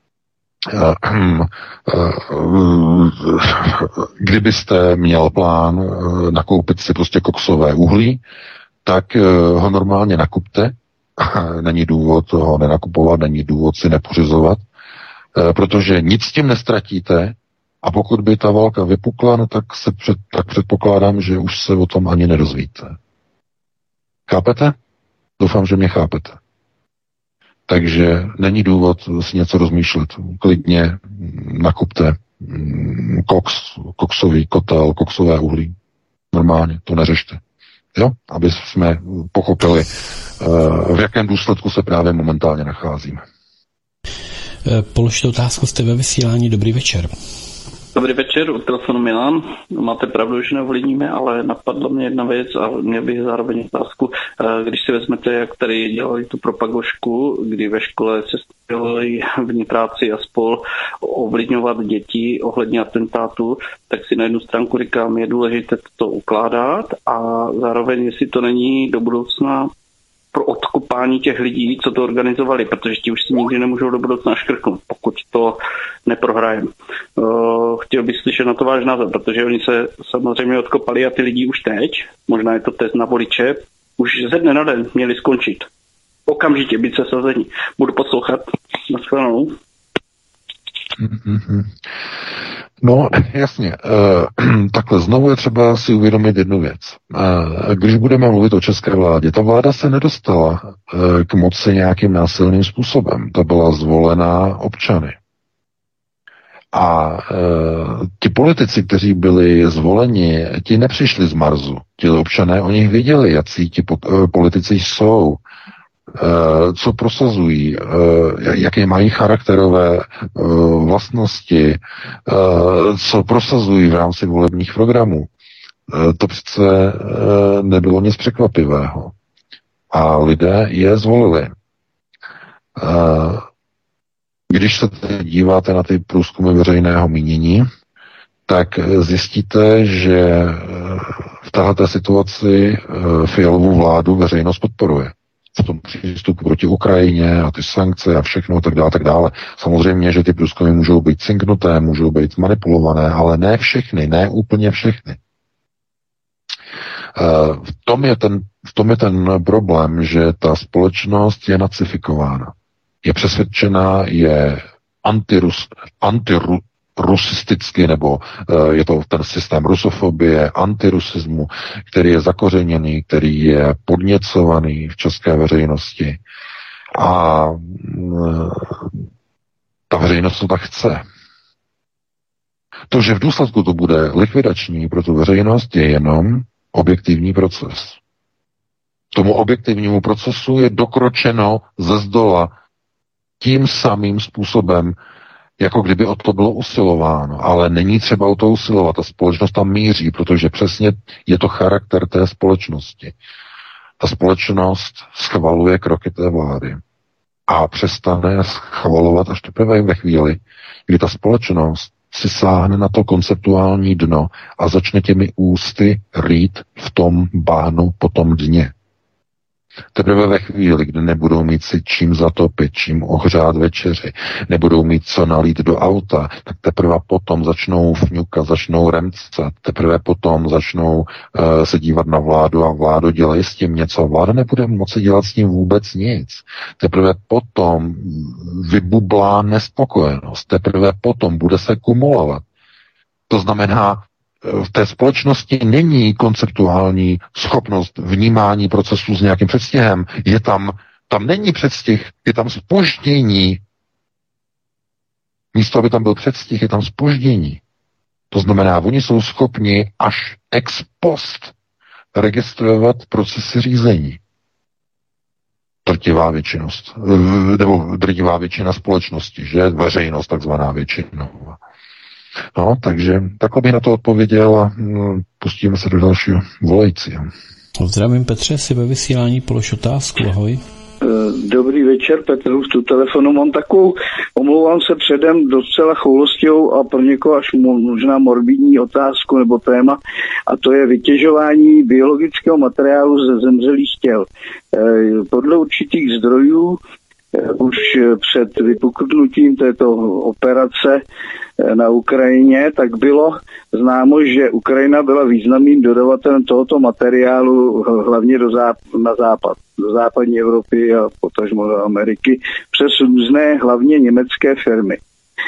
kdybyste měl plán nakoupit si prostě koksové uhlí, tak ho normálně nakupte. Není důvod ho nenakupovat, není důvod si nepořizovat, protože nic s tím nestratíte. A pokud by ta válka vypukla, no tak, se před, tak předpokládám, že už se o tom ani nedozvíte. Chápete? Doufám, že mě chápete. Takže není důvod si něco rozmýšlet. Klidně nakupte koks, koksový kotel, koksové uhlí. Normálně, to neřešte. Jo? Aby jsme pochopili, v jakém důsledku se právě momentálně nacházíme. Položte otázku, jste ve vysílání. Dobrý večer. Dobrý večer, u telefonu Milan. Máte pravdu, že neovlivníme, ale napadla mě jedna věc a měl bych zároveň otázku. Když si vezmete, jak tady dělali tu propagošku, kdy ve škole se střelili vnitráci a spol ovlivňovat děti ohledně atentátu, tak si na jednu stránku říkám, je důležité to ukládat a zároveň, jestli to není do budoucna pro odkopání těch lidí, co to organizovali, protože ti už si nikdy nemůžou do budoucna škrknout, pokud to neprohrajeme. Uh, chtěl bych slyšet na to váš názor, protože oni se samozřejmě odkopali a ty lidi už teď, možná je to test na voliče, už ze dne na den měli skončit. Okamžitě být sesazení. Budu poslouchat. Naschledanou. Mm-hmm. No, jasně. E, takhle znovu je třeba si uvědomit jednu věc. E, když budeme mluvit o české vládě, ta vláda se nedostala e, k moci nějakým násilným způsobem. Ta byla zvolená občany. A e, ti politici, kteří byli zvoleni, ti nepřišli z Marsu. Ti občané o nich věděli, jací ti po, e, politici jsou. Co prosazují, jaké mají charakterové vlastnosti, co prosazují v rámci volebních programů. To přece nebylo nic překvapivého. A lidé je zvolili. Když se díváte na ty průzkumy veřejného mínění, tak zjistíte, že v této situaci Fialovu vládu veřejnost podporuje. V tom přístupu proti Ukrajině a ty sankce a všechno tak dále, tak dále. Samozřejmě, že ty průzkumy můžou být cinknuté, můžou být manipulované, ale ne všechny, ne úplně všechny. V tom je ten, v tom je ten problém, že ta společnost je nacifikována. Je přesvědčená, je antirus, antiru, rusisticky, nebo je to ten systém rusofobie, antirusismu, který je zakořeněný, který je podněcovaný v české veřejnosti. A ta veřejnost to tak chce. To, že v důsledku to bude likvidační pro tu veřejnost, je jenom objektivní proces. Tomu objektivnímu procesu je dokročeno ze zdola tím samým způsobem, jako kdyby o to bylo usilováno, ale není třeba o to usilovat. Ta společnost tam míří, protože přesně je to charakter té společnosti. Ta společnost schvaluje kroky té vlády a přestane schvalovat až teprve ve chvíli, kdy ta společnost si sáhne na to konceptuální dno a začne těmi ústy rýt v tom bánu po tom dně. Teprve ve chvíli, kdy nebudou mít si čím zatopit, čím ohřát večeři, nebudou mít co nalít do auta, tak teprve potom začnou fňukat, začnou remcat, teprve potom začnou uh, se dívat na vládu a vládu dělají s tím něco. Vláda nebude moci dělat s tím vůbec nic. Teprve potom vybublá nespokojenost, teprve potom bude se kumulovat. To znamená, v té společnosti není konceptuální schopnost vnímání procesu s nějakým předstihem. Je tam, tam není předstih, je tam zpoždění. Místo, aby tam byl předstih, je tam zpoždění. To znamená, oni jsou schopni až ex post registrovat procesy řízení. Drtivá většinost, nebo drtivá většina společnosti, že? Veřejnost, takzvaná většina. No, takže takhle bych na to odpověděl a no, pustíme se do dalšího volajícího. Zdravím Petře, jsi ve vysílání, polož otázku, ahoj. Dobrý večer, Petr, tu telefonu mám takovou, omlouvám se předem, docela choulostivou a pro někoho až možná morbidní otázku nebo téma, a to je vytěžování biologického materiálu ze zemřelých těl. Podle určitých zdrojů už před vypuknutím této operace na Ukrajině, tak bylo známo, že Ukrajina byla významným dodavatelem tohoto materiálu hlavně do záp- na západ, do západní Evropy a potažmo do Ameriky přes různé, hlavně německé firmy.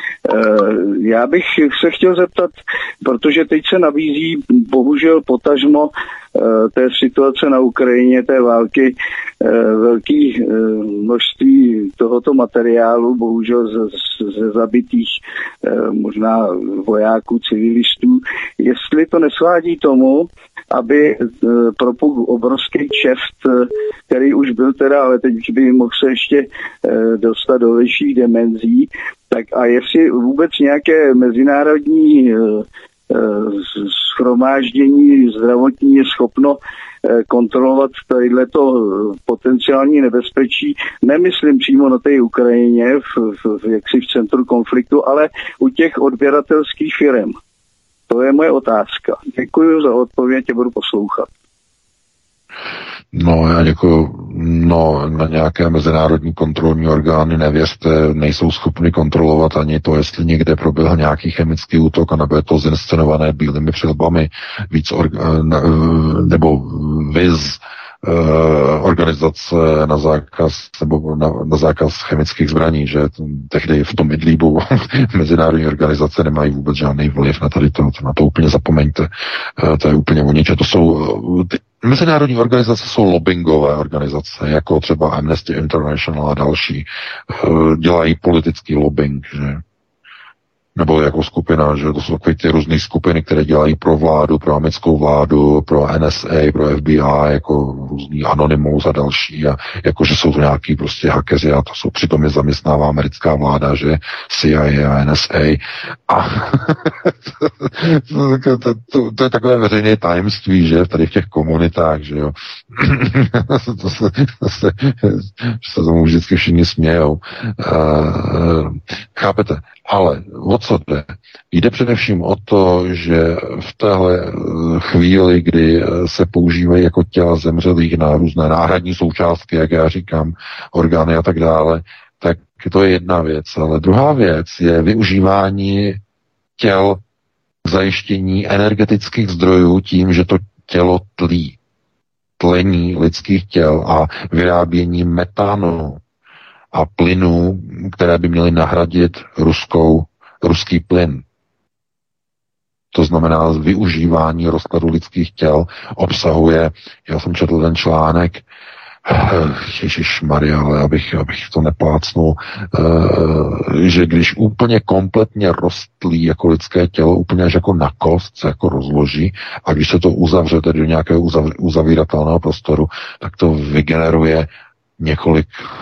Já bych se chtěl zeptat, protože teď se nabízí bohužel potažmo té situace na Ukrajině, té války, velké množství tohoto materiálu, bohužel ze, ze zabitých možná vojáků, civilistů, jestli to nesvádí tomu, aby propukl obrovský kšeft, který už byl teda, ale teď by mohl se ještě dostat do vyšších dimenzí, tak a jestli vůbec nějaké mezinárodní shromáždění zdravotní je schopno kontrolovat tadyhleto potenciální nebezpečí. Nemyslím přímo na té Ukrajině, v, v, jaksi v centru konfliktu, ale u těch odběratelských firm. To je moje otázka. Děkuji za odpověď a budu poslouchat. No, já děkuji. No, na nějaké mezinárodní kontrolní orgány nevěřte, nejsou schopni kontrolovat ani to, jestli někde proběhl nějaký chemický útok, anebo je to zinscenované bílými přilbami, víc orga, nebo viz organizace na zákaz nebo na, na zákaz chemických zbraní, že tehdy v tom Idlíbu mezinárodní organizace nemají vůbec žádný vliv na tady to, na to úplně zapomeňte, to je úplně o niče, to jsou ty mezinárodní organizace jsou lobbyingové organizace, jako třeba Amnesty International a další, dělají politický lobbying, že nebo jako skupina, že to jsou takové ty různé skupiny, které dělají pro vládu, pro americkou vládu, pro N S A, pro F B I, jako různý Anonymous a další, a jako, že jsou to nějaký prostě hackeři a to jsou, přitom je zaměstnává americká vláda, že C I A a N S A a to, to, to, to je takové veřejné tajemství, že tady v těch komunitách, že jo. to se, to se, se tomu vždycky všichni smějou. Uh, chápete? Ale o co jde? Jde především o to, že v téhle chvíli, kdy se používají jako těla zemřelých na různé náhradní součástky, jak já říkám, orgány a tak dále, tak to je jedna věc. Ale druhá věc je využívání těl k zajištění energetických zdrojů tím, že to tělo tlí. Tlení lidských těl a vyrábění metanu a plynů, které by měly nahradit ruskou, ruský plyn. To znamená, využívání rozkladu lidských těl obsahuje, já jsem četl ten článek, ježišmarja, ale abych, abych to neplácnul, že když úplně kompletně rostlí jako lidské tělo, úplně až jako na kost se jako rozloží a když se to uzavře tedy do nějakého uzav, uzavíratelného prostoru, tak to vygeneruje několik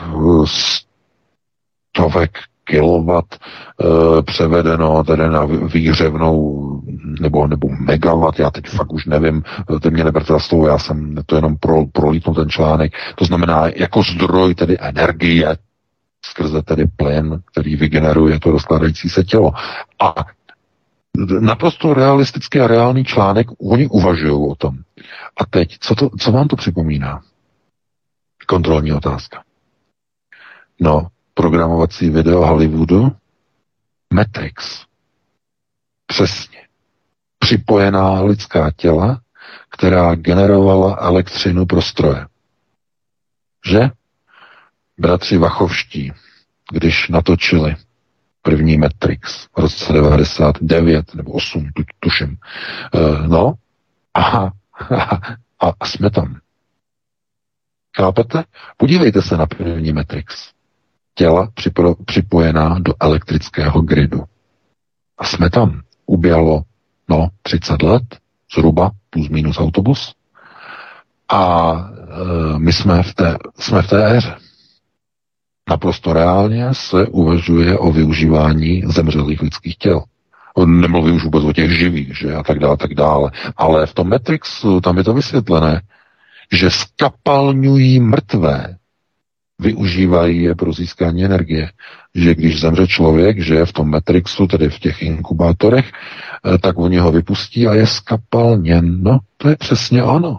stovek kilowatt e, převedeno tedy na výhřevnou nebo, nebo megawatt, já teď fakt už nevím, teď mě neberte za slovo, já jsem to jenom pro, prolítnul ten článek, to znamená jako zdroj tedy energie skrze tedy plyn, který vygeneruje to rozkladající se tělo. A naprosto realistický a reálný článek, oni uvažují o tom. A teď, co, to, co vám to připomíná? Kontrolní otázka. No, programovací video Hollywoodu, Matrix. Přesně. Připojená lidská těla, která generovala elektřinu pro stroje. Že? Bratři Wachowští, když natočili první Matrix v roce devadesát devět nebo osm, tu, tuším. Uh, no, aha, a, a jsme tam. Chápete? Podívejte se na první Matrix. Těla připro, připojená do elektrického gridu. A jsme tam. Uběhlo, no, třicet let, zhruba, plus minus autobus. A e, my jsme v, té, jsme v té éře. Naprosto reálně se uvažuje o využívání zemřelých lidských těl. Nemluvím už vůbec o těch živých, že, a tak dále, tak dále. Ale v tom Matrixu, tam je to vysvětlené, že skapalňují mrtvé, využívají je pro získání energie. Že když zemře člověk, že je v tom Matrixu, tedy v těch inkubátorech, tak oni ho vypustí a je skapalněn. No, to je přesně ono.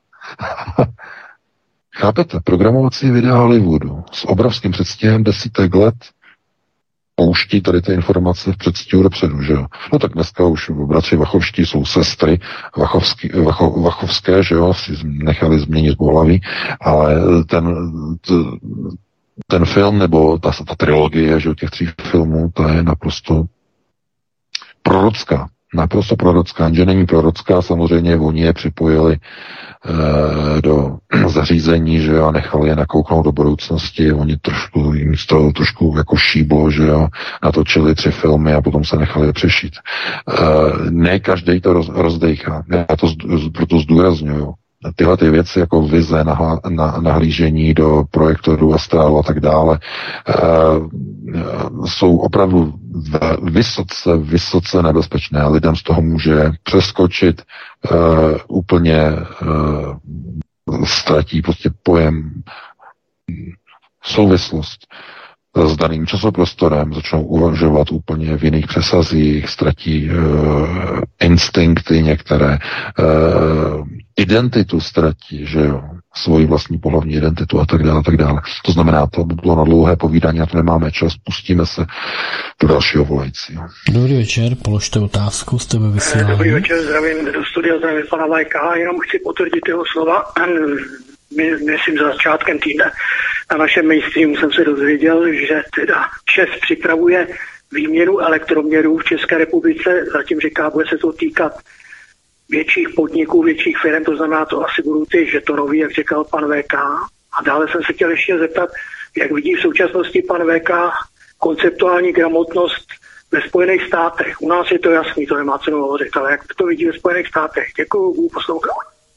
Chápete? Programovací videa Hollywoodu s obrovským předstihem desítek let pouští tady ty informace v předstihu dopředu, že jo? No tak dneska už bratři Wachowští jsou sestry Wachovský, Wacho, Wachovské, že jo, si nechali změnit pohlaví, ale ten, ten film, nebo ta, ta trilogie, že jo, těch tří filmů, ta je naprosto prorocká. Naprosto prorocká, že není prorocká, samozřejmě oni je připojili e, do zařízení, že jo, a nechali je nakouknout do budoucnosti, oni trošku, jim z toho trošku jako šíblo, že jo, natočili tři filmy a potom se nechali přešít. E, ne každý to roz, rozdejchá, já to z, proto zdůrazňuju. Tyhle ty věci jako vize, nahla, na, nahlížení do projektoru astrálu a tak dále e, jsou opravdu vysoce, vysoce nebezpečné. Lidem z toho může přeskočit, e, úplně e, ztratí prostě pojem, souvislost s daným časoprostorem, začnou uvažovat úplně v jiných přesazích, ztratí e, instinkty některé, e, identitu ztratí, že jo, svoji vlastní pohlavní identitu a tak dále, tak dále. To znamená, to by bylo na dlouhé povídání, a to nemáme čas, pustíme se do dalšího volajícího. Dobrý večer, položte otázku, jste ve vysílání. Dobrý večer, zdravím do studia, zdravím pana Vajka, jenom chci potvrdit jeho slova. Myslím, za začátkem týdne na našem mainstreamu jsem se dozvěděl, že teda ČEZ připravuje výměnu elektroměrů v České republice, zatím říká, bude se to týkat větších podniků, větších firm, to znamená, to asi budou ty žetonový, jak říkal pan V K. A dále jsem se chtěl ještě zeptat, jak vidí v současnosti pan V K konceptuální gramotnost ve Spojených státech. U nás je to jasný, to nemá cenu hovořit, ale jak to vidí ve Spojených státech? Děkuju, budu poslouchat.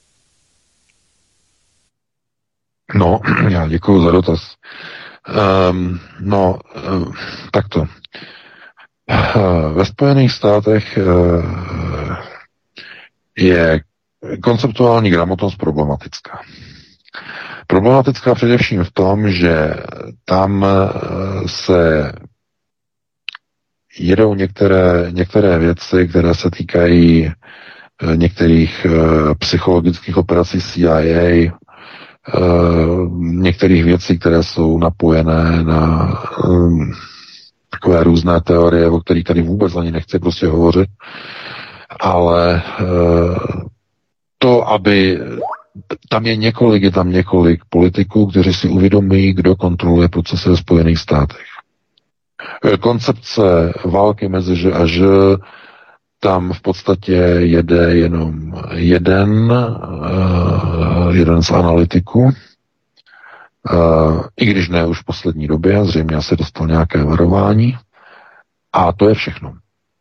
No, já děkuju za dotaz. Um, no, um, takto. Uh, ve Spojených státech uh, je konceptuální gramotnost problematická. Problematická především v tom, že tam se jedou některé, některé věci, které se týkají některých psychologických operací C I A, některých věcí, které jsou napojené na um, takové různé teorie, o kterých tady vůbec ani nechci prostě hovořit, ale uh, to, aby tam je několik, je tam několik politiků, kteří si uvědomí, kdo kontroluje procesy ve Spojených státech. Koncepce války mezi Ž a Ž, tam v podstatě jede jenom jeden, uh, jeden z analytiků, uh, i když ne už v poslední době, zřejmě asi dostal nějaké varování, a to je všechno.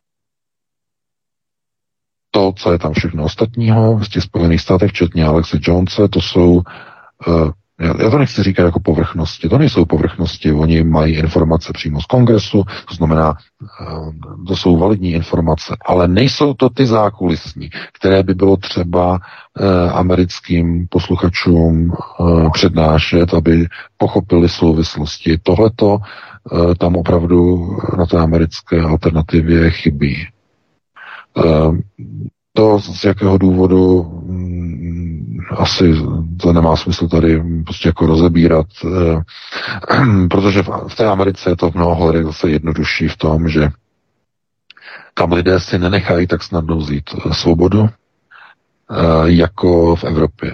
To, co je tam všechno ostatního v těch Spojených státech, včetně Alexe Jonese, to jsou, uh, já to nechci říkat jako povrchnosti, to nejsou povrchnosti, oni mají informace přímo z kongresu, to znamená, uh, to jsou validní informace, ale nejsou to ty zákulisní, které by bylo třeba uh, americkým posluchačům uh, přednášet, aby pochopili souvislosti. Tohleto uh, tam opravdu na té americké alternativě chybí. Uh, to z jakého důvodu um, asi to nemá smysl tady prostě jako rozebírat, protože v té Americe je to v mnoho hledech zase jednodušší v tom, že tam lidé si nenechají tak snadno vzít svobodu jako v Evropě.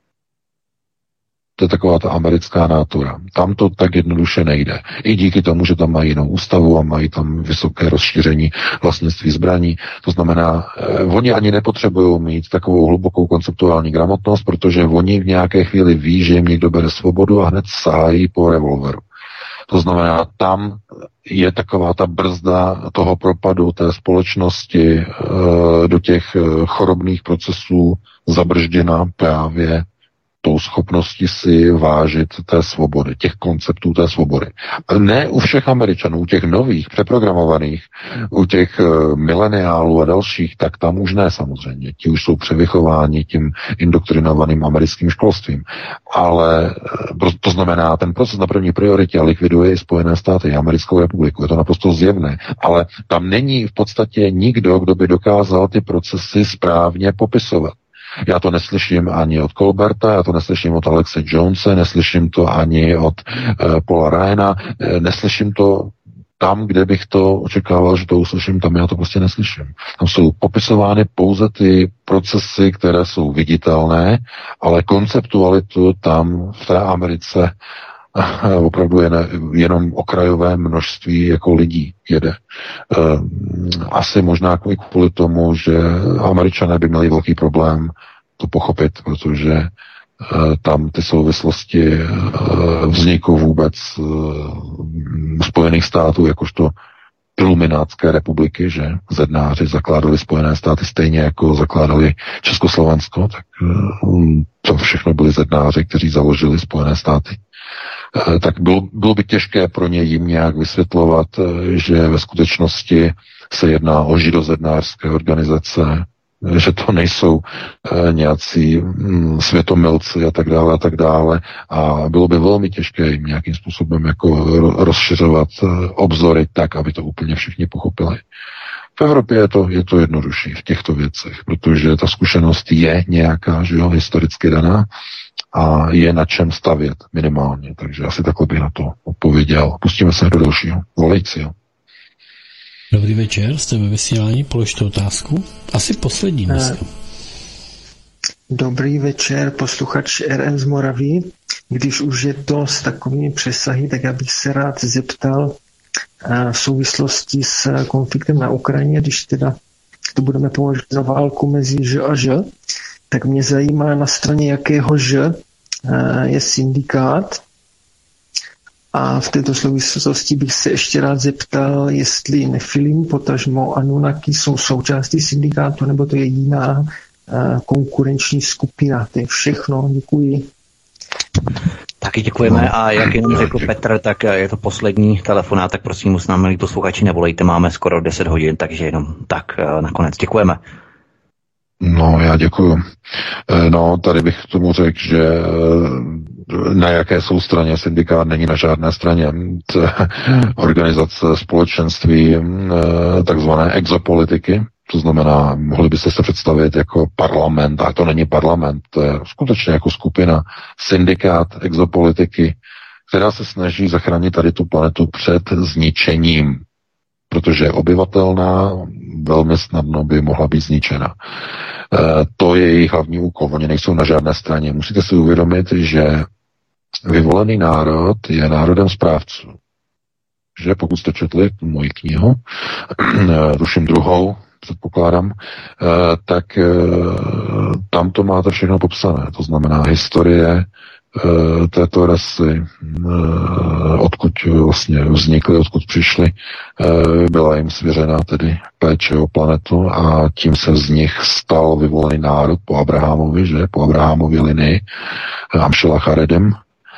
To je taková ta americká nátura. Tam to tak jednoduše nejde. I díky tomu, že tam mají jinou ústavu a mají tam vysoké rozšíření vlastnictví zbraní. To znamená, eh, oni ani nepotřebují mít takovou hlubokou konceptuální gramotnost, protože oni v nějaké chvíli ví, že jim někdo bere svobodu a hned sahají po revolveru. To znamená, tam je taková ta brzda toho propadu té společnosti e, do těch chorobných procesů zabržděna právě tou schopností si vážit té svobody, těch konceptů té svobody. Ne u všech Američanů, u těch nových, přeprogramovaných, u těch uh, mileniálů a dalších, tak tam už ne samozřejmě. Ti už jsou převychováni tím indoktrinovaným americkým školstvím. Ale uh, to znamená, ten proces na první prioritě likviduje i Spojené státy, i Americkou republiku. Je to naprosto zjevné. Ale tam není v podstatě nikdo, kdo by dokázal ty procesy správně popisovat. Já to neslyším ani od Colberta, já to neslyším od Alexe Jonese, neslyším to ani od uh, Paula Ryana, uh, neslyším to tam, kde bych to očekával, že to uslyším, tam já to prostě neslyším. Tam jsou popisovány pouze ty procesy, které jsou viditelné, ale konceptualitu tam v té Americe uh, opravdu je ne, jenom okrajové množství jako lidí jede. Uh, asi možná kvůli tomu, že Američané by měli velký problém to pochopit, protože uh, tam ty souvislosti uh, vzniku vůbec uh, Spojených států jakožto iluminátské republiky, že zednáři zakládali Spojené státy stejně jako zakládali Československo, tak uh, to všechno byli zednáři, kteří založili Spojené státy. Tak bylo, bylo by těžké pro ně jim nějak vysvětlovat, že ve skutečnosti se jedná o židozednářské organizace, že to nejsou e, nějací mm, světomilci a tak dále a tak dále. A bylo by velmi těžké jim nějakým způsobem jako rozšiřovat e, obzory tak, aby to úplně všichni pochopili. V Evropě je to, je to jednodušší v těchto věcech, protože ta zkušenost je nějaká, že jo, historicky daná a je na čem stavět minimálně. Takže asi takhle bych na to odpověděl. Pustíme se do dalšího. Volejci, jo. Dobrý večer, jste ve vysílání, položte otázku. Asi poslední dneska. Dobrý večer, posluchač R M z Moravy. Když už je to s takovými přesahy, tak já bych se rád zeptal v souvislosti s konfliktem na Ukrajině, když teda to budeme považovat za válku mezi Ž a Ž, tak mě zajímá, na straně jakého Ž je syndikát. A v této souvislosti bych se ještě rád zeptal, jestli Nefilim, potažmo Anunnaki jsou součástí syndikátu, nebo to je jiná konkurenční skupina. To je všechno. Děkuji. Taky děkujeme a jak jenom řekl Petr, tak je to poslední telefonát, tak prosím, s námi posluchači nevolejte, máme skoro deset hodin, takže jenom tak nakonec děkujeme. No, já děkuju. No, tady bych k tomu řekl, že na jaké jsou straně syndikát není na žádné straně. Organizace společenství takzvané exopolitiky, to znamená, mohli byste se představit jako parlament, a to není parlament, to je skutečně jako skupina syndikát exopolitiky, která se snaží zachránit tady tu planetu před zničením, protože je obyvatelná, velmi snadno by mohla být zničena. E, to je jejich hlavní úkol, oni nejsou na žádné straně. Musíte si uvědomit, že vyvolený národ je národem správců. Že pokud jste četli moji knihu, tuším druhou, předpokládám, tak tam to máte všechno popsané. To znamená historie této rasy, odkud vlastně vznikly, odkud přišly, byla jim svěřena tedy péče o planetu a tím se z nich stal vyvolený národ po Abrahamovi, že? Po Abrahamovi linii, Amšela Charedem.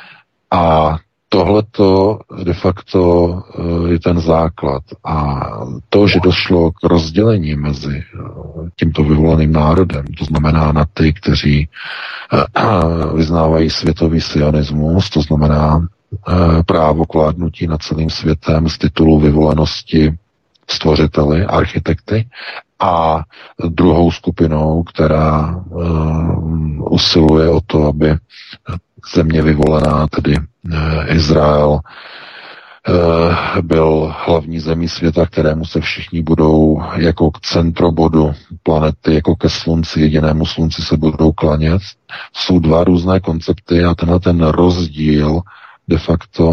A tohleto de facto je ten základ. A to, že došlo k rozdělení mezi tímto vyvoleným národem, to znamená na ty, kteří vyznávají světový sionismus, to znamená právo k vládnutí nad celým světem z titulu vyvolenosti stvořiteli, architekty, a druhou skupinou, která uh, usiluje o to, aby země vyvolená, tedy uh, Izrael, uh, byl hlavní zemí světa, kterému se všichni budou jako k centrobodu planety, jako ke slunci, jedinému slunci se budou klanět. Jsou dva různé koncepty a tenhle ten rozdíl de facto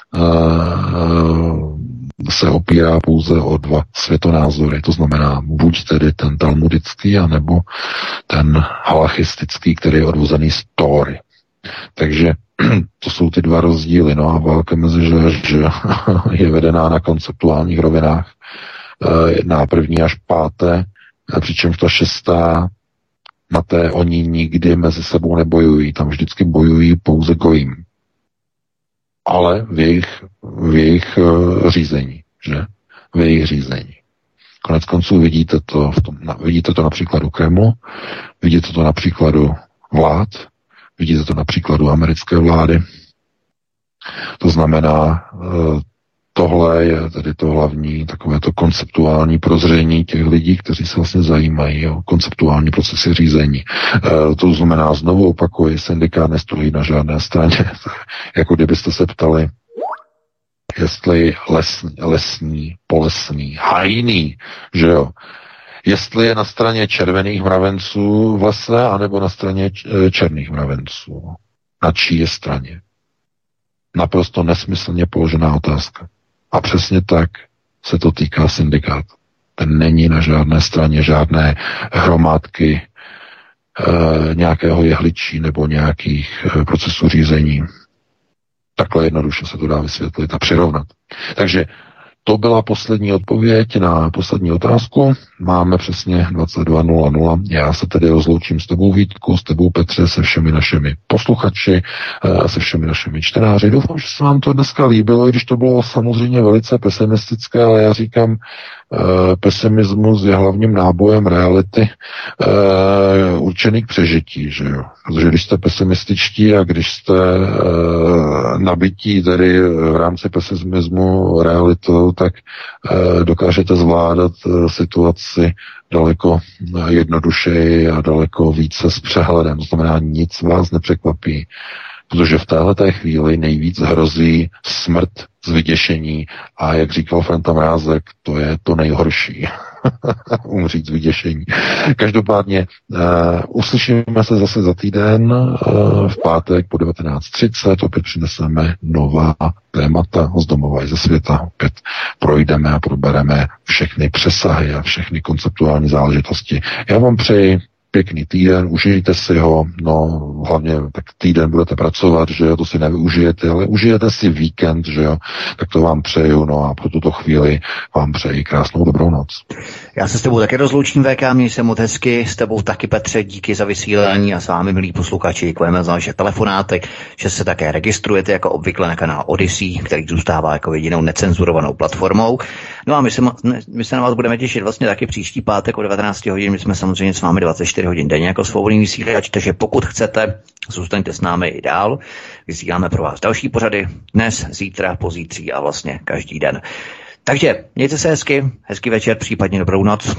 uh, se opírá pouze o dva světonázory. To znamená buď tedy ten talmudický, anebo ten halachistický, který je odvozený z Tóry. Takže to jsou ty dva rozdíly. No a válka mezi že je vedená na konceptuálních rovinách. Na první až páté, přičemž ta šestá, na té oni nikdy mezi sebou nebojují. Tam vždycky bojují pouze gojím. Ale v jejich, v jejich uh, řízení, že? V jejich řízení. Konec konců vidíte to, v tom, na, vidíte to na příkladu Kremlu, vidíte to na příkladu vlád, vidíte to na příkladu americké vlády. To znamená, uh, tohle je tedy to hlavní, takové to konceptuální prozření těch lidí, kteří se vlastně zajímají o konceptuální procesy řízení. E, to znamená, znovu opakuji, syndikát nestojí na žádné straně. Jako kdybyste se ptali, jestli lesní, lesní polesní, hajný, že jo, jestli je na straně červených mravenců v lese, anebo na straně černých mravenců. Na čí je straně? Naprosto nesmyslně položená otázka. A přesně tak se to týká syndikátu. Ten není na žádné straně žádné hromádky e, nějakého jehličí nebo nějakých e, procesů řízení. Takhle jednoduše se to dá vysvětlit a přirovnat. Takže to byla poslední odpověď na poslední otázku. Máme přesně dvacet dva nula nula. Já se tedy rozloučím s tebou, Vítku, s tebou, Petře, se všemi našimi posluchači, se všemi našimi čtenáři. Doufám, že se vám to dneska líbilo, i když to bylo samozřejmě velice pesimistické, ale já říkám, pesimismus je hlavním nábojem reality určený k přežití, že jo? Protože když jste pesimističtí a když jste nabití tedy v rámci pesimismu realitou, tak dokážete zvládat situaci daleko jednodušeji a daleko více s přehledem. To znamená, nic vás nepřekvapí, protože v téhleté chvíli nejvíc hrozí smrt z vyděšení a jak říkal Franta Mrázek, to je to nejhorší. Umřít z vyděšení. Každopádně uh, uslyšíme se zase za týden uh, v pátek po devatenáct třicet, opět přineseme nová témata z domova i ze světa, opět projdeme a probereme všechny přesahy a všechny konceptuální záležitosti. Já vám přeji pěkný týden, užijte si ho, no hlavně tak týden budete pracovat, že jo, to si nevyužijete, ale užijete si víkend, že jo, tak to vám přeju, no a pro tuto chvíli vám přeji krásnou dobrou noc. Já se s tebou také rozloučím, V K, měj se moc hezky, s tebou taky, Petře, díky za vysílání a s vámi, milí posluchači, děkujeme za vaše telefonáty, že se také registrujete jako obvykle na kanál Odyssey, který zůstává jako jedinou necenzurovanou platformou. No a my se, my se na vás budeme těšit vlastně taky příští pátek o devatenáct hodin, my jsme samozřejmě s vámi dvacet čtyři hodin denně jako svobodný vysílač, takže pokud chcete, zůstaňte s námi i dál. Vysíláme pro vás další pořady dnes, zítra, pozítří a vlastně každý den. Takže mějte se hezky, hezký večer, případně dobrou noc.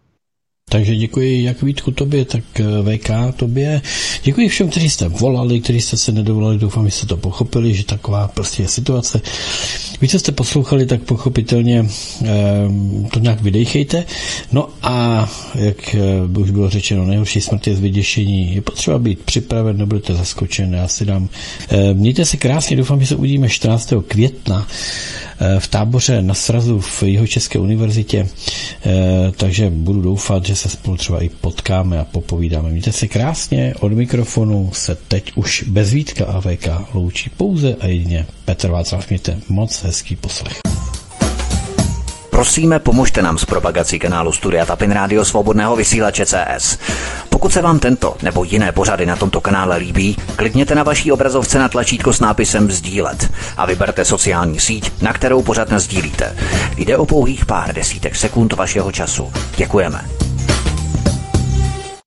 Takže děkuji jak Vítku tobě, tak V K tobě. Děkuji všem, kteří jste volali, kteří jste se nedovolali, doufám, že jste to pochopili, že taková prostě je situace. Vy, co jste poslouchali, tak pochopitelně eh, to nějak vydejchejte. No a jak eh, už bylo řečeno, nejhorší smrt je z vyděšení. Je potřeba být připraven, nebudete zaskočen. Já si dám. Eh, mějte se krásně, doufám, že se uvidíme čtrnáctého května eh, v táboře na srazu v Jihočeské univerzitě. Eh, takže budu doufat, že se spolu třeba i potkáme a popovídáme. Mějte se krásně, od mikrofonu se teď už bez Vítka a V K loučí pouze a jedině Petr Václav. Mějte moc hezký poslech. Prosíme, pomožte nám s propagací kanálu Studia Tapin Rádio Svobodného vysílače C S. Pokud se vám tento nebo jiné pořady na tomto kanále líbí, klikněte na vaší obrazovce na tlačítko s nápisem sdílet a vyberte sociální síť, na kterou pořad nasdílíte. Jde o pouhých pár desítek sekund vašeho času. Děkujeme.